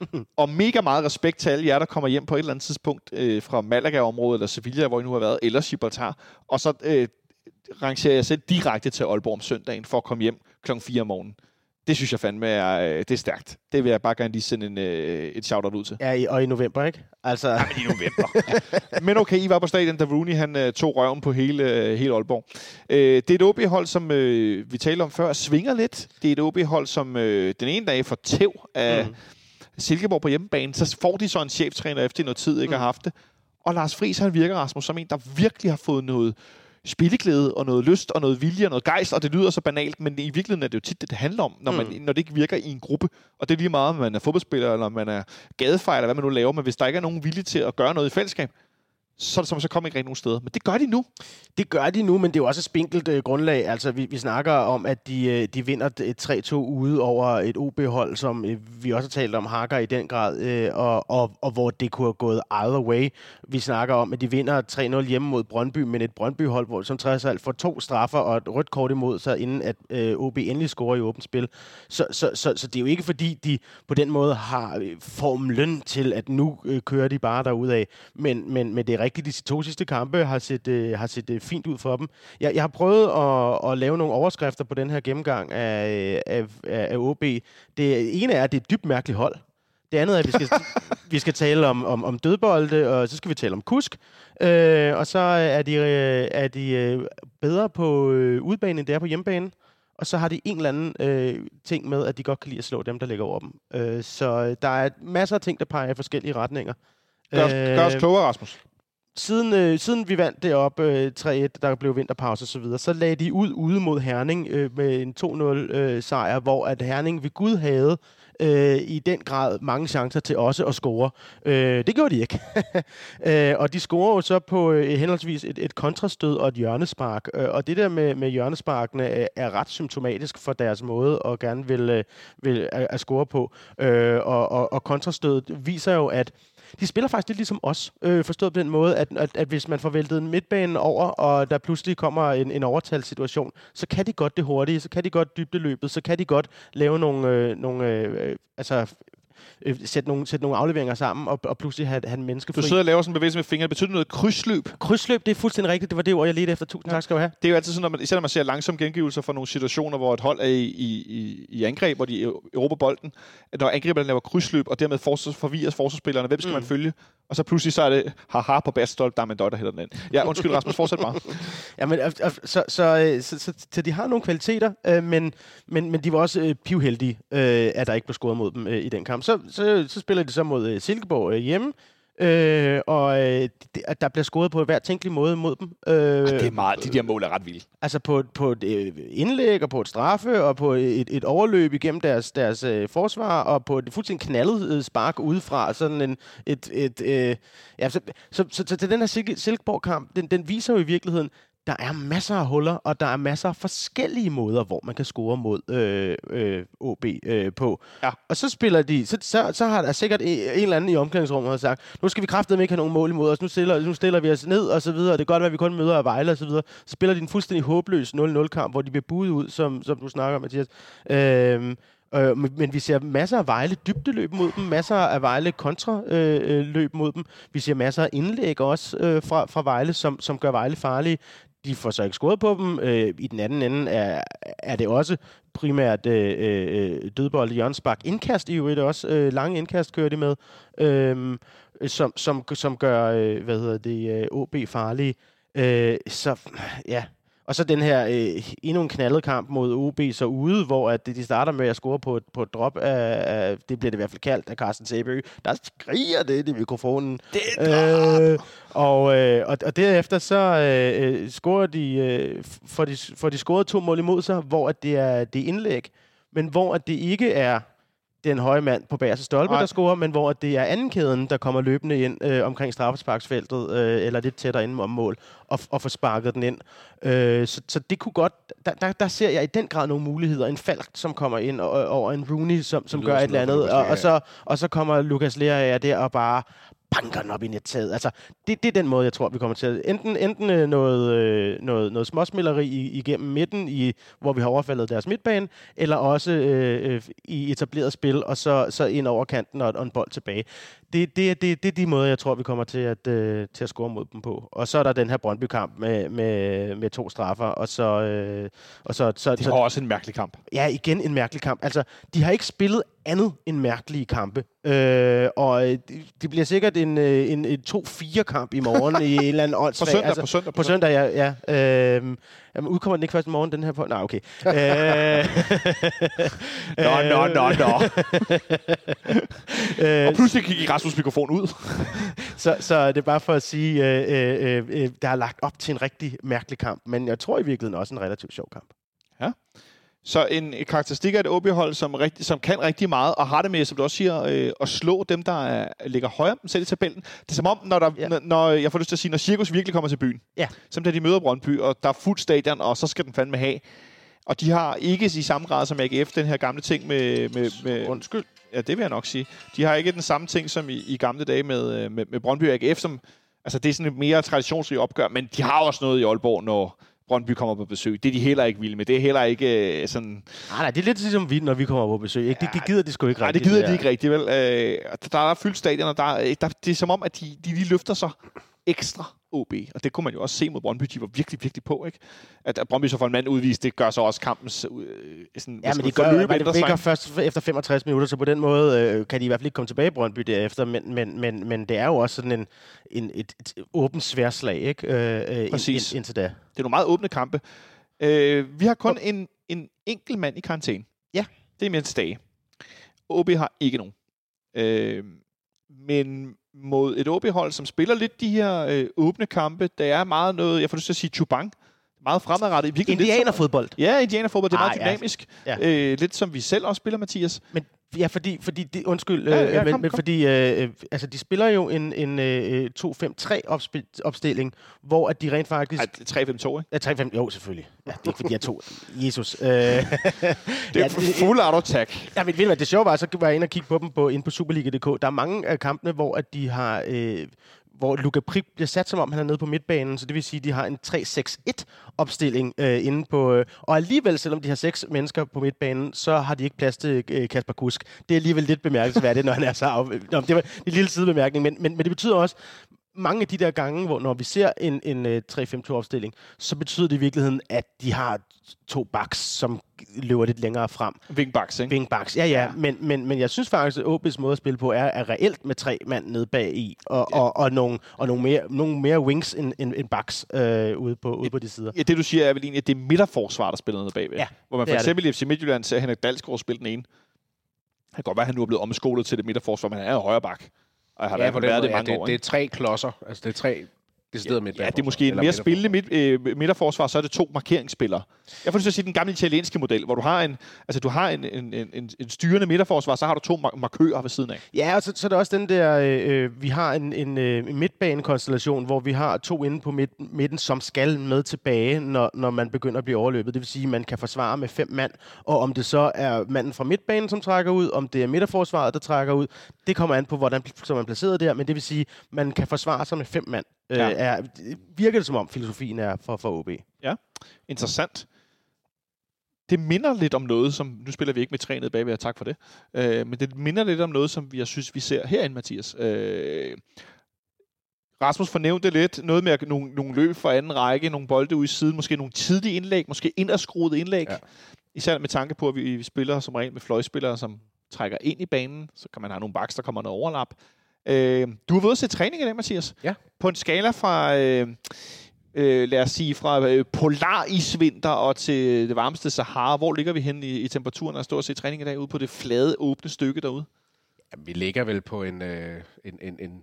B: Og mega meget respekt til alle jer, der kommer hjem på et eller andet tidspunkt øh, fra Malaga-området, eller Sevilla, hvor I nu har været, eller Gibraltar. Og så øh, rangerer jeg selv direkte til Aalborg om søndagen, for at komme hjem klokken fire om morgenen. Det synes jeg fandme er, øh, det er stærkt. Det vil jeg bare gerne lige sende en, øh, et shout-out ud til.
D: Ja, i, og i november, ikke? Altså...
B: Ja, men i november. Men okay, I var på stadion, da Rooney han, øh, tog røven på hele, øh, hele Aalborg. Øh, det er et O B-hold, som øh, vi talte om før, svinger lidt. Det er et O B-hold, som øh, den ene dag får tæv af mm. Silkeborg på hjemmebane. Så får de så en cheftræner efter noget tid, ikke mm. har haft det. Og Lars Friis, han virker, Rasmus, som en, der virkelig har fået noget spilleglæde og noget lyst og noget vilje og noget gejst, og det lyder så banalt, men i virkeligheden er det jo tit det, det handler om, når, man, mm. når det ikke virker i en gruppe. Og det er lige meget, om man er fodboldspiller, eller om man er gadefejl, eller hvad man nu laver, men hvis der ikke er nogen vilje til at gøre noget i fællesskab, så er det som, så kommer ikke rigtig nogen steder. Men det gør de nu.
D: Det gør de nu, men det er jo også et spinkelt øh, grundlag. Altså, vi, vi snakker om, at de, øh, de vinder et tre to ude over et O B-hold, som øh, vi også har talt om, hakker i den grad, øh, og, og, og hvor det kunne have gået either way. Vi snakker om, at de vinder tre nul hjemme mod Brøndby, men et Brøndby-hold, hvor, som trods alt får to straffer og et rødt kort imod sig, inden at øh, O B endelig scorer i åbent spil. Så, så, så, så det er jo ikke, fordi de på den måde har øh, formlen til, at nu øh, kører de bare derudad, men, men, men det er rigtigt, de to sidste kampe har set, øh, har set øh, fint ud for dem. Jeg, jeg har prøvet at, at lave nogle overskrifter på den her gennemgang af, af, af O B. Det ene er, at det er et dybt mærkeligt hold. Det andet er, at vi skal, vi skal tale om, om, om dødbolde, og så skal vi tale om kusk. Øh, og så er de, øh, er de øh, bedre på øh, udebane, end det er på hjemmebane. Og så har de en eller anden øh, ting med, at de godt kan lide at slå dem, der ligger over dem. Øh, så der er masser af ting, der peger i forskellige retninger.
B: Gør, øh, gør os klogere, Rasmus.
D: siden, øh, siden vi vandt det op øh, tre et, der blev vinterpause og så videre, så lagde de ud ude mod Herning øh, med en to nul øh, sejr, hvor at Herning ved Gud havde øh, i den grad mange chancer til også at score. Øh, det gjorde de ikke. øh, og de scorer jo så på øh, henholdsvis et, et kontrastød og et hjørnespark. Øh, og det der med, med hjørnesparkene er, er ret symptomatisk for deres måde at gerne vil, øh, vil at, at score på. Øh, og, og, og kontrastødet viser jo, at de spiller faktisk lidt ligesom os, øh, forstået på den måde, at, at, at hvis man får væltet en midtbane over, og der pludselig kommer en, en overtalssituation, så kan de godt det hurtige, så kan de godt dybdeløbet, så kan de godt lave nogle, øh, nogle øh, altså øh, sætte, nogle, sætte nogle afleveringer sammen, og, og pludselig have, have en menneskefri.
B: Du sidder og laver sådan en bevægelse med fingrene. Betyder det noget krydsløb?
D: Krydsløb, det er fuldstændig rigtigt. Det var det ord, jeg ledte efter. Tusind ja. tak skal du have.
B: Det er jo altid sådan, når man, især når man ser langsomme gengivelser fra nogle situationer, hvor et hold er i, i, i angreb, hvor de erobrer bolden, at når angriberne laver krydsløb, og dermed forsvars, forvirres forsvarsspillerne, hvem skal mm. man følge? Og så pludselig så er det haha på bassestolp, der er man døj, der hælder den ind. Ja, undskyld Rasmus, fortsæt bare.
D: Ja, men så, så, så, så, så, så de har nogle kvaliteter, øh, men, men, men de var også øh, pivheldige, øh, at der ikke blev scoret mod dem øh, i den kamp. Så, så, så spiller de så mod øh, Silkeborg øh, hjemme, øh, og øh, det, der bliver scoret på hver tænkelig måde mod dem. Øh,
B: det er meget, de der mål er ret vilde.
D: Altså på, på et øh, indlæg, og på et straffe, og på et, et overløb igennem deres, deres øh, forsvar, og på et fuldstændig knaldet øh, spark udefra. Sådan en, et, et, øh, ja, så, så, så, så til den her Silke, Silkeborg-kamp, den, den viser jo i virkeligheden, der er masser af huller, og der er masser af forskellige måder, hvor man kan score mod øh, øh, O B øh, på. Ja. Og så spiller de, så, så, så har der sikkert en, en eller anden i omklædningsrummet har sagt, nu skal vi kraftedeme ikke have nogen mål imod os, nu stiller, nu stiller vi os ned, og så videre, det kan godt være, at vi kun møder af Vejle, og så videre. Så spiller de en fuldstændig håbløs nul nul-kamp, hvor de bliver buet ud, som, som du snakker om, Mathias. Øh, Øh, men vi ser masser af Vejle dybdeløb mod dem, masser af Vejle kontraløb mod dem. Vi ser masser af indlæg også øh, fra, fra Vejle, som, som gør Vejle farlige. De får så ikke scoret på dem. Øh, I den anden ende er, er det også primært øh, øh, dødbold, hjørnespark, indkast i øvrigt også. Øh, lange indkast kører de med, øh, som, som, som gør øh, hvad hedder det, øh, O B farlige. Øh, så ja... Og så den her øh, endnu en knaldet kamp mod O B så ude, hvor at de starter med at score på et, på et drop af, af, det bliver det i hvert fald kaldt, af Carsten Sæbø. Der skriger det i mikrofonen.
B: Det er
D: øh, og, øh, og, og derefter så øh, scorer de, øh, får de, får de scoret to mål imod sig, hvor at det er det er indlæg, men hvor at det ikke er den høje mand på bagerste stolpe, der scorer, men hvor det er andenkæden, der kommer løbende ind øh, omkring straffesparksfeltet, øh, eller lidt tættere inde om mål, og, og får sparket den ind. Øh, så, så det kunne godt... Der, der, der ser jeg i den grad nogle muligheder. En Falk, som kommer ind, og, og en Rooney, som, som gør et eller andet, og, og, så, og så kommer Lukas Lerager der og bare banker den op i nettaget. Altså, det, det er den måde, jeg tror, vi kommer til. Enten, enten noget, noget, noget småsmilleri igennem midten, i, hvor vi har overfaldet deres midtbane, eller også øh, i etableret spil, og så, så ind over kanten og, og en bold tilbage. Det, det, det, det er de måder, jeg tror, vi kommer til at, øh, til at score mod dem på. Og så er der den her Brøndby-kamp med, med, med to straffer, og så... Øh, og så, så
B: det var så, også en mærkelig kamp.
D: Ja, igen en mærkelig kamp. Altså, de har ikke spillet andet end mærkelige kampe. Øh, og det bliver sikkert en, en, en to fire kamp i morgen i en eller anden åndsfag.
B: På søndag,
D: altså,
B: på søndag.
D: På søndag, ja. ja. Øh, jamen, udkommer den ikke først i morgen, den her på? Nej, okay. øh,
B: nå, nå, nå, nå. Og pludselig gik Rasmus' mikrofon ud.
D: så, så det er bare for at sige, øh, øh, øh, der er lagt op til en rigtig mærkelig kamp, men jeg tror i virkeligheden også en relativt sjov kamp.
B: Ja. Så en karakteristik af et O B-hold, som, rigtig, som kan rigtig meget, og har det med, som du også siger, øh, at slå dem, der er, ligger højere end selv i tabellen. Det er som om, når, der, ja. når, når jeg får lyst til at sige, når Cirkus virkelig kommer til byen,
D: ja.
B: som da de møder Brøndby, og der er fuldt stadion, og så skal den fandme have. Og de har ikke i samme grad som A G F den her gamle ting med... med, med
D: Undskyld.
B: Ja, det vil jeg nok sige. De har ikke den samme ting som i, i gamle dage med, med, med Brøndby og A G F, som... Altså, det er sådan et mere traditionsrigt opgør, men de har også noget i Aalborg, når Brøndby kommer på besøg. Det er de heller ikke vilde med. Det er heller ikke øh, sådan...
D: Nej, nej, det er lidt ligesom vi, når vi kommer på besøg. Ikke? Ja, det, det gider de sgu ikke
B: nej,
D: rigtigt.
B: Nej, det gider de ikke rigtigt, vel? Øh, der er fyldt stadion, og der, der, det er som om, at de, de, de løfter sig ekstra O B. Og det kunne man jo også se mod Brøndby. De var virkelig, virkelig på, ikke? At, at Brøndby så får en mand udvist, det gør så også kampens... Øh, sådan,
D: ja, men de gør løbe det ikke først efter femogtres minutter, så på den måde øh, kan de i hvert fald ikke komme tilbage i Brøndby derefter. Men, men, men, men det er jo også sådan en, en, et, et åbent sværslag, ikke? Øh,
B: Præcis.
D: Ind, indtil da.
B: Det er nogle meget åbne kampe. Øh, vi har kun okay. en, en enkelt mand i karantæne.
D: Ja.
B: Det er Jens Dage. O B har ikke nogen. Øh, men mod et O B-hold, som spiller lidt de her øh, åbne kampe, der er meget noget, jeg får lyst til at sige chubang, meget fremadrettet.
D: Indianerfodbold.
B: Ja, indianerfodbold, det er meget
D: ah,
B: dynamisk.
D: Ja. Ja.
B: Øh, lidt som vi selv også spiller, Mathias.
D: Men ja, fordi, fordi de, undskyld,
B: ja, ja,
D: øh, men,
B: kom,
D: men
B: kom.
D: fordi øh, altså, de spiller jo en, en øh, to fem tre opstilling, hvor at de rent faktisk...
B: Ej, tre fem to, ikke?
D: Ja, tre fem, jo, selvfølgelig. Ja, det er ikke, fordi jeg to. Jesus. Øh,
B: Det er ja, full auto-attack.
D: Ja, men ved du hvad, det sjove var, så var jeg inde og kigge på dem på, inde på Superliga punktum d k. Der er mange af kampene, hvor at de har... Øh, hvor Luka Prip bliver sat, som om han er nede på midtbanen, så det vil sige, at de har en tre seks et opstilling øh, inde på... Øh, og alligevel, selvom de har seks mennesker på midtbanen, så har de ikke plads til øh, Kasper Kusk. Det er alligevel lidt bemærkelsesværdigt, når han er så af... Nå, det var en lille sidebemærkning, men, men, men det betyder også, mange af de der gange, hvor når vi ser en, en uh, tre fem to opstilling, så betyder det i virkeligheden, at de har to backs, som løber lidt længere frem.
B: Wingbacks, ikke?
D: Wingbacks, ja, ja. ja. Men, men, men jeg synes faktisk, at O B's måde at spille på er, er reelt med tre mand nede bag i, og, ja. og, og, nogle, og nogle, mere, nogle mere wings end, end, end backs øh, ude, på, ude på de sider.
B: Ja, det du siger er vel egentlig, at det er midterforsvar, der spiller nede bagved.
D: Ja,
B: hvor man for eksempel i F C Midtjylland ser Henrik Dalsgaard spille den ene. Det kan godt være, at han nu er blevet omskolet til det midterforsvar, men han er højre bak. Og har
C: ja,
B: været, været det mange
C: det,
B: år.
C: Det er tre klodser. Altså, det er tre decideret
B: ja, ja, det er måske en mere spillende midt, øh, midterforsvar, så er det to markeringsspillere. Jeg får lyst til at sige den gamle italienske model, hvor du har en, altså du har en, en, en, en styrende midterforsvar, så har du to mar- markører ved siden af.
D: Ja, og så, så er der også den der, øh, vi har en, en, en midtbanekonstellation, hvor vi har to inde på midt, midten, som skal med tilbage, når, når man begynder at blive overløbet. Det vil sige, at man kan forsvare med fem mand, og om det så er manden fra midtbanen, som trækker ud, om det er midterforsvaret, der trækker ud, det kommer an på, hvordan så man er placeret der, men det vil sige, at man kan forsvare sig med fem mand. Ja. Øh, er, virker det som om filosofien er for, for O B?
B: Ja, interessant. Det minder lidt om noget, som... Nu spiller vi ikke med trænet bagved, og tak for det. Øh, men det minder lidt om noget, som jeg synes, vi ser herinde, Mathias. Øh, Rasmus fornævnte lidt. Noget med at, nogle, nogle løb fra anden række, nogle bolde ude i siden, måske nogle tidlige indlæg, måske inderskruede indlæg. Ja. Især med tanke på, at vi, vi spiller som regel med fløjspillere, som trækker ind i banen. Så kan man have nogle backs, der kommer noget overlap. Øh, du har været at se træning i dag, Mathias.
C: Ja.
B: På en skala fra... Øh, Øh, lad os sige, fra øh, polarisvinter og til det varmeste Sahara. Hvor ligger vi henne i, i temperaturen og står og se træning i dag ude på det flade, åbne stykke derude?
C: Ja, vi ligger vel på en, øh, en, en, en...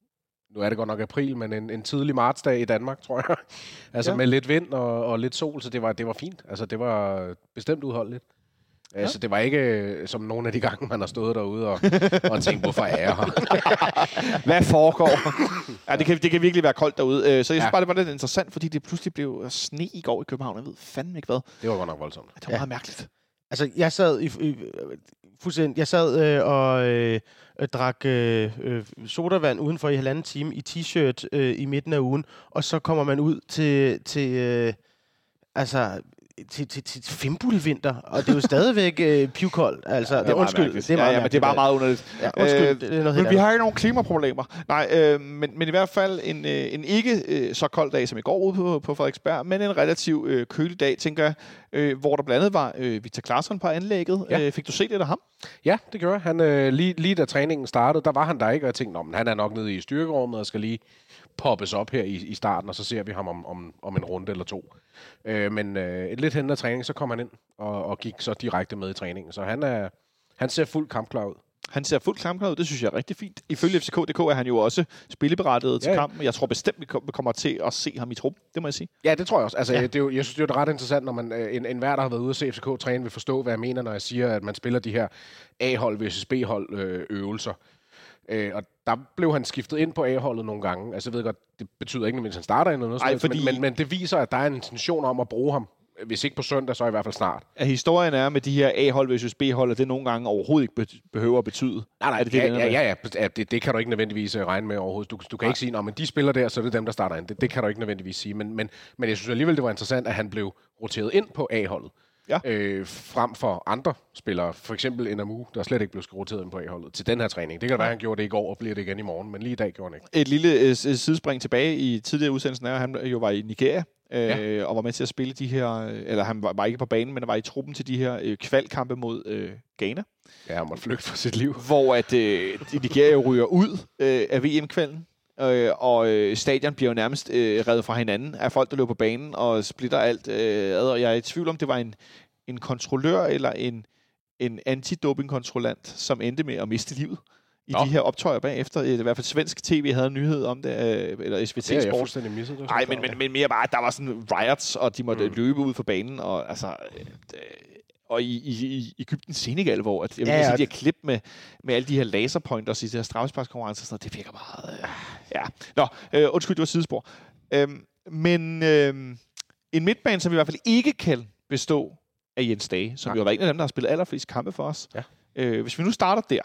C: Nu er det godt nok april, men en, en tidlig martsdag i Danmark, tror jeg. Altså ja. Med lidt vind og, og lidt sol, så det var, det var fint. Altså det var bestemt udholdeligt. Ja. Altså, det var ikke som nogle af de gange, man har stået derude og, og tænkt, hvorfor er jeg her?
B: Hvad foregår? Ja, det kan, det kan virkelig være koldt derude. Så jeg synes ja. bare, det var lidt interessant, fordi det pludselig blev sne i går i København. Jeg ved fandme ikke hvad.
C: Det var godt nok voldsomt.
B: Det var ja. meget mærkeligt.
D: Altså, jeg sad i, i fuldstændig, jeg sad øh, og øh, drak øh, øh, sodavand udenfor i halvanden time i t-shirt øh, i midten af ugen, og så kommer man ud til, til øh, altså... til, til, til fimbulvinter, og det er jo stadigvæk øh, pivkoldt. Altså, ja, det, det er undskyld.
B: Det er meget, ja, ja, men det er bare meget underligt.
D: Ja, undskyld, øh,
B: det er noget men vi har ikke nogen klimaproblemer. Nej, øh, men, men i hvert fald en, øh, en ikke øh, så kold dag, som i går ude på, på Frederiksberg, men en relativt øh, kølig dag, tænker jeg, øh, hvor der blandt andet var øh, Victor Claesson på anlægget. Ja. Øh, fik du set lidt af ham?
C: Ja, det gjorde han. Øh, lige, lige da træningen startede, der var han der ikke, og jeg tænkte, men han er nok nede i styrkerummet og skal lige poppes op her i, i starten, og så ser vi ham om, om, om en runde eller to. Øh, men øh, et lidt hen af træning, så kom han ind og, og gik så direkte med i træningen. Så han, er, han ser fuldt kampklar ud.
B: Han ser fuldt kampklar ud, det synes jeg er rigtig fint. Ifølge F C K punktum d k er han jo også spilleberettiget til ja. kampen. Jeg tror bestemt, vi kommer til at se ham i truppen, det må jeg sige.
C: Ja, det tror jeg også. Altså, ja. det er jo, jeg synes, det er ret interessant, når man, en, en hver, der har været ude at se F C K træne, vil forstå, hvad jeg mener, når jeg siger, at man spiller de her A-hold versus B-hold øh, øvelser. Øh, og der blev han skiftet ind på A-holdet nogle gange. Altså, jeg ved godt, det betyder ikke, at han starter ind eller noget. Ej, fordi... men, men, men det viser, at der er en intention om at bruge ham. Hvis ikke på søndag, så i hvert fald snart.
B: At historien er med de her A-hold versus B-hold, at det nogle gange overhovedet ikke behøver at betyde.
C: Nej, nej,
B: er det,
C: det, ja, ja, ja, ja det, det kan du ikke nødvendigvis regne med overhovedet. Du, du kan nej. ikke sige, at de spiller der, så er det dem, der starter ind. Det, det kan du ikke nødvendigvis sige. Men, men, men jeg synes alligevel, det var interessant, at han blev roteret ind på A-holdet. Ja. Øh, frem for andre spillere. For eksempel Enamu, der slet ikke blev roteret ind på A-holdet til den her træning. Det kan være, han gjorde det i går og bliver det igen i morgen, men lige i dag gjorde han ikke.
B: Et lille øh, sidespring tilbage i tidligere udsendelsen er, at han jo var i Nigeria. Øh, ja. Og var med til at spille de her, eller han var, var ikke på banen, men var i truppen til de her øh, kvalkampe mod øh, Ghana.
C: Ja, han måtte flygte for sit liv.
B: Hvor at øh, Nigeria ryger ud øh, af V M-kvalden, øh, og øh, stadion bliver jo nærmest øh, revet fra hinanden af folk, der løber på banen og splitter alt øh, ad. Og jeg er i tvivl om, det var en, en kontrollør eller en, en antidopingkontrollant, som endte med at miste livet i
C: Nå.
B: de her optøjer bagefter. I hvert fald svensk tv havde en nyhed om det, øh, eller S V T
C: Det er jeg
B: Sport.
C: fuldstændig misset. Det
B: Nej, men, men, men mere bare, at der var sådan riots, og de måtte mm. løbe ud for banen, og altså... Øh, og i, i, i Egypten Senegal, hvor at, jeg vil
D: Ja,
B: ja,
D: ja.
B: sige, de her klip med, med alle de her laserpointers i de her straffesparkskonkurrencer, sådan noget, det virker meget... Øh, ja. Nå, øh, undskyld, det var sidespor. Øhm, men øh, en midtbane, som i hvert fald ikke kan bestå af Jens Dage, som
C: Nej.
B: jo var en af dem, der har spillet allerflest kampe for os.
C: Ja.
B: Øh, hvis vi nu starter der,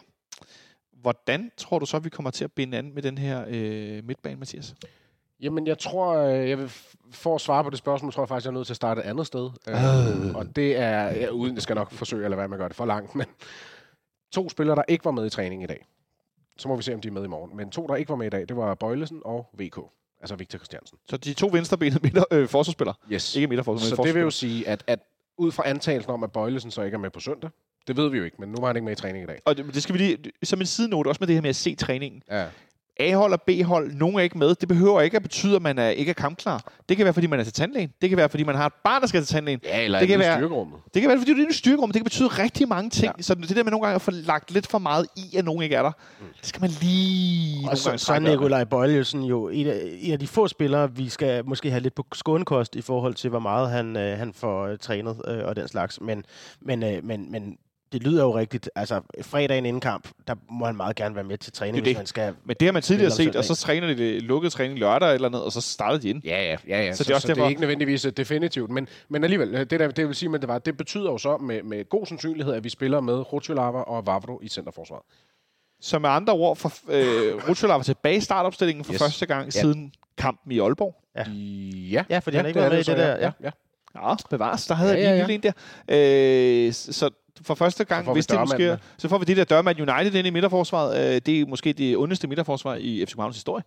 B: hvordan tror du så, at vi kommer til at binde an med den her øh, midtbane, Mathias?
C: Jamen, jeg tror, øh, jeg vil f- for at svare på det spørgsmål, tror jeg faktisk, jeg er nødt til at starte et andet sted. Øh. Og det er, ja, uden jeg skal nok forsøge at lade være med at gøre det for langt, men to spillere, der ikke var med i træning i dag. Så må vi se, om de er med i morgen. Men to, der ikke var med i dag, det var Bøjlesen og V K. Altså Victor Christiansen.
B: Så de to venstrebenede midter, øh, forsvarsspillere.
C: Yes.
B: Ikke midterforsvarsspillere,
C: Så
B: men
C: det vil jo
B: forsvarsspillere.
C: sige, at, at ud fra antagelsen om, at Bøjlesen så ikke er med på søndag, det ved vi jo ikke, men nu var han ikke med i træning i dag.
B: Og det, det skal vi lige, som en sidenote, også med det her med at se træningen.
C: Ja.
B: A-hold og B-hold, nogen er ikke med. Det behøver ikke at betyde, at man er, ikke er kampklar. Det kan være, fordi man er til tandlægen. Det kan være, fordi man har et barn, der skal til tandlægen.
C: Ja, eller
B: Det kan
C: det
B: være-
C: styrkerummet.
B: Det kan være, fordi du er i styrkerum. Det kan betyde rigtig mange ting.
C: Ja.
B: Ja. Så det der med nogle gange at få lagt lidt for meget i, at nogen ikke er der, mm. det skal man lige... nogle
D: Og så,
B: gange
D: så er
B: trække
D: Nikolaj Bøjlesen jo en af, en af de få spillere, vi skal måske have lidt på skånekost i forhold til, hvor meget han, øh, han får øh, trænet øh, og den slags. Men, men, øh, men, men det lyder jo rigtigt. Altså, fredagen inden kamp, der må han meget gerne være med til træning,
B: Det er
D: hvis
B: det.
D: man skal...
B: Men det har man tidligere
D: Spiller om
B: set, og så træner de det lukket træning lørdag eller noget, og så startede de ind.
C: Ja, ja, ja, ja.
B: Så
C: Så,
B: det er også
C: så, så det
B: derfor-
C: er ikke nødvendigvis uh, definitivt, men, men alligevel, uh, det, der, det vil sige, men det, var, det betyder jo så med, med god sandsynlighed, at vi spiller med Rutscholava og Vavro i centerforsvaret.
B: Så med andre ord, for, øh, Rutscholava var tilbage i startopstillingen for
C: Yes.
B: første gang
C: Ja.
B: siden kampen i Aalborg.
C: Ja,
D: Ja, fordi han ikke
C: det
D: var
C: er
D: med i
C: så,
D: det der,
C: Ja,
D: ja.
C: ja.
B: Ja, bevares. Der havde
C: Ja,
B: jeg
C: ja,
B: lige en lille en der. Øh, så for første gang,
C: får vi
B: hvis det nu sker,
C: dørmanden.
B: så får vi det der Dørmand United ind i midterforsvaret. Øh, det er måske det ondeste midterforsvar i F C Københavns historie.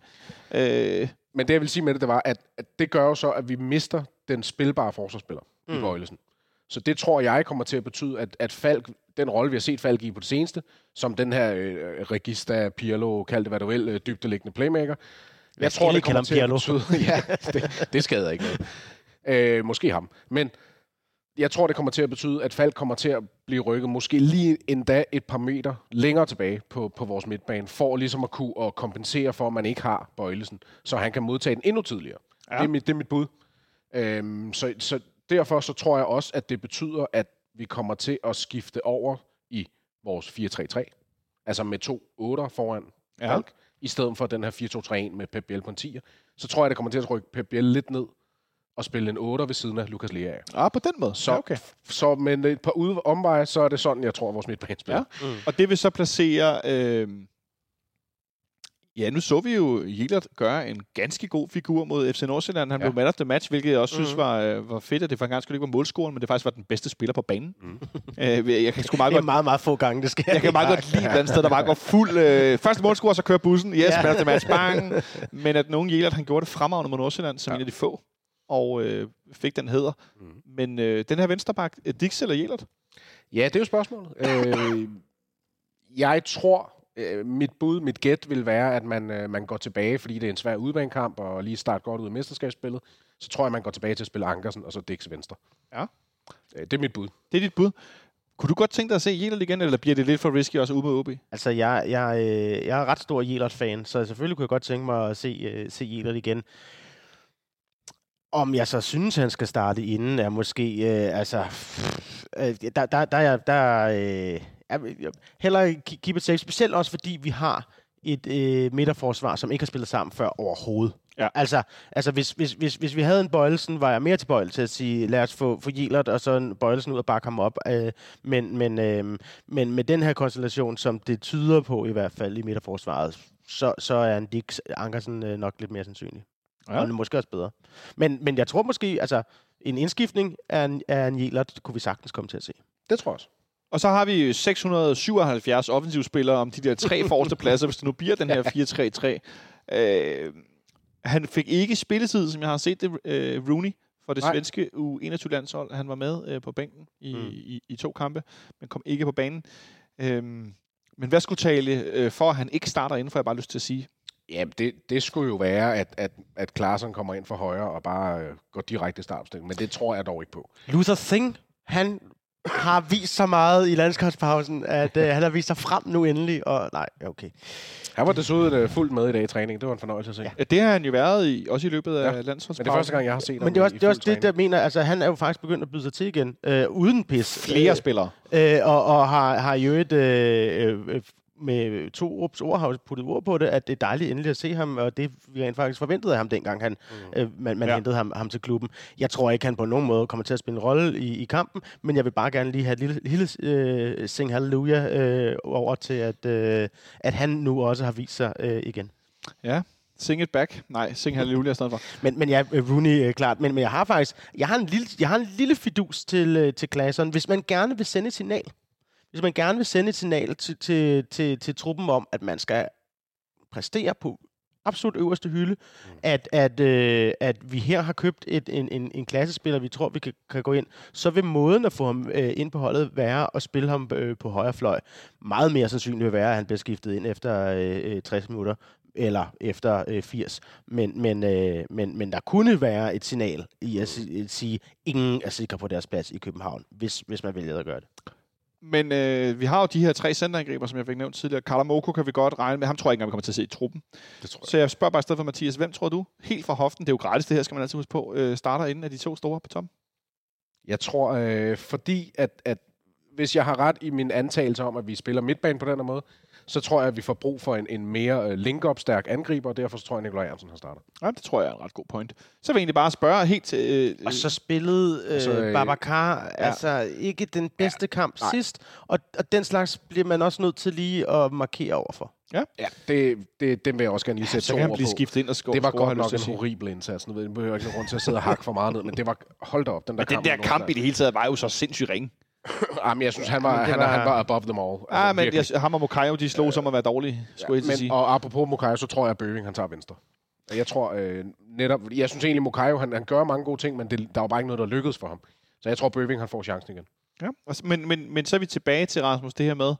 B: Øh,
C: Men det, jeg vil sige med det, det var, at, at det gør jo så, at vi mister den spilbare forsvarsspiller mm. i Bøjlesen. Så det tror jeg kommer til at betyde, at, at Falk, den rolle, vi har set Falk i på det seneste, som den her øh, Regista, Pirlo, kald det hvad du vil, øh, dybdeliggende playmaker, jeg, jeg tror,
D: skal
C: det
D: ikke kalde
C: kommer
D: ham
C: til at betyde... ja, det, det skader ikke noget. Øh, måske ham. Men jeg tror, det kommer til at betyde, at Falk kommer til at blive rykket måske lige endda et par meter længere tilbage på, på vores midtbane, for ligesom at kunne og kompensere for, at man ikke har Bøjlesen, så han kan modtage den endnu tidligere. Ja. Det, er mit, det er mit bud. Øhm, så, så derfor så tror jeg også, at det betyder, at vi kommer til at skifte over i vores fire tre tre. Altså med to otter foran
B: Ja.
C: Falk, i stedet for den her fire to tre en med Pep Biel på en tier. Så tror jeg, det kommer til at rykke Pep Biel lidt ned og spille en otter ved siden af Lukas Lea.
B: ah, på den måde.
C: Så,
B: Ja, okay.
C: så med et par ude omveje, så er det sådan, jeg tror, vores midtbane spiller.
B: Ja. Mm. Og det vil så placere... Øh, ja, nu så vi jo Jelert gøre en ganske god figur mod F C Nordsjælland. Han
C: Ja.
B: ja. blev man of the match, hvilket jeg også mm. synes
D: Mhm.
B: var, øh, var fedt, at det for en gang skulle ikke var målscoren, men det faktisk var den bedste spiller på banen. Mm. øh, jeg kan sgu meget
D: Det er
B: godt...
D: meget, meget få gange, det sker.
B: Jeg kan meget godt lide et eller andet sted, der bare går fuld... Øh, første målscorer, så kører bussen. Yes,
D: Ja.
B: man of the match, bang! Men at nogen Jelert, han gjorde det fremragende mod Nordsjælland, som ja. en af de få, og øh, fik den hæder. Mm. Men øh, den her venstreback, øh, Dix eller Jelert?
C: Ja, det er jo spørgsmålet. øh, jeg tror, øh, mit bud, mit gæt vil være, at man, øh, man går tilbage, fordi det er en svær udbanekamp, og lige starte godt ud af mesterskabsspillet. Så tror jeg, man går tilbage til at spille Ankersen, og så Dix venstre.
B: Ja.
C: Øh, det er mit bud.
B: Det er dit bud. Kunne du godt tænke dig at se Jelert igen, eller bliver det lidt for risky også ude med O B?
D: Altså, jeg, jeg, øh, jeg er ret stor Jelert-fan, så selvfølgelig kunne jeg godt tænke mig at se, øh, se Jelert igen. Om jeg så synes, han skal starte inden, er måske... Øh, altså, øh, der, der, der, er- der øh, er heller keep it safe, specielt også fordi vi har et øh, midterforsvar, som ikke har spillet sammen før overhovedet.
B: Ja.
D: Altså, altså hvis, hvis, hvis, hvis vi havde en Bøjlesen, var jeg mere tilbøjelig til at sige, lad os få, få Jelert og så en Bøjlesen ud og bakke ham op. Øh, men, men, øh, men med den her konstellation, som det tyder på i hvert fald i midterforsvaret, så, så er en Dix Ankersen øh, nok lidt mere sandsynlig. Ja. Og måske også bedre. Men, men jeg tror måske, altså en indskiftning af en, af en Jelert, kunne vi sagtens komme til at se.
C: Det tror jeg også.
B: Og så har vi seks hundrede og syvoghalvfjerds offensivspillere om de der tre forreste pladser, hvis det nu bliver den her fire tre tre. Øh, han fik ikke spilletid, som jeg har set det, øh, Rooney, for det
C: Nej.
B: svenske U enogtyve-landshold. Han var med øh, på bænken i, mm. i, i to kampe, men kom ikke på banen. Øh, men hvad skulle tale øh, for, at han ikke starter inden, for jeg bare lyst til at sige?
C: Ja, det, det skulle jo være, at, at, at Klaassen kommer ind for højre og bare øh, går direkte i startopstilling. Men det tror jeg dog ikke på.
D: Luther Singh, han har vist så meget i landskabspausen, at øh, han har vist sig frem nu endelig. Og nej, okay.
C: Han var desuden øh, fuldt med i dag i træning. Det var en fornøjelse at se. Ja.
B: Ja, det har han jo været i, også i løbet af ja. landsholdspausen.
C: Men det er første gang, jeg har set ham.
D: Men det er også
C: i,
D: det, er
C: i
D: også det
C: træning.
D: der mener, altså han er jo faktisk begyndt at byde sig til igen, øh, uden pis.
B: Flere
D: øh,
B: spillere.
D: Øh, og, og har, har jo et... Øh, øh, med to ord har puttet ord på det, at det er dejligt endelig at se ham, og det vi rent faktisk forventede af ham dengang, han, mm. øh, man, man ja. hentede ham, ham til klubben. Jeg tror ikke, han på nogen måde kommer til at spille en rolle i, i kampen, men jeg vil bare gerne lige have et lille, lille øh, sing halleluja øh, over til, at, øh, at han nu også har vist sig øh, igen.
B: Ja. Sing it back. Nej, sing halleluja i stedet for.
D: Men, men ja, Rooney øh, klart. Men, men jeg har faktisk, jeg har en lille, jeg har en lille fidus til, øh, til Claesson. Hvis man gerne vil sende et signal, Hvis man gerne vil sende et signal til, til, til, til truppen om, at man skal præstere på absolut øverste hylde, mm. at, at, øh, at vi her har købt et, en, en, en klassespiller, vi tror, vi kan, kan gå ind, så vil måden at få ham øh, ind på holdet være at spille ham øh, på højre fløj. Meget mere sandsynligt vil være, at han bliver skiftet ind efter øh, tres minutter, eller efter øh, firs. Men, men, øh, men, men der kunne være et signal i at, at sige, at ingen er sikre på deres plads i København, hvis, hvis man vælger at gøre det.
B: Men øh, vi har jo de her tre centerangriber, som jeg fik nævnt tidligere. Kalamoko kan vi godt regne med. Ham tror jeg ikke engang, vi kommer til at se i truppen. Det tror jeg. Så jeg spørger bare i stedet for Mathias, hvem tror du, helt fra hoften, det er jo gratis det her, skal man altid huske på, øh, starter inden af de to store på toppen?
C: Jeg tror, øh, fordi at, at hvis jeg har ret i min antagelse om, at vi spiller midtbane på den her måde, så tror jeg, at vi får brug for en, en mere øh, link-up-stærk angriber, og derfor så tror jeg, at Nikolaj Jørgensen har startet.
B: Ja, det tror jeg er en ret god point. Så vil jeg egentlig bare spørge helt til... Øh,
D: og så spillede øh,
C: så, øh,
D: Babacar ja. altså ikke den bedste ja, kamp nej. sidst, og, og den slags bliver man også nødt til lige at markere overfor.
C: Ja, ja det, det, det vil jeg også gerne lige sætte
B: ja,
C: to
B: ord
C: på.
B: blive skiftet ind og score.
C: Det var godt nok en horribel indsats. Nu ved jeg, jeg ikke nogen grund til at sidde og hakke for meget ned, men det var... Hold da op, den der
B: men
C: kamp.
B: Den der kamp i det hele taget var jo så sindssygt ringe.
C: Jamen, jeg synes, han var, han, var... han var above them all.
B: Altså, ah, men jeg, ham og Mukayo, de slog som at være dårlige, skulle ja, jeg
C: men,
B: sige.
C: Og apropos Mukayo, så tror jeg, at Bøving, han tager venstre. Jeg tror øh, netop... Jeg synes egentlig, Mukayo, han, han gør mange gode ting, men det, der var bare ikke noget, der lykkedes for ham. Så jeg tror, Bøving, han får chancen igen.
B: Ja, men, men, men så er vi tilbage til, Rasmus, det her med,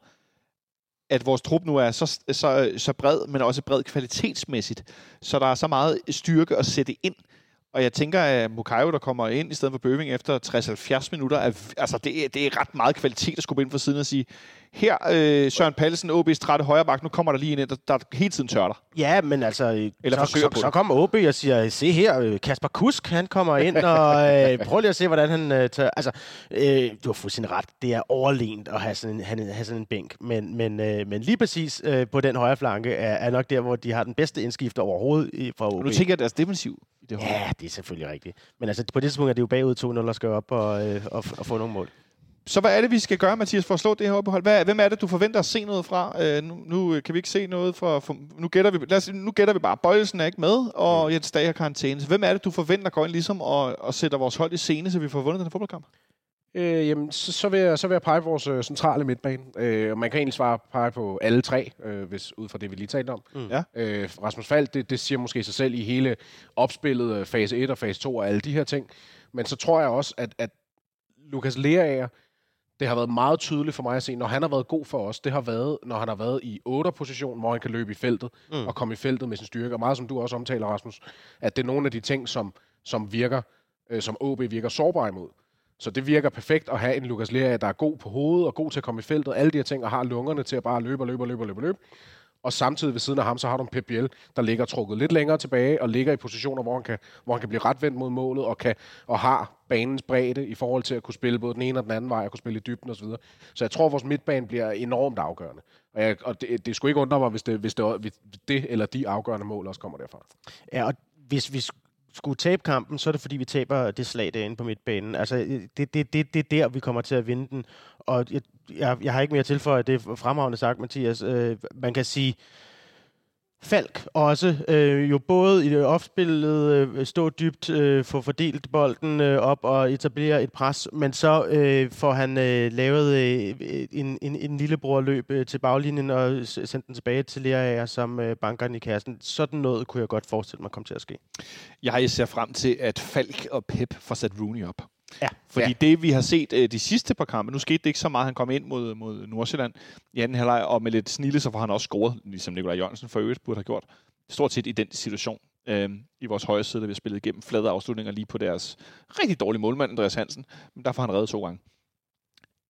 B: at vores trup nu er så, så, så bred, men også bred kvalitetsmæssigt, så der er så meget styrke at sætte ind. Og jeg tænker, at Mukayo, der kommer ind i stedet for Bøving efter tres til halvfjerds minutter, er, altså det er, det er ret meget kvalitet at skubbe ind fra siden og sige, her øh, Søren Pallesen, O B's trætte højreback, nu kommer der lige ind, der, der hele tiden tørter.
D: Ja, men altså,
B: Eller
D: så, så, så kommer O B og siger, se her, Kasper Kusk, han kommer ind, og øh, prøv lige at se, hvordan han øh, tør. Altså, øh, du har fuldstændig ret, det er overlegent at have sådan en, have sådan en bænk, men, men, øh, men lige præcis øh, på den højre flanke er, er nok der, hvor de har den bedste indskifter overhovedet i, fra O B.
B: Nu tænker jeg, deres defensiv. Det
D: ja, det er selvfølgelig rigtigt. Men altså, på det tidspunkt er det jo bagud to nul og skal op og, øh, og, og få nogle mål.
B: Så hvad er det, vi skal gøre, Mathias, for at slå det her ophold? Hvad, hvem er det, du forventer at se noget fra? Øh, nu, nu kan vi ikke se noget fra... For, nu, gætter vi, lad os, nu gætter vi bare, Bøjelsen er ikke med, og Jens Dage har karantæne. Så hvem er det, du forventer går ind ligesom og, og sætter vores hold i scene, så vi får vundet den her fodboldkamp?
C: Øh, jamen, så, så, vil jeg, så vil jeg pege på vores øh, centrale midtbane. Øh, man kan egentlig svare pege på alle tre, øh, hvis, ud fra det, vi lige talte om. Mm. Ja. Øh, Rasmus Falk, det, det siger måske sig selv i hele opspillet, øh, fase et og fase to og alle de her ting. Men så tror jeg også, at, at Lukas Lerager, det har været meget tydeligt for mig at se, når han har været god for os, det har været, når han har været i otter-position, hvor han kan løbe i feltet mm. og komme i feltet med sin styrke. Og meget som du også omtaler, Rasmus, at det er nogle af de ting, som, som virker, øh, som O B virker sårbar imod. Så det virker perfekt at have en Lukas Lerager, der er god på hovedet og god til at komme i feltet, alle de her ting, og har lungerne til at bare løbe og løbe og løbe og løbe og løbe. Og samtidig ved siden af ham, så har du en Pep Biel, der ligger trukket lidt længere tilbage og ligger i positioner, hvor han kan, hvor han kan blive retvendt mod målet og, kan, og har banens bredde i forhold til at kunne spille både den ene og den anden vej og kunne spille i dybden osv. Så, så jeg tror, at vores midtbane bliver enormt afgørende. Og, jeg, og det, det skulle ikke undre mig, hvis det, hvis det, hvis det eller de afgørende mål også kommer derfra.
D: Ja, og hvis vi skulle tabe kampen, så er det fordi, vi taber det slag derinde på midtbanen. Altså, det, det, det, det er der, vi kommer til at vinde den. Og jeg, jeg, jeg har ikke mere at tilføje, det er fremragende sagt, Mathias. Øh, man kan sige, Falk også, øh, jo både i det opspillet, øh, stå dybt, øh, få fordelt bolden øh, op og etablere et pres, men så øh, får han øh, lavet øh, en, en, en lillebrorløb øh, til baglinjen og sendt den tilbage til Lerager, som øh, banker den i kassen. Sådan noget kunne jeg godt forestille mig kom til at ske.
B: Jeg ser frem til, at Falk og Pep får sat Rooney op.
D: Ja.
B: Fordi
D: ja.
B: det, vi har set øh, de sidste par kampe, nu skete det ikke så meget, han kom ind mod, mod Nordsjælland i anden halvleg, og med lidt snille, så får han også scoret, ligesom Nikolaj Jørgensen for øvrigt burde have gjort. Stort set i den situation øh, i vores højre side, der vi har spillet igennem flade afslutninger lige på deres rigtig dårlige målmand, Andreas Hansen, men der får han reddet to gange.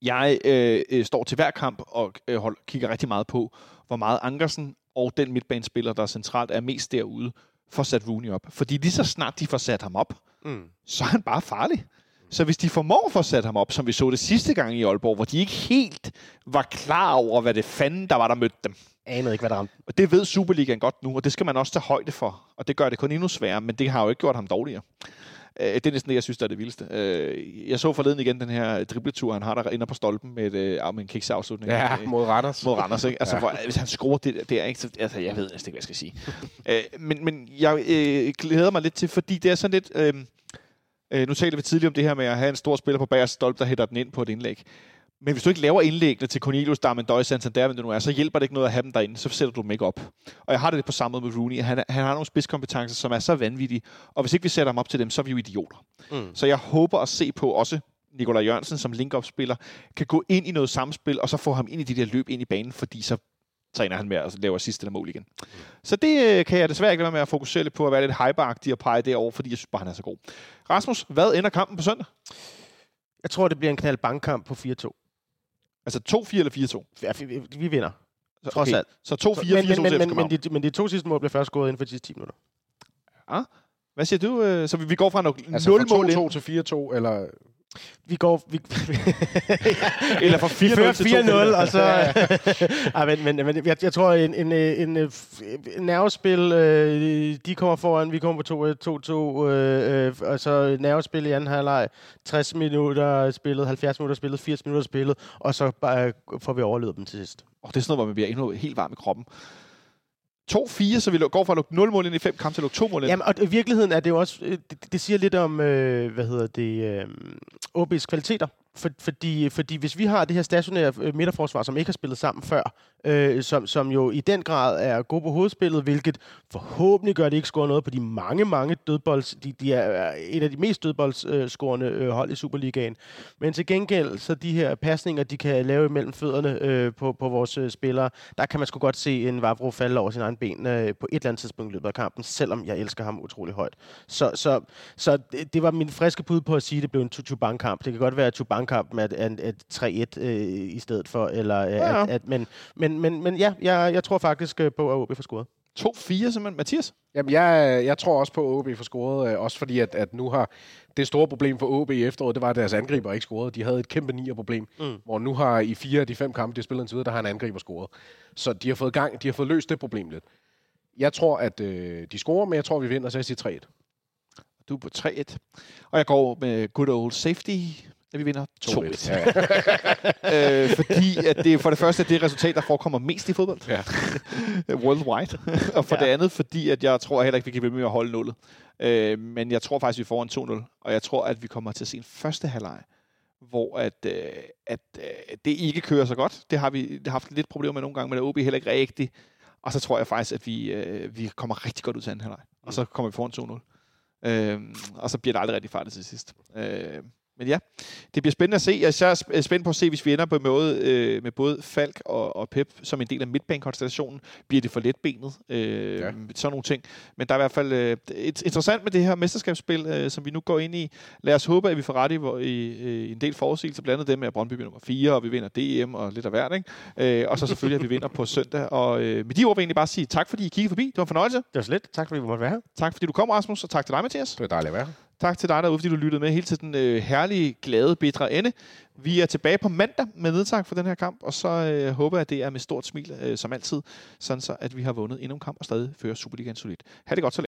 B: Jeg øh, øh, står til hver kamp og øh, hold, kigger rigtig meget på, hvor meget Ankersen og den midtbanespiller, der er centralt, er mest derude, får sat Rooney op. Fordi lige så snart de får sat ham op, mm. så er han bare farlig. Så hvis de formår at få sat ham op, som vi så det sidste gang i Aalborg, hvor de ikke helt var klar over, hvad det fanden, der var, der mødte dem.
D: Anede ikke, hvad der ramte.
B: Og det ved Superligaen godt nu, og det skal man også tage højde for. Og det gør det kun endnu sværere, men det har jo ikke gjort ham dårligere. Det er næsten det, jeg synes, der er det vildeste. Jeg så forleden igen den her dribletur, han har der inde på stolpen med, et, med en kiksafslutning.
C: Ja, mod Randers.
B: Mod Randers, ikke? Altså, ja. hvor, hvis han scorer det der, ikke? Så, altså, jeg ved næsten ikke, hvad jeg skal sige. men, men jeg øh, glæder mig lidt til, fordi det er sådan lidt... Øh, øh, nu talte vi tidligere om det her med at have en stor spiller på bagerste stolpe, der hætter den ind på et indlæg. Men hvis du ikke laver indlæggene til Cornelius, Darmendøj, Santander, hvem det nu er, så hjælper det ikke noget at have dem derinde, så sætter du dem ikke op. Og jeg har det på samme måde med Rooney. Han, han har nogle spidskompetencer, som er så vanvittige, og hvis ikke vi sætter dem op til dem, så er vi jo idioter. Mm. Så jeg håber at se på også Nikolaj Jørgensen som link-up-spiller, kan gå ind i noget samspil, og så få ham ind i de der løb ind i banen, fordi så træner han med at lave sidste mål igen. Mm. Så det kan jeg desværre ikke være med at fokusere lidt på, at være lidt hyperagtig og pege derovre, fordi jeg synes bare, han er så god. Rasmus, hvad ender kampen på søndag?
D: Jeg tror, det bliver en knald bankkamp på fire to.
B: Altså to fire eller fire to?
D: Ja, vi, vi vinder.
B: Så,
D: trods
B: okay.
D: alt.
B: Så to fire, fire to
D: men, men, men, men, de, men de to sidste mål blev først scoret inden for de sidste ti minutter.
B: Ja. Hvad siger du? Så vi, vi går fra nul
C: altså
B: mål
C: to to til fire to, eller...
D: Vi går... Vi,
B: eller fra fire nul til
D: fire nul, og så... ja, men, men, men jeg, jeg tror, en, en, en, en, en nervespil, øh, de kommer foran, vi kommer på to to, øh, og så nervespil i anden halvleg, tres minutter spillet, halvfjerds minutter spillet, firs minutter spillet, og så bare får vi overlevet dem til sidst.
B: Oh, det er sådan noget, hvor man bliver endnu helt varm i kroppen. to fire, så vi går fra at lukke nul mål ind i fem kampe til at lukke to mål ind.
D: Jamen, og i virkeligheden er det jo også... Det, det siger lidt om, øh, hvad hedder det, øh, O B's kvaliteter. For, fordi, fordi hvis vi har det her stationære midterforsvar, som ikke har spillet sammen før, øh, som, som jo i den grad er gode på hovedspillet, hvilket forhåbentlig gør, at de ikke scorer noget på de mange, mange dødbolds... De, de er et af de mest dødboldsscorende øh, hold i Superligaen. Men til gengæld, så de her pasninger, de kan lave mellem fødderne øh, på, på vores øh, spillere, der kan man sgu godt se en Vavro falde over sin egen ben øh, på et eller andet tidspunkt i løbet af kampen, selvom jeg elsker ham utrolig højt. Så, så, så det, det var min friske bud på at sige, at det blev en Tutu-Bang-kamp. Det kan godt være, at Tutu-Bang-kamp med et, et tre et øh, i stedet for, eller øh, ja, ja. At, at, men, men, men, men ja, jeg, jeg tror faktisk på, at O B får scoret.
B: to fire simpelthen. Mathias?
C: Jamen, jeg, jeg tror også på, at O B får scoret, øh, også fordi, at, at nu har det store problem for O B i efteråret, det var, at deres angriber ikke scorede. De havde et kæmpe nier-problem, mm. hvor nu har i fire af de fem kampe, de har spillet indtil videre, der har en angriber scoret. Så de har fået gang, de har fået løst det problem lidt. Jeg tror, at øh, de scorer, men jeg tror, vi vinder, så jeg siger tre et.
B: Du er på tre et. Og jeg går med good old safety, at vi vinder to et. Ja, ja. øh, fordi at det for det første er det resultat, der forekommer mest i fodbold. Ja. Worldwide. Og for ja. det andet, fordi at jeg tror heller ikke, vi kan blive med at holde nullet. Øh, men jeg tror faktisk, vi får en to nul. Og jeg tror, at vi kommer til at se en første halvleg, hvor at, øh, at øh, det ikke kører så godt. Det har vi haft lidt problemer med nogle gange, men det er O B heller ikke rigtigt. Og så tror jeg faktisk, at vi, øh, vi kommer rigtig godt ud til anden halvleg. Og så kommer vi foran to nul. Øh, og så bliver det aldrig rigtig farligt til sidst. Øh, Men ja, det bliver spændende at se. Jeg er spændt på at se, hvis vi ender på en måde øh, med både Falk og, og Pep som en del af midtbanekonstellationen. Bliver det for letbenet? Øh, ja. Sådan nogle ting. Men der er i hvert fald øh, et, interessant med det her mesterskabsspil, øh, som vi nu går ind i. Lad os håbe, at vi får ret i, i, i en del forudsigelser. Blandt andet det med, at Brøndby bliver nummer fire, og vi vinder D M og lidt af hvert. Ikke? Øh, og så selvfølgelig, at vi vinder på søndag. Og øh, med de ord vil jeg egentlig bare sige tak, fordi I kiggede forbi. Det var en fornøjelse.
D: Det var så lidt. Tak, fordi vi måtte være her.
B: Tak, fordi du kom, Rasmus, og tak til dig, Mathias.
C: Det var dejligt at være her.
B: Tak til dig derude, fordi du lyttede med hele til den øh, herlige, glade, bitre ende. Vi er tilbage på mandag med nedtak for den her kamp, og så øh, håber jeg, at det er med stort smil, øh, som altid, sådan så at vi har vundet endnu en kamp og stadig fører Superligaen solidt. Ha' det godt så længe.